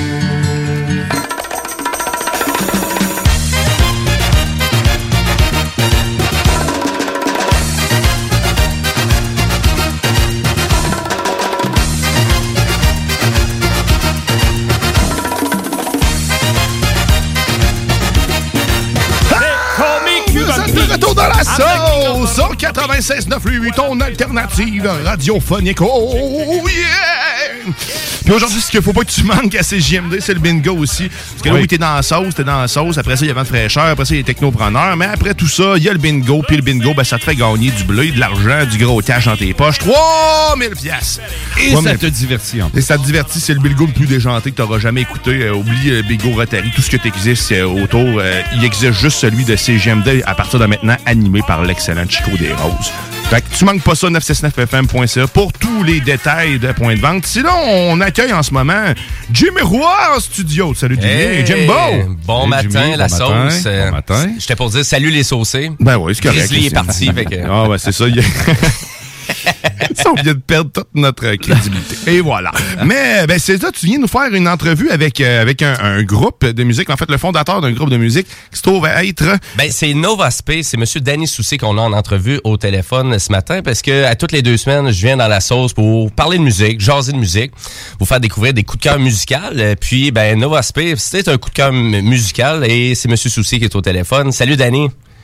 Retour dans la sauce au quatre-vingt-seize neuf lui ton alternative radiophonique. Oh yeah! Puis aujourd'hui, ce qu'il faut pas que tu manques à C J M D, c'est le bingo aussi. Parce que là, Oui. oui, t'es dans la sauce, t'es dans la sauce. Après ça, il y a vent de fraîcheur. Après ça, il y a les technopreneurs. Mais après tout ça, il y a le bingo. Puis le bingo, ben, ça te fait gagner du bleu, de l'argent, du gros cash dans tes poches. trois mille piastres. Et trois ça mille te divertit en plus. Et ça te divertit. C'est le bingo le plus déjanté que t'auras jamais écouté. Euh, oublie euh, bingo Rotary. Tout ce que t'existe euh, autour. Euh, il existe juste celui de C J M D à partir de maintenant, animé par l'excellent Chico des Roses. Fait que tu manques pas ça, neuf cent soixante-neuf F M point C A pour tous les détails de points de vente. Sinon, on accueille en ce moment Jimmy Roy en studio. Salut Jimmy. Hey, Jimbo. Bon Hey, matin, Jimmy, la bon sauce. matin, euh, bon matin. J'étais pour dire salut les saucés. Ben oui, c'est correct. Grizzly est parti. Fait que... Ah ouais, c'est ça. Il y a... Ça, on vient de perdre toute notre crédibilité. Et voilà. Mais ben, c'est ça, tu viens nous faire une entrevue avec, euh, avec un, un groupe de musique, en fait, le fondateur d'un groupe de musique qui se trouve à être... Ben, c'est Nova Space, c'est M. Danny Soucy qu'on a en entrevue au téléphone ce matin parce que à toutes les deux semaines, je viens dans la sauce pour parler de musique, jaser de musique, vous faire découvrir des coups de cœur musicaux. Puis, ben, Nova Space, c'est un coup de cœur musical et c'est M. Soucy qui est au téléphone. Salut, Danny.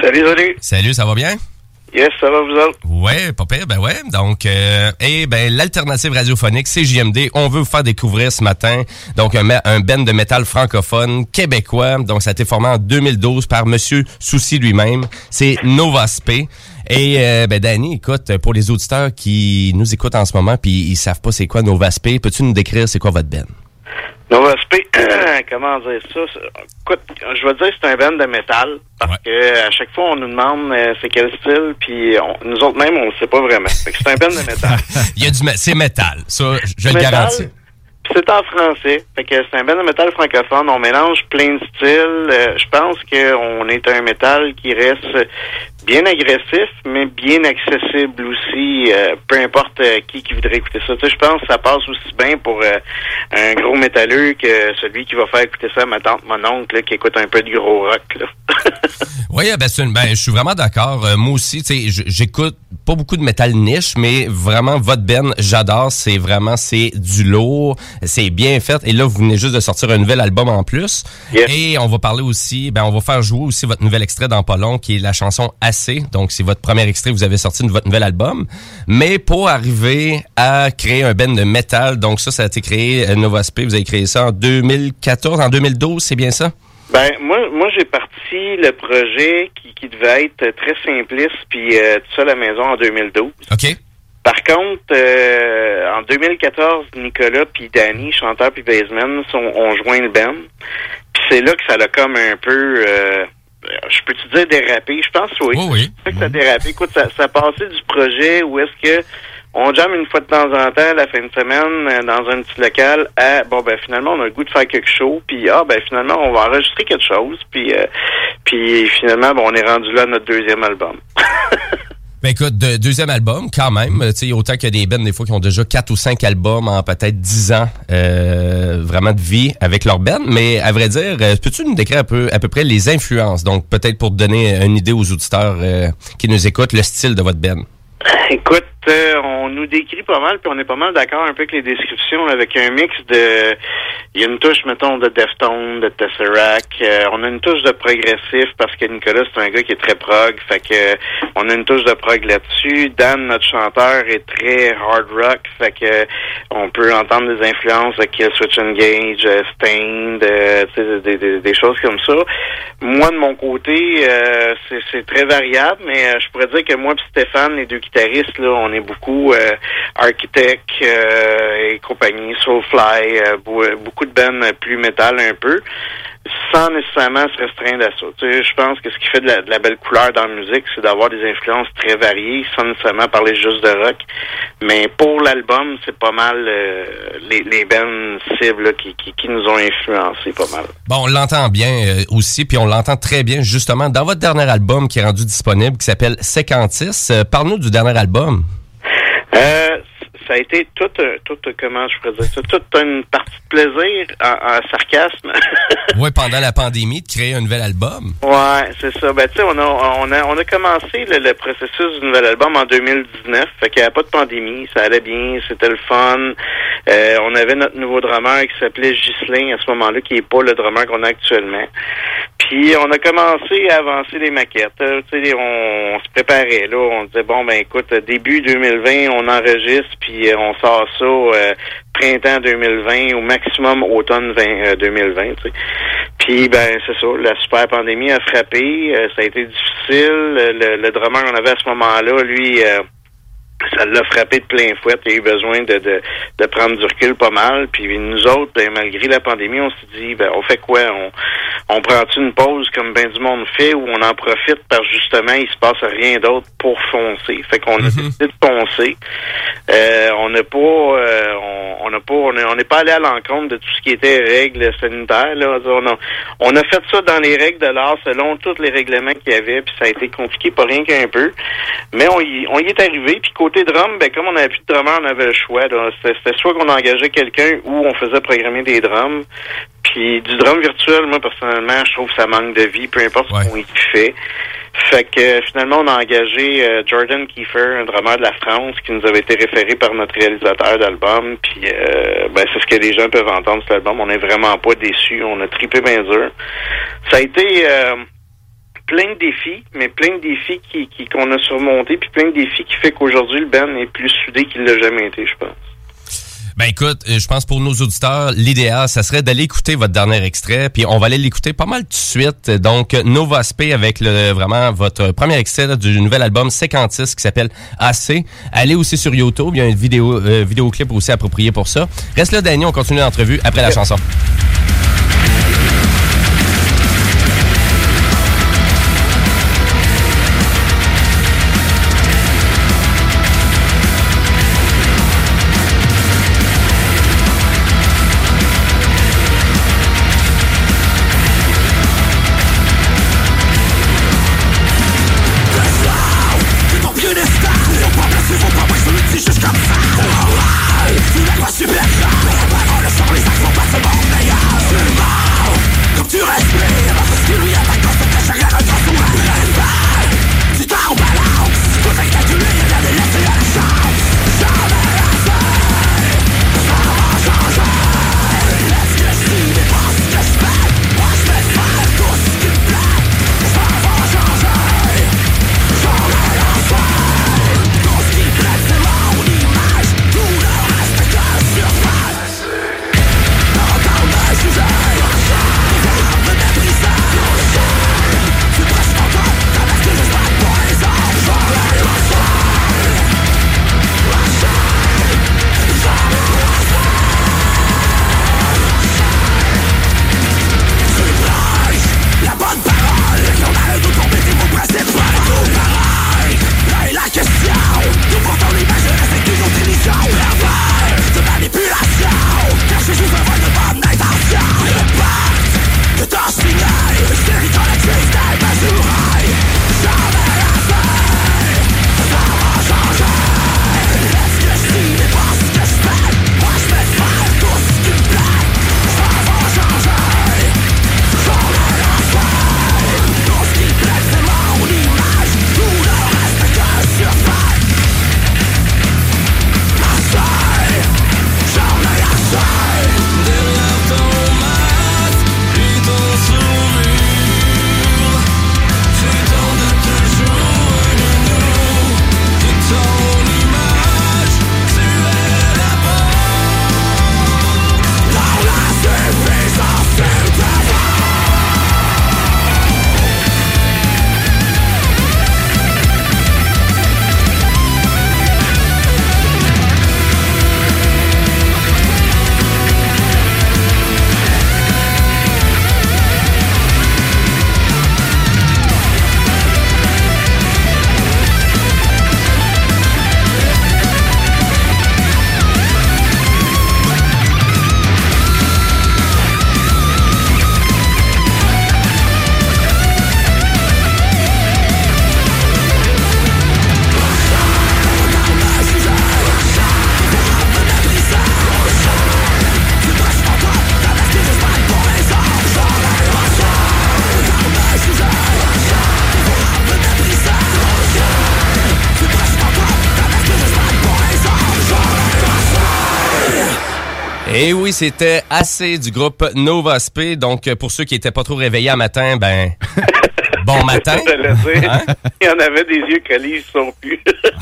Salut, salut. Salut, ça va bien? Yes, ça va, vous autres? Ouais, pas pire, ben ouais. Donc, euh, et ben l'alternative radiophonique, C J M D, on veut vous faire découvrir ce matin, donc un, un band de métal francophone québécois. Donc, ça a été formé en deux mille douze par Monsieur Souci lui-même. C'est Nova Spé. Et euh, ben Danny, écoute, pour les auditeurs qui nous écoutent en ce moment puis ils savent pas c'est quoi Nova Spé, peux-tu nous décrire c'est quoi votre band? Nova Spé, comment dire ça? Écoute, je vais dire que c'est un band de métal, parce ouais. que à chaque fois, on nous demande euh, c'est quel style, puis on, nous autres même, on le sait pas vraiment. Fait que c'est un band de métal. Il y a du c'est métal, ça, je le garantis. C'est en français. Fait que c'est un band de métal francophone. On mélange plein de styles. Euh, je pense qu'on est un métal qui reste bien agressif, mais bien accessible aussi. Euh, peu importe euh, qui qui voudrait écouter ça. Tu sais, je pense que ça passe aussi bien pour euh, un gros métalleux que celui qui va faire écouter ça à ma tante, mon oncle, là, qui écoute un peu de gros rock. Là. Oui, ben, c'est une, ben je suis vraiment d'accord. Euh, moi aussi, tu sais, j'écoute pas beaucoup de métal niche, mais vraiment votre band, j'adore. C'est vraiment c'est du lourd. C'est bien fait. Et là, vous venez juste de sortir un nouvel album en plus. Yes. Et on va parler aussi, ben on va faire jouer aussi votre nouvel extrait dans pas long, qui est la chanson Assez. Donc, c'est votre premier extrait que vous avez sorti de votre nouvel album. Mais pour arriver à créer un band de métal, donc ça, ça a été créé, Nova Spé, vous avez créé ça en deux mille quatorze, en deux mille douze, c'est bien ça? Ben, moi, moi j'ai parti le projet qui, qui devait être très simpliste, puis euh, tout seul à la maison en deux mille douze. OK. Par contre, euh, en deux mille quatorze, Nicolas puis Danny, chanteur puis bassman, sont, ont joint le band. Puis c'est là que ça l'a comme un peu, euh, je peux te dire dérapé. Je pense oui. Oh oui. C'est ça que ça a dérapé. Écoute, ça, ça passait du projet où est-ce que on jamme une fois de temps en temps la fin de semaine dans un petit local à bon ben finalement on a le goût de faire quelque chose puis ah ben finalement on va enregistrer quelque chose puis euh, puis finalement bon on est rendu là à notre deuxième album. Ben écoute, de, deuxième album, quand même. Tu sais, autant qu'il y a des bands, des fois, qui ont déjà quatre ou cinq albums en peut-être dix ans euh, vraiment de vie avec leur band. Mais à vrai dire, peux-tu nous décrire un peu, à peu près les influences? Donc, peut-être pour donner une idée aux auditeurs euh, qui nous écoutent, le style de votre band. Écoute, euh, on nous décrit pas mal, puis on est pas mal d'accord un peu avec les descriptions, avec un mix de... Il y a une touche, mettons, de Deftones, de Tesseract. Euh, on a une touche de progressif, parce que Nicolas, c'est un gars qui est très prog, fait que euh, on a une touche de prog là-dessus. Dan, notre chanteur, est très hard rock, fait que euh, on peut entendre des influences de Killswitch Engage, euh, Stained, euh, des, des, des choses comme ça. Moi, de mon côté, euh, c'est, c'est très variable, mais euh, je pourrais dire que moi et Stéphane, les deux guitaristes, là, on est beaucoup euh, Architect euh, et compagnie, Soulfly, euh, beaucoup de bands plus métal un peu, sans nécessairement se restreindre à ça. Tu sais, je pense que ce qui fait de la, de la belle couleur dans la musique, c'est d'avoir des influences très variées, sans nécessairement parler juste de rock. Mais pour l'album, c'est pas mal euh, les, les bands cibles là, qui, qui, qui nous ont influencés pas mal. Bon, on l'entend bien euh, aussi, puis on l'entend très bien justement dans votre dernier album qui est rendu disponible, qui s'appelle Sécantis. Euh, parle-nous du dernier album. Euh, ça a été tout, tout, comment je pourrais dire ça, toute une partie de plaisir en, en sarcasme. Oui, pendant la pandémie, de créer un nouvel album. Ouais, c'est ça. Ben, tu sais, on a, on a, on a commencé le, le processus du nouvel album en deux mille dix-neuf. Fait qu'il n'y avait pas de pandémie, ça allait bien, c'était le fun. Euh, on avait notre nouveau drummer qui s'appelait Ghislain à ce moment-là, qui est pas le drummer qu'on a actuellement. Puis on a commencé à avancer les maquettes. Tu sais, on, on se préparait là. On disait bon ben écoute, début deux mille vingt, on enregistre puis on sort ça euh, printemps deux mille vingt, au maximum automne deux mille vingt. Tu sais. Puis ben c'est ça, la super pandémie a frappé. Euh, ça a été difficile. Le, le drummer qu'on avait à ce moment-là, lui. Euh, ça l'a frappé de plein fouet. Il a eu besoin de, de, de prendre du recul pas mal. Puis nous autres, ben, malgré la pandémie, on s'est dit, ben, on fait quoi? On, on prend-tu une pause comme ben du monde fait ou on en profite parce justement, il se passe rien d'autre pour foncer. Fait qu'on a mm-hmm. décidé de foncer. Euh, on n'a pas, euh, on, on n'a pas, on n'est pas allé à l'encontre de tout ce qui était règles sanitaires, là. On a, on a fait ça dans les règles de l'art selon tous les règlements qu'il y avait, puis ça a été compliqué, pas rien qu'un peu. Mais on y, on y est arrivé, puis côté drum, ben comme on n'avait plus de drummer, on avait le choix. Là. C'était, c'était soit qu'on engageait quelqu'un ou on faisait programmer des drums. Puis du drum virtuel, moi personnellement, je trouve que ça manque de vie, peu importe ouais. ce qu'on y fait. Fait que euh, finalement, on a engagé euh, Jordan Kiefer, un drummer de la France, qui nous avait été référé par notre réalisateur d'album. Puis euh, ben c'est ce que les gens peuvent entendre cet album. On n'est vraiment pas déçus. On a trippé bien dur. Ça a été... Euh, plein de défis, mais plein de défis qui, qui qu'on a surmontés, puis plein de défis qui fait qu'aujourd'hui, le band est plus soudé qu'il l'a jamais été, je pense. Ben écoute, je pense pour nos auditeurs, l'idéal, ça serait d'aller écouter votre dernier extrait, puis on va aller l'écouter pas mal tout de suite. Donc, Nova Spé avec le vraiment votre premier extrait là, du nouvel album Séquentis qui s'appelle A C. Allez aussi sur YouTube, il y a une vidéo euh, vidéoclip aussi approprié pour ça. Reste là, Danny, on continue l'entrevue après la chanson. Et oui, c'était assez du groupe Nova Spé. Donc, pour ceux qui étaient pas trop réveillés à matin, ben, bon matin. Hein? Il y en avait des yeux collés, ils sont plus.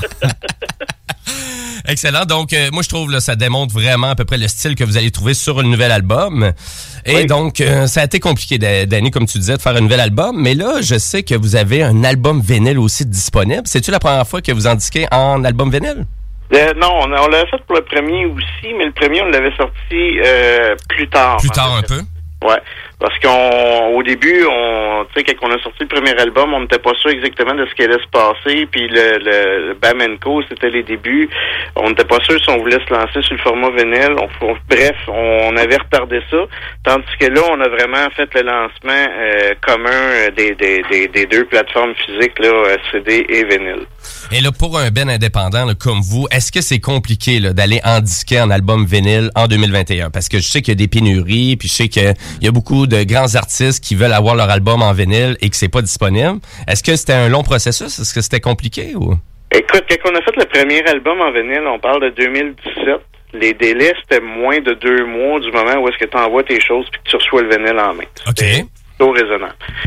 Excellent. Donc, euh, moi, je trouve là, ça démontre vraiment à peu près le style que vous allez trouver sur le nouvel album. Et oui. donc, euh, ça a été compliqué, Danny, comme tu disais, de faire un nouvel album. Mais là, je sais que vous avez un album vinyle aussi disponible. C'est-tu la première fois que vous en disquez en album vinyle? Euh, non, on, on l'avait fait pour le premier aussi, mais le premier, on l'avait sorti euh, plus tard. Plus tard un peu? Ouais, parce qu'on au début, on tu sais, quand on a sorti le premier album, on n'était pas sûr exactement de ce qui allait se passer, puis le, le, le Bam and Co, c'était les débuts. On n'était pas sûr si on voulait se lancer sur le format vinyle. On, on, bref, on avait retardé ça, tandis que là, on a vraiment fait le lancement euh, commun des, des, des, des deux plateformes physiques, là, C D et vinyle. Et là, pour un band indépendant là, comme vous, est-ce que c'est compliqué là, d'aller en disquer en album vinyle en deux mille vingt et un? Parce que je sais qu'il y a des pénuries, puis je sais qu'il y a beaucoup de grands artistes qui veulent avoir leur album en vinyle et que c'est pas disponible. Est-ce que c'était un long processus? Est-ce que c'était compliqué ou? Écoute, quand on a fait le premier album en vinyle, on parle de deux mille dix-sept. Les délais, c'était moins de deux mois du moment où est-ce que tu envoies tes choses puis que tu reçois le vinyle en main. OK. C'était raisonnable.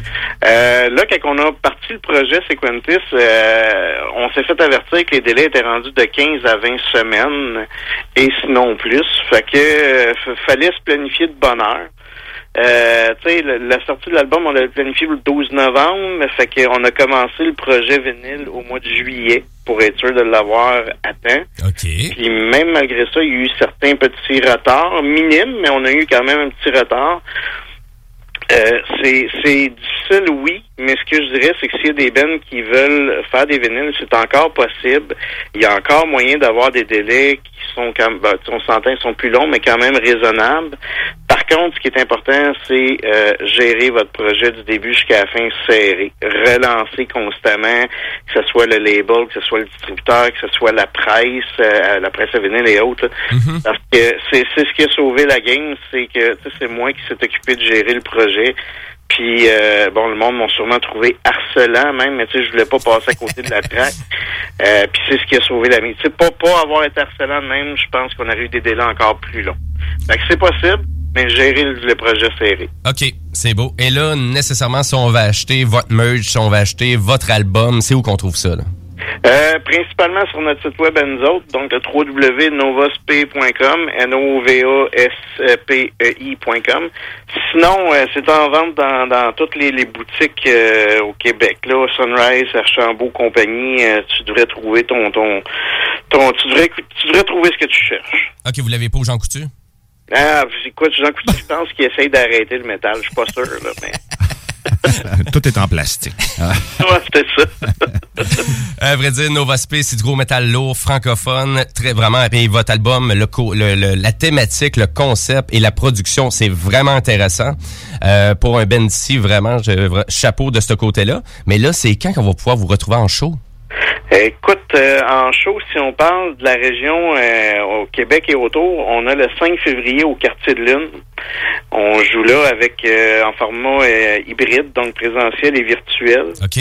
Euh, là, quand on a parti le projet Sequentis, euh, on s'est fait avertir que les délais étaient rendus de quinze à vingt semaines, et sinon plus. Fait que euh, f- fallait se planifier de bonne heure. Euh, tu sais, la, la sortie de l'album, on l'avait planifié le douze novembre, fait qu'on a commencé le projet vinyle au mois de juillet pour être sûr de l'avoir à temps. OK. Puis même malgré ça, il y a eu certains petits retards, minimes, mais on a eu quand même un petit retard. Euh, c'est, c'est difficile, oui, mais ce que je dirais, c'est que s'il y a des bands qui veulent faire des vinyles, c'est encore possible. Il y a encore moyen d'avoir des délais qui sont, quand, ben, on s'entend, ils sont plus longs, mais quand même raisonnables. Par contre, ce qui est important, c'est euh, gérer votre projet du début jusqu'à la fin serré. Relancer constamment, que ce soit le label, que ce soit le distributeur, que ce soit la presse, euh, la presse à vinyle et autres. Mm-hmm. Parce que c'est, c'est ce qui a sauvé la game, c'est que c'est moi qui s'est occupé de gérer le projet. Puis, euh, bon, le monde m'a sûrement trouvé harcelant même, mais tu sais, je voulais pas passer à côté de la traque. Euh, puis c'est ce qui a sauvé la mise. Tu sais, pas, pas avoir été harcelant de même, je pense qu'on aurait eu des délais encore plus longs. Fait que c'est possible, mais gérer le, le projet serré. OK, c'est beau. Et là, nécessairement, si on va acheter votre merch, si on va acheter votre album, c'est où qu'on trouve ça, là? Euh, principalement sur notre site web à nous autres, donc le w w w point novasp point com, N O V A S P E I point com. Sinon, euh, c'est en vente dans, dans toutes les, les boutiques euh, au Québec. Là, Sunrise, Archambault, compagnie, euh, tu devrais trouver ton, ton, ton, tu devrais, tu devrais trouver ce que tu cherches. OK, vous l'avez pas au Jean Coutu? Ah, écoute, Jean Coutu, je pense qu'il essaye d'arrêter le métal. Je suis pas sûr, là, mais... Tout est en plastique. Ouais, c'était ça. À vrai dire, Novasp, c'est du gros métal lourd, francophone, très vraiment. Et votre album, le, le, le, la thématique, le concept et la production, c'est vraiment intéressant. Euh, pour un band ici, vraiment, je, chapeau de ce côté-là. Mais là, c'est quand qu'on va pouvoir vous retrouver en show? Écoute, euh, en show, si on parle de la région euh, au Québec et autour, on a le cinq février au Quartier de Lune. On joue là avec euh, en format euh, hybride, donc présentiel et virtuel. OK.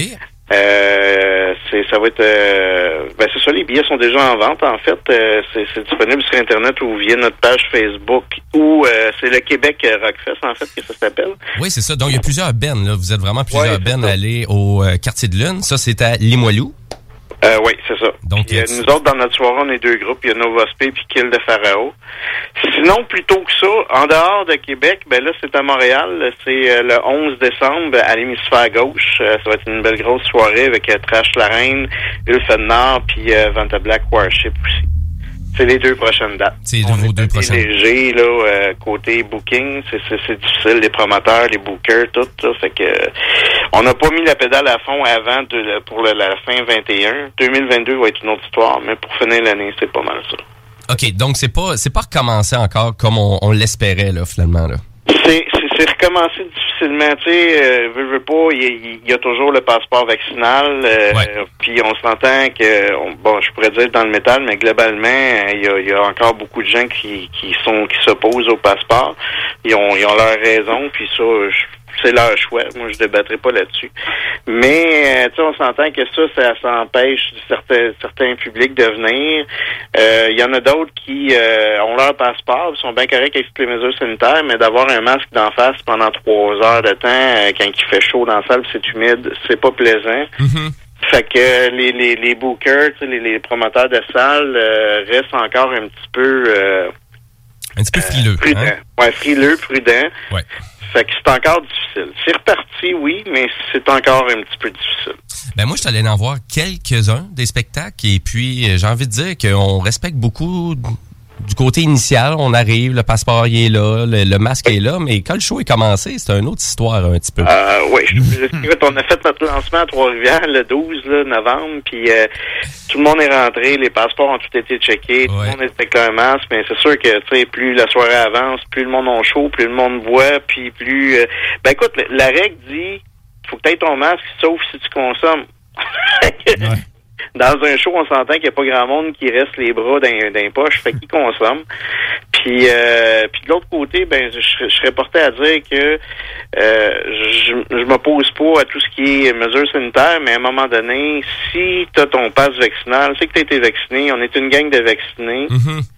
Euh, c'est, ça va être... Euh, ben c'est ça, les billets sont déjà en vente, en fait. Euh, c'est, c'est disponible sur Internet ou via notre page Facebook. Ou euh, c'est le Québec Rockfest, en fait, que ça s'appelle. Oui, c'est ça. Donc, il y a plusieurs bennes, là. Vous êtes vraiment plusieurs ouais, bennes à aller au euh, Quartier de Lune. Ça, c'est à Limoilou. Euh, oui, c'est ça. Donc, puis, euh, nous autres, dans notre soirée, on est deux groupes. Il y a Novasp puis Kill de Pharaon. Sinon, plutôt que ça, en dehors de Québec, ben là, c'est à Montréal. C'est euh, le onze décembre à l'hémisphère gauche. Euh, ça va être une belle grosse soirée avec euh, Trash la Reine, Ulfenor, puis euh, Vanta Black Warship aussi. C'est les deux prochaines dates. C'est vos deux prochaines. C'est léger, là, euh, côté booking, c'est, c'est, c'est difficile, les promoteurs, les bookers, tout, ça, fait que euh, on n'a pas mis la pédale à fond avant de, pour le, la fin vingt et un. deux mille vingt-deux va être une autre histoire, mais pour finir l'année, c'est pas mal ça. OK, donc c'est pas c'est pas recommencé encore comme on, on l'espérait, là, finalement, là. C'est, c'est, c'est recommencé difficilement, tu sais, euh, veux, veux pas, il y, y a toujours le passeport vaccinal, euh, ouais. Puis on s'entend que, on, bon, je pourrais dire dans le métal, mais globalement, il y a, y a encore beaucoup de gens qui, qui sont qui s'opposent au passeport. Ils ont, ils ont leur raison, puis ça, je, c'est leur choix. Moi, je débattrai pas là-dessus. Mais, tu sais, on s'entend que ça, ça, ça empêche certains, certains publics de venir. Il euh, y en a d'autres qui euh, ont leur passeport, ils sont bien corrects avec toutes les mesures sanitaires, mais d'avoir un masque d'en face pendant trois heures de temps, euh, quand il fait chaud dans la salle, c'est humide, c'est pas plaisant. Mm-hmm. Fait que les, les, les bookers, les, les promoteurs de salles euh, restent encore un petit peu... Euh, un petit peu frileux. Euh, prudent. Hein? Ouais, frileux, prudent. Ouais. Fait que c'est encore difficile. C'est reparti, oui, mais c'est encore un petit peu difficile. Ben moi, je suis allé en voir quelques-uns des spectacles et puis j'ai envie de dire qu'on respecte beaucoup du côté initial. On arrive, le passeport il est là, le, le masque est là, mais quand le show est commencé, c'est une autre histoire un petit peu. Euh, oui, on a fait notre lancement à Trois-Rivières le douze là, novembre, puis euh, tout le monde est rentré, les passeports ont tout été checkés, ouais. Tout le monde était avec un masque, mais c'est sûr que tu sais, plus la soirée avance, plus le monde a chaud, plus le monde boit, puis plus... Euh, ben écoute, la règle dit, faut que tu aies ton masque, sauf si tu consommes. Ouais. Dans un show, on s'entend qu'il n'y a pas grand monde qui reste les bras dans, dans les poches, fait qu'ils consomment. Puis, euh, puis de l'autre côté, ben, je, je serais porté à dire que euh, je, je m'oppose pas à tout ce qui est mesures sanitaires, mais à un moment donné, si tu as ton passe vaccinal, c'est que tu as été vacciné, on est une gang de vaccinés. Mm-hmm.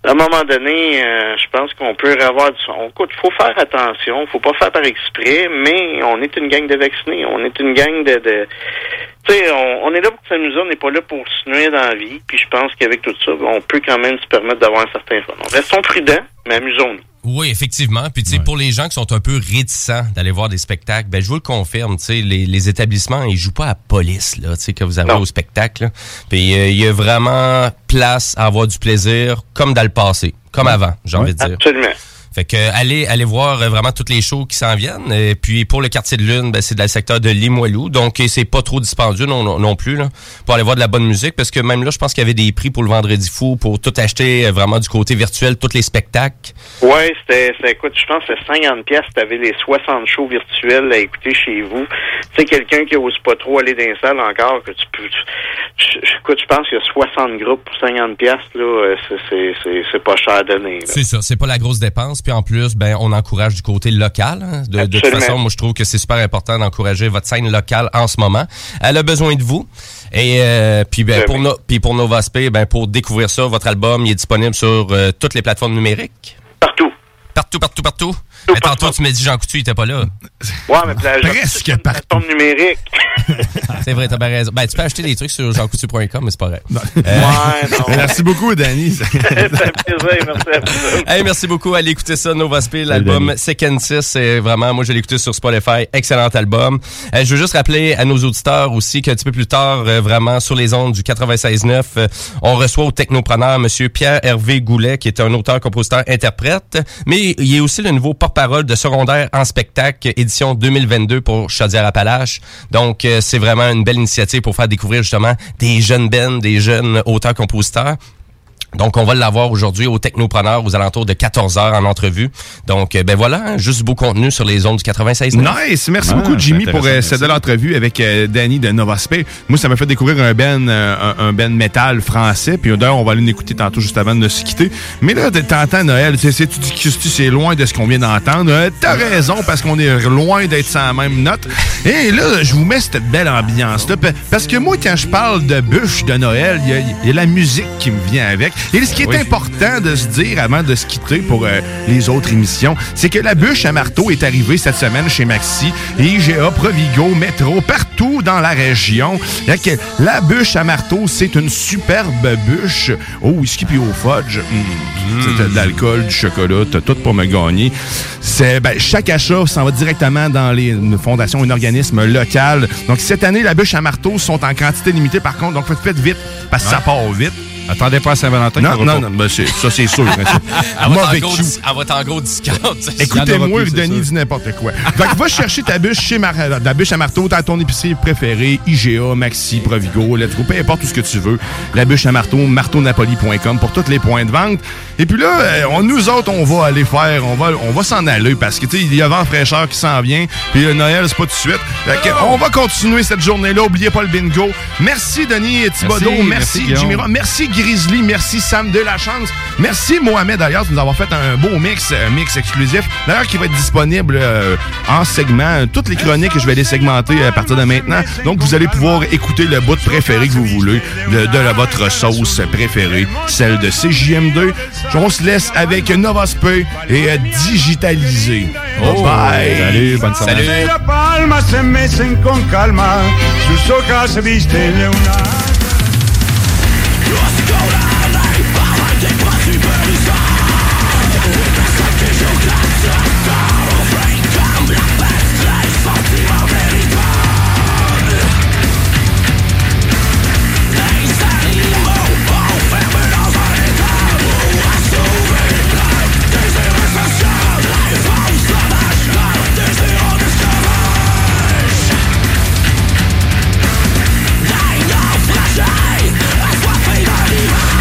À un moment donné, euh, je pense qu'on peut avoir du son. Écoute, faut faire attention, faut pas faire par exprès, mais on est une gang de vaccinés, on est une gang de... de tu sais, on, on est là pour s'amuser, on n'est pas là pour se nuire dans la vie, puis je pense qu'avec tout ça, on peut quand même se permettre d'avoir un certain fun. Donc, restons prudents, mais amusons-nous. Oui, effectivement. Puis, tu sais, ouais. pour les gens qui sont un peu réticents d'aller voir des spectacles, ben, je vous le confirme, tu sais, les, les établissements, ils jouent pas à la police, là, tu sais, que vous avez non. au spectacle. Puis, il euh, y a vraiment place à avoir du plaisir, comme dans le passé, comme ouais. avant, j'ai ouais. envie de dire. Absolument. Fait que allez allez voir vraiment toutes les shows qui s'en viennent. Et puis pour le quartier de Lune, ben, c'est dans le secteur de Limoilou, donc c'est pas trop dispendieux non, non, non plus là, pour aller voir de la bonne musique, parce que même là, je pense qu'il y avait des prix pour le Vendredi fou, pour tout acheter vraiment du côté virtuel, tous les spectacles. Ouais, c'était, c'était écoute, je pense que c'est cinquante piastres, t'avais les soixante shows virtuels à écouter chez vous. Tu sais, quelqu'un qui ose pas trop aller dans les salles encore, que tu peux... Tu, écoute, je pense qu'il y a soixante groupes pour cinquante piastres, là, c'est, c'est, c'est, c'est pas cher à donner. Là. C'est ça, c'est pas la grosse dépense. Puis en plus, ben on encourage du côté local. Hein. De, de toute façon, moi je trouve que c'est super important d'encourager votre scène locale en ce moment. Elle a besoin de vous. Et euh, puis ben pour no, puis pour Nova Spé, ben pour découvrir ça, votre album il est disponible sur euh, toutes les plateformes numériques. Partout. Partout, partout, partout. Mais tantôt, tu m'as dit Jean Coutu, il était pas là. Ouais, mais la presque une plateforme numérique. C'est vrai, t'as bien raison. Ben, tu peux acheter des trucs sur jean coutu point com, mais c'est pas vrai. Euh... Ouais, non. Merci beaucoup, Danny. Ça fait plaisir, merci à vous. Hey, merci beaucoup. Allez écouter ça, Nova Spé, l'album Second Six. C'est vraiment, moi, je l'ai écouté sur Spotify. Excellent album. Euh, je veux juste rappeler à nos auditeurs aussi qu'un petit peu plus tard, euh, vraiment, sur les ondes du quatre-vingt-seize neuf, euh, on reçoit au technopreneur Monsieur Pierre-Hervé Goulet, qui est un auteur, compositeur, interprète, mais il est aussi le nouveau porte-parole de Secondaire en spectacle, édition deux mille vingt-deux pour Chaudière-Appalaches. Donc, euh, c'est vraiment une belle initiative pour faire découvrir justement des jeunes bands, des jeunes auteurs-compositeurs. Donc, on va l'avoir aujourd'hui au Technopreneur aux alentours de quatorze heures en entrevue. Donc, ben voilà, hein, juste beau contenu sur les ondes du quatre-vingt-seize neuf. Nice! Merci ah, beaucoup, Jimmy, pour euh, cette belle entrevue avec euh, Danny de Nova Spé. Moi, ça m'a fait découvrir un band, euh, un, un band métal français. Puis d'ailleurs, on va aller l'écouter tantôt juste avant de se quitter. Mais là, t'entends Noël, tu sais, tu dis que c'est loin de ce qu'on vient d'entendre. Euh, T'as raison, parce qu'on est loin d'être sur la même note. Et là, je vous mets cette belle ambiance-là. Parce que moi, quand je parle de bûche de Noël, il y, y a la musique qui me vient avec. Et ce qui est oui. important de se dire avant de se quitter pour euh, les autres émissions, c'est que la bûche à marteau est arrivée cette semaine chez Maxi et I G A, Provigo, Métro, partout dans la région. La bûche à marteau, c'est une superbe bûche au whisky puis au fudge. Mmh. Mmh. T'as de l'alcool, du chocolat, t'as tout pour me gagner. C'est, ben, chaque achat s'en va directement dans les, une fondation, un organisme local. Donc cette année, la bûche à marteau sont en quantité limitée par contre, donc faites, faites vite parce que ouais. ça part vite. Attendez pas à Saint-Valentin. Non, non, non, ben c'est, ça c'est sûr. Elle va être en gros discount. Écoutez-moi, Denis dit n'importe quoi. Fait que va chercher ta bûche chez Mar- ta bûche à marteau, t'as ton épicerie préférée, I G A, Maxi, Provigo, Let's Go, peu importe tout ce que tu veux. La bûche à marteau, marteau napoli point com pour tous les points de vente. Et puis là, on, nous autres, on va aller faire, on va, on va s'en aller parce que tu sais, il y a vent fraîcheur qui s'en vient. Puis le Noël, c'est pas tout de suite. Fait que, on va continuer cette journée-là. Oubliez pas le bingo. Merci Denis Thibodeau, merci, merci Jimmy Roy, merci Grizzly, merci Sam de la Chance, merci Mohamed d'ailleurs de nous avoir fait un beau mix, un mix exclusif, d'ailleurs qui va être disponible euh, en segment, toutes les chroniques je vais les segmenter à partir de maintenant, donc vous allez pouvoir écouter le bout préféré que vous voulez, de, de la, votre sauce préférée, celle de C J M deux. On se laisse avec Nova Spé et euh, Digitalisé. Oh, bye! Salut, bonne soirée. Salut! Flash, flash,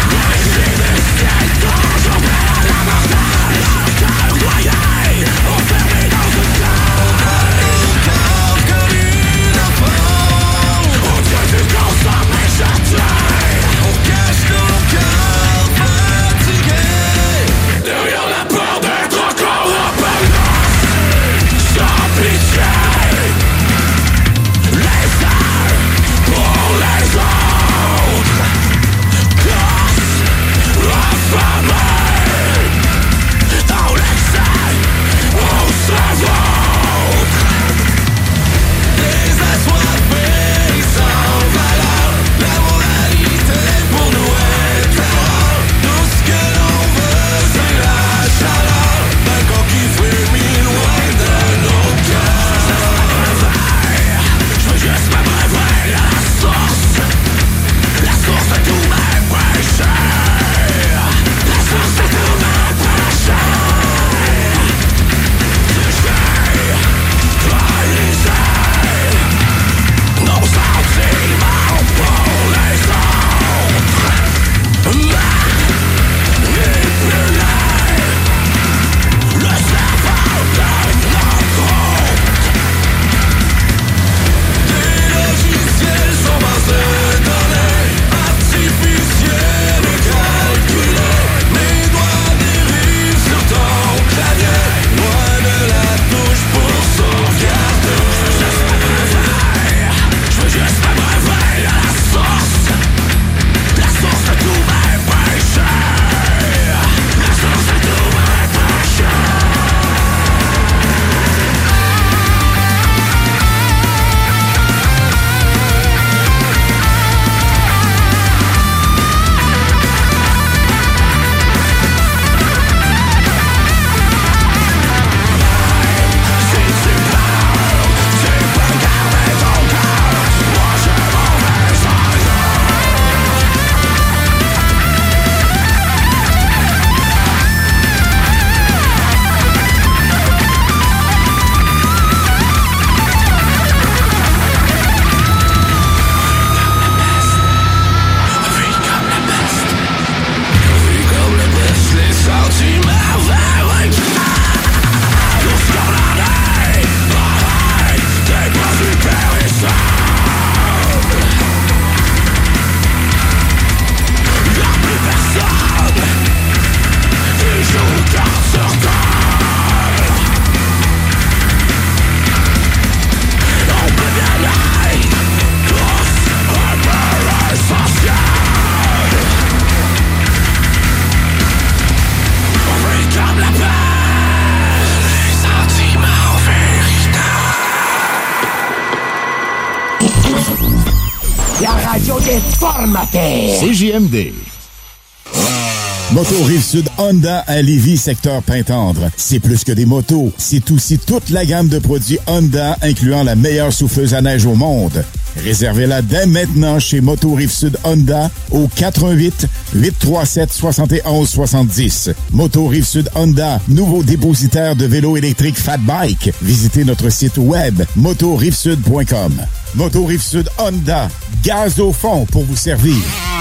La radio des formateurs. C J M D. Moto Rive-Sud Honda à Lévis, secteur Pintendre. C'est plus que des motos, c'est aussi toute la gamme de produits Honda, incluant la meilleure souffleuse à neige au monde. Réservez-la dès maintenant chez Moto Rive-Sud Honda au quatre un huit, huit trois sept, six un six dix. Moto Rive-Sud Honda, nouveau dépositaire de vélos électriques Fat Bike. Visitez notre site web moto rive sud point com. Moto Rive-Sud Honda, gaz au fond pour vous servir.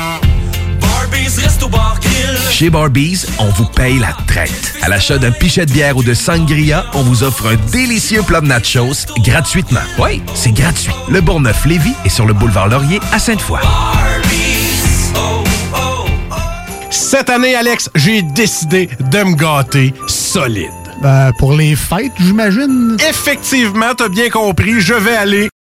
Chez Barbies, on vous paye la traite. À l'achat d'un pichet de bière ou de sangria, on vous offre un délicieux plat de nachos gratuitement. Oui, c'est gratuit. Le Bourgneuf-Lévis est sur le boulevard Laurier à Sainte-Foy. Cette année, Alex, j'ai décidé de me gâter solide. Ben, pour les fêtes, j'imagine. Effectivement, t'as bien compris, je vais aller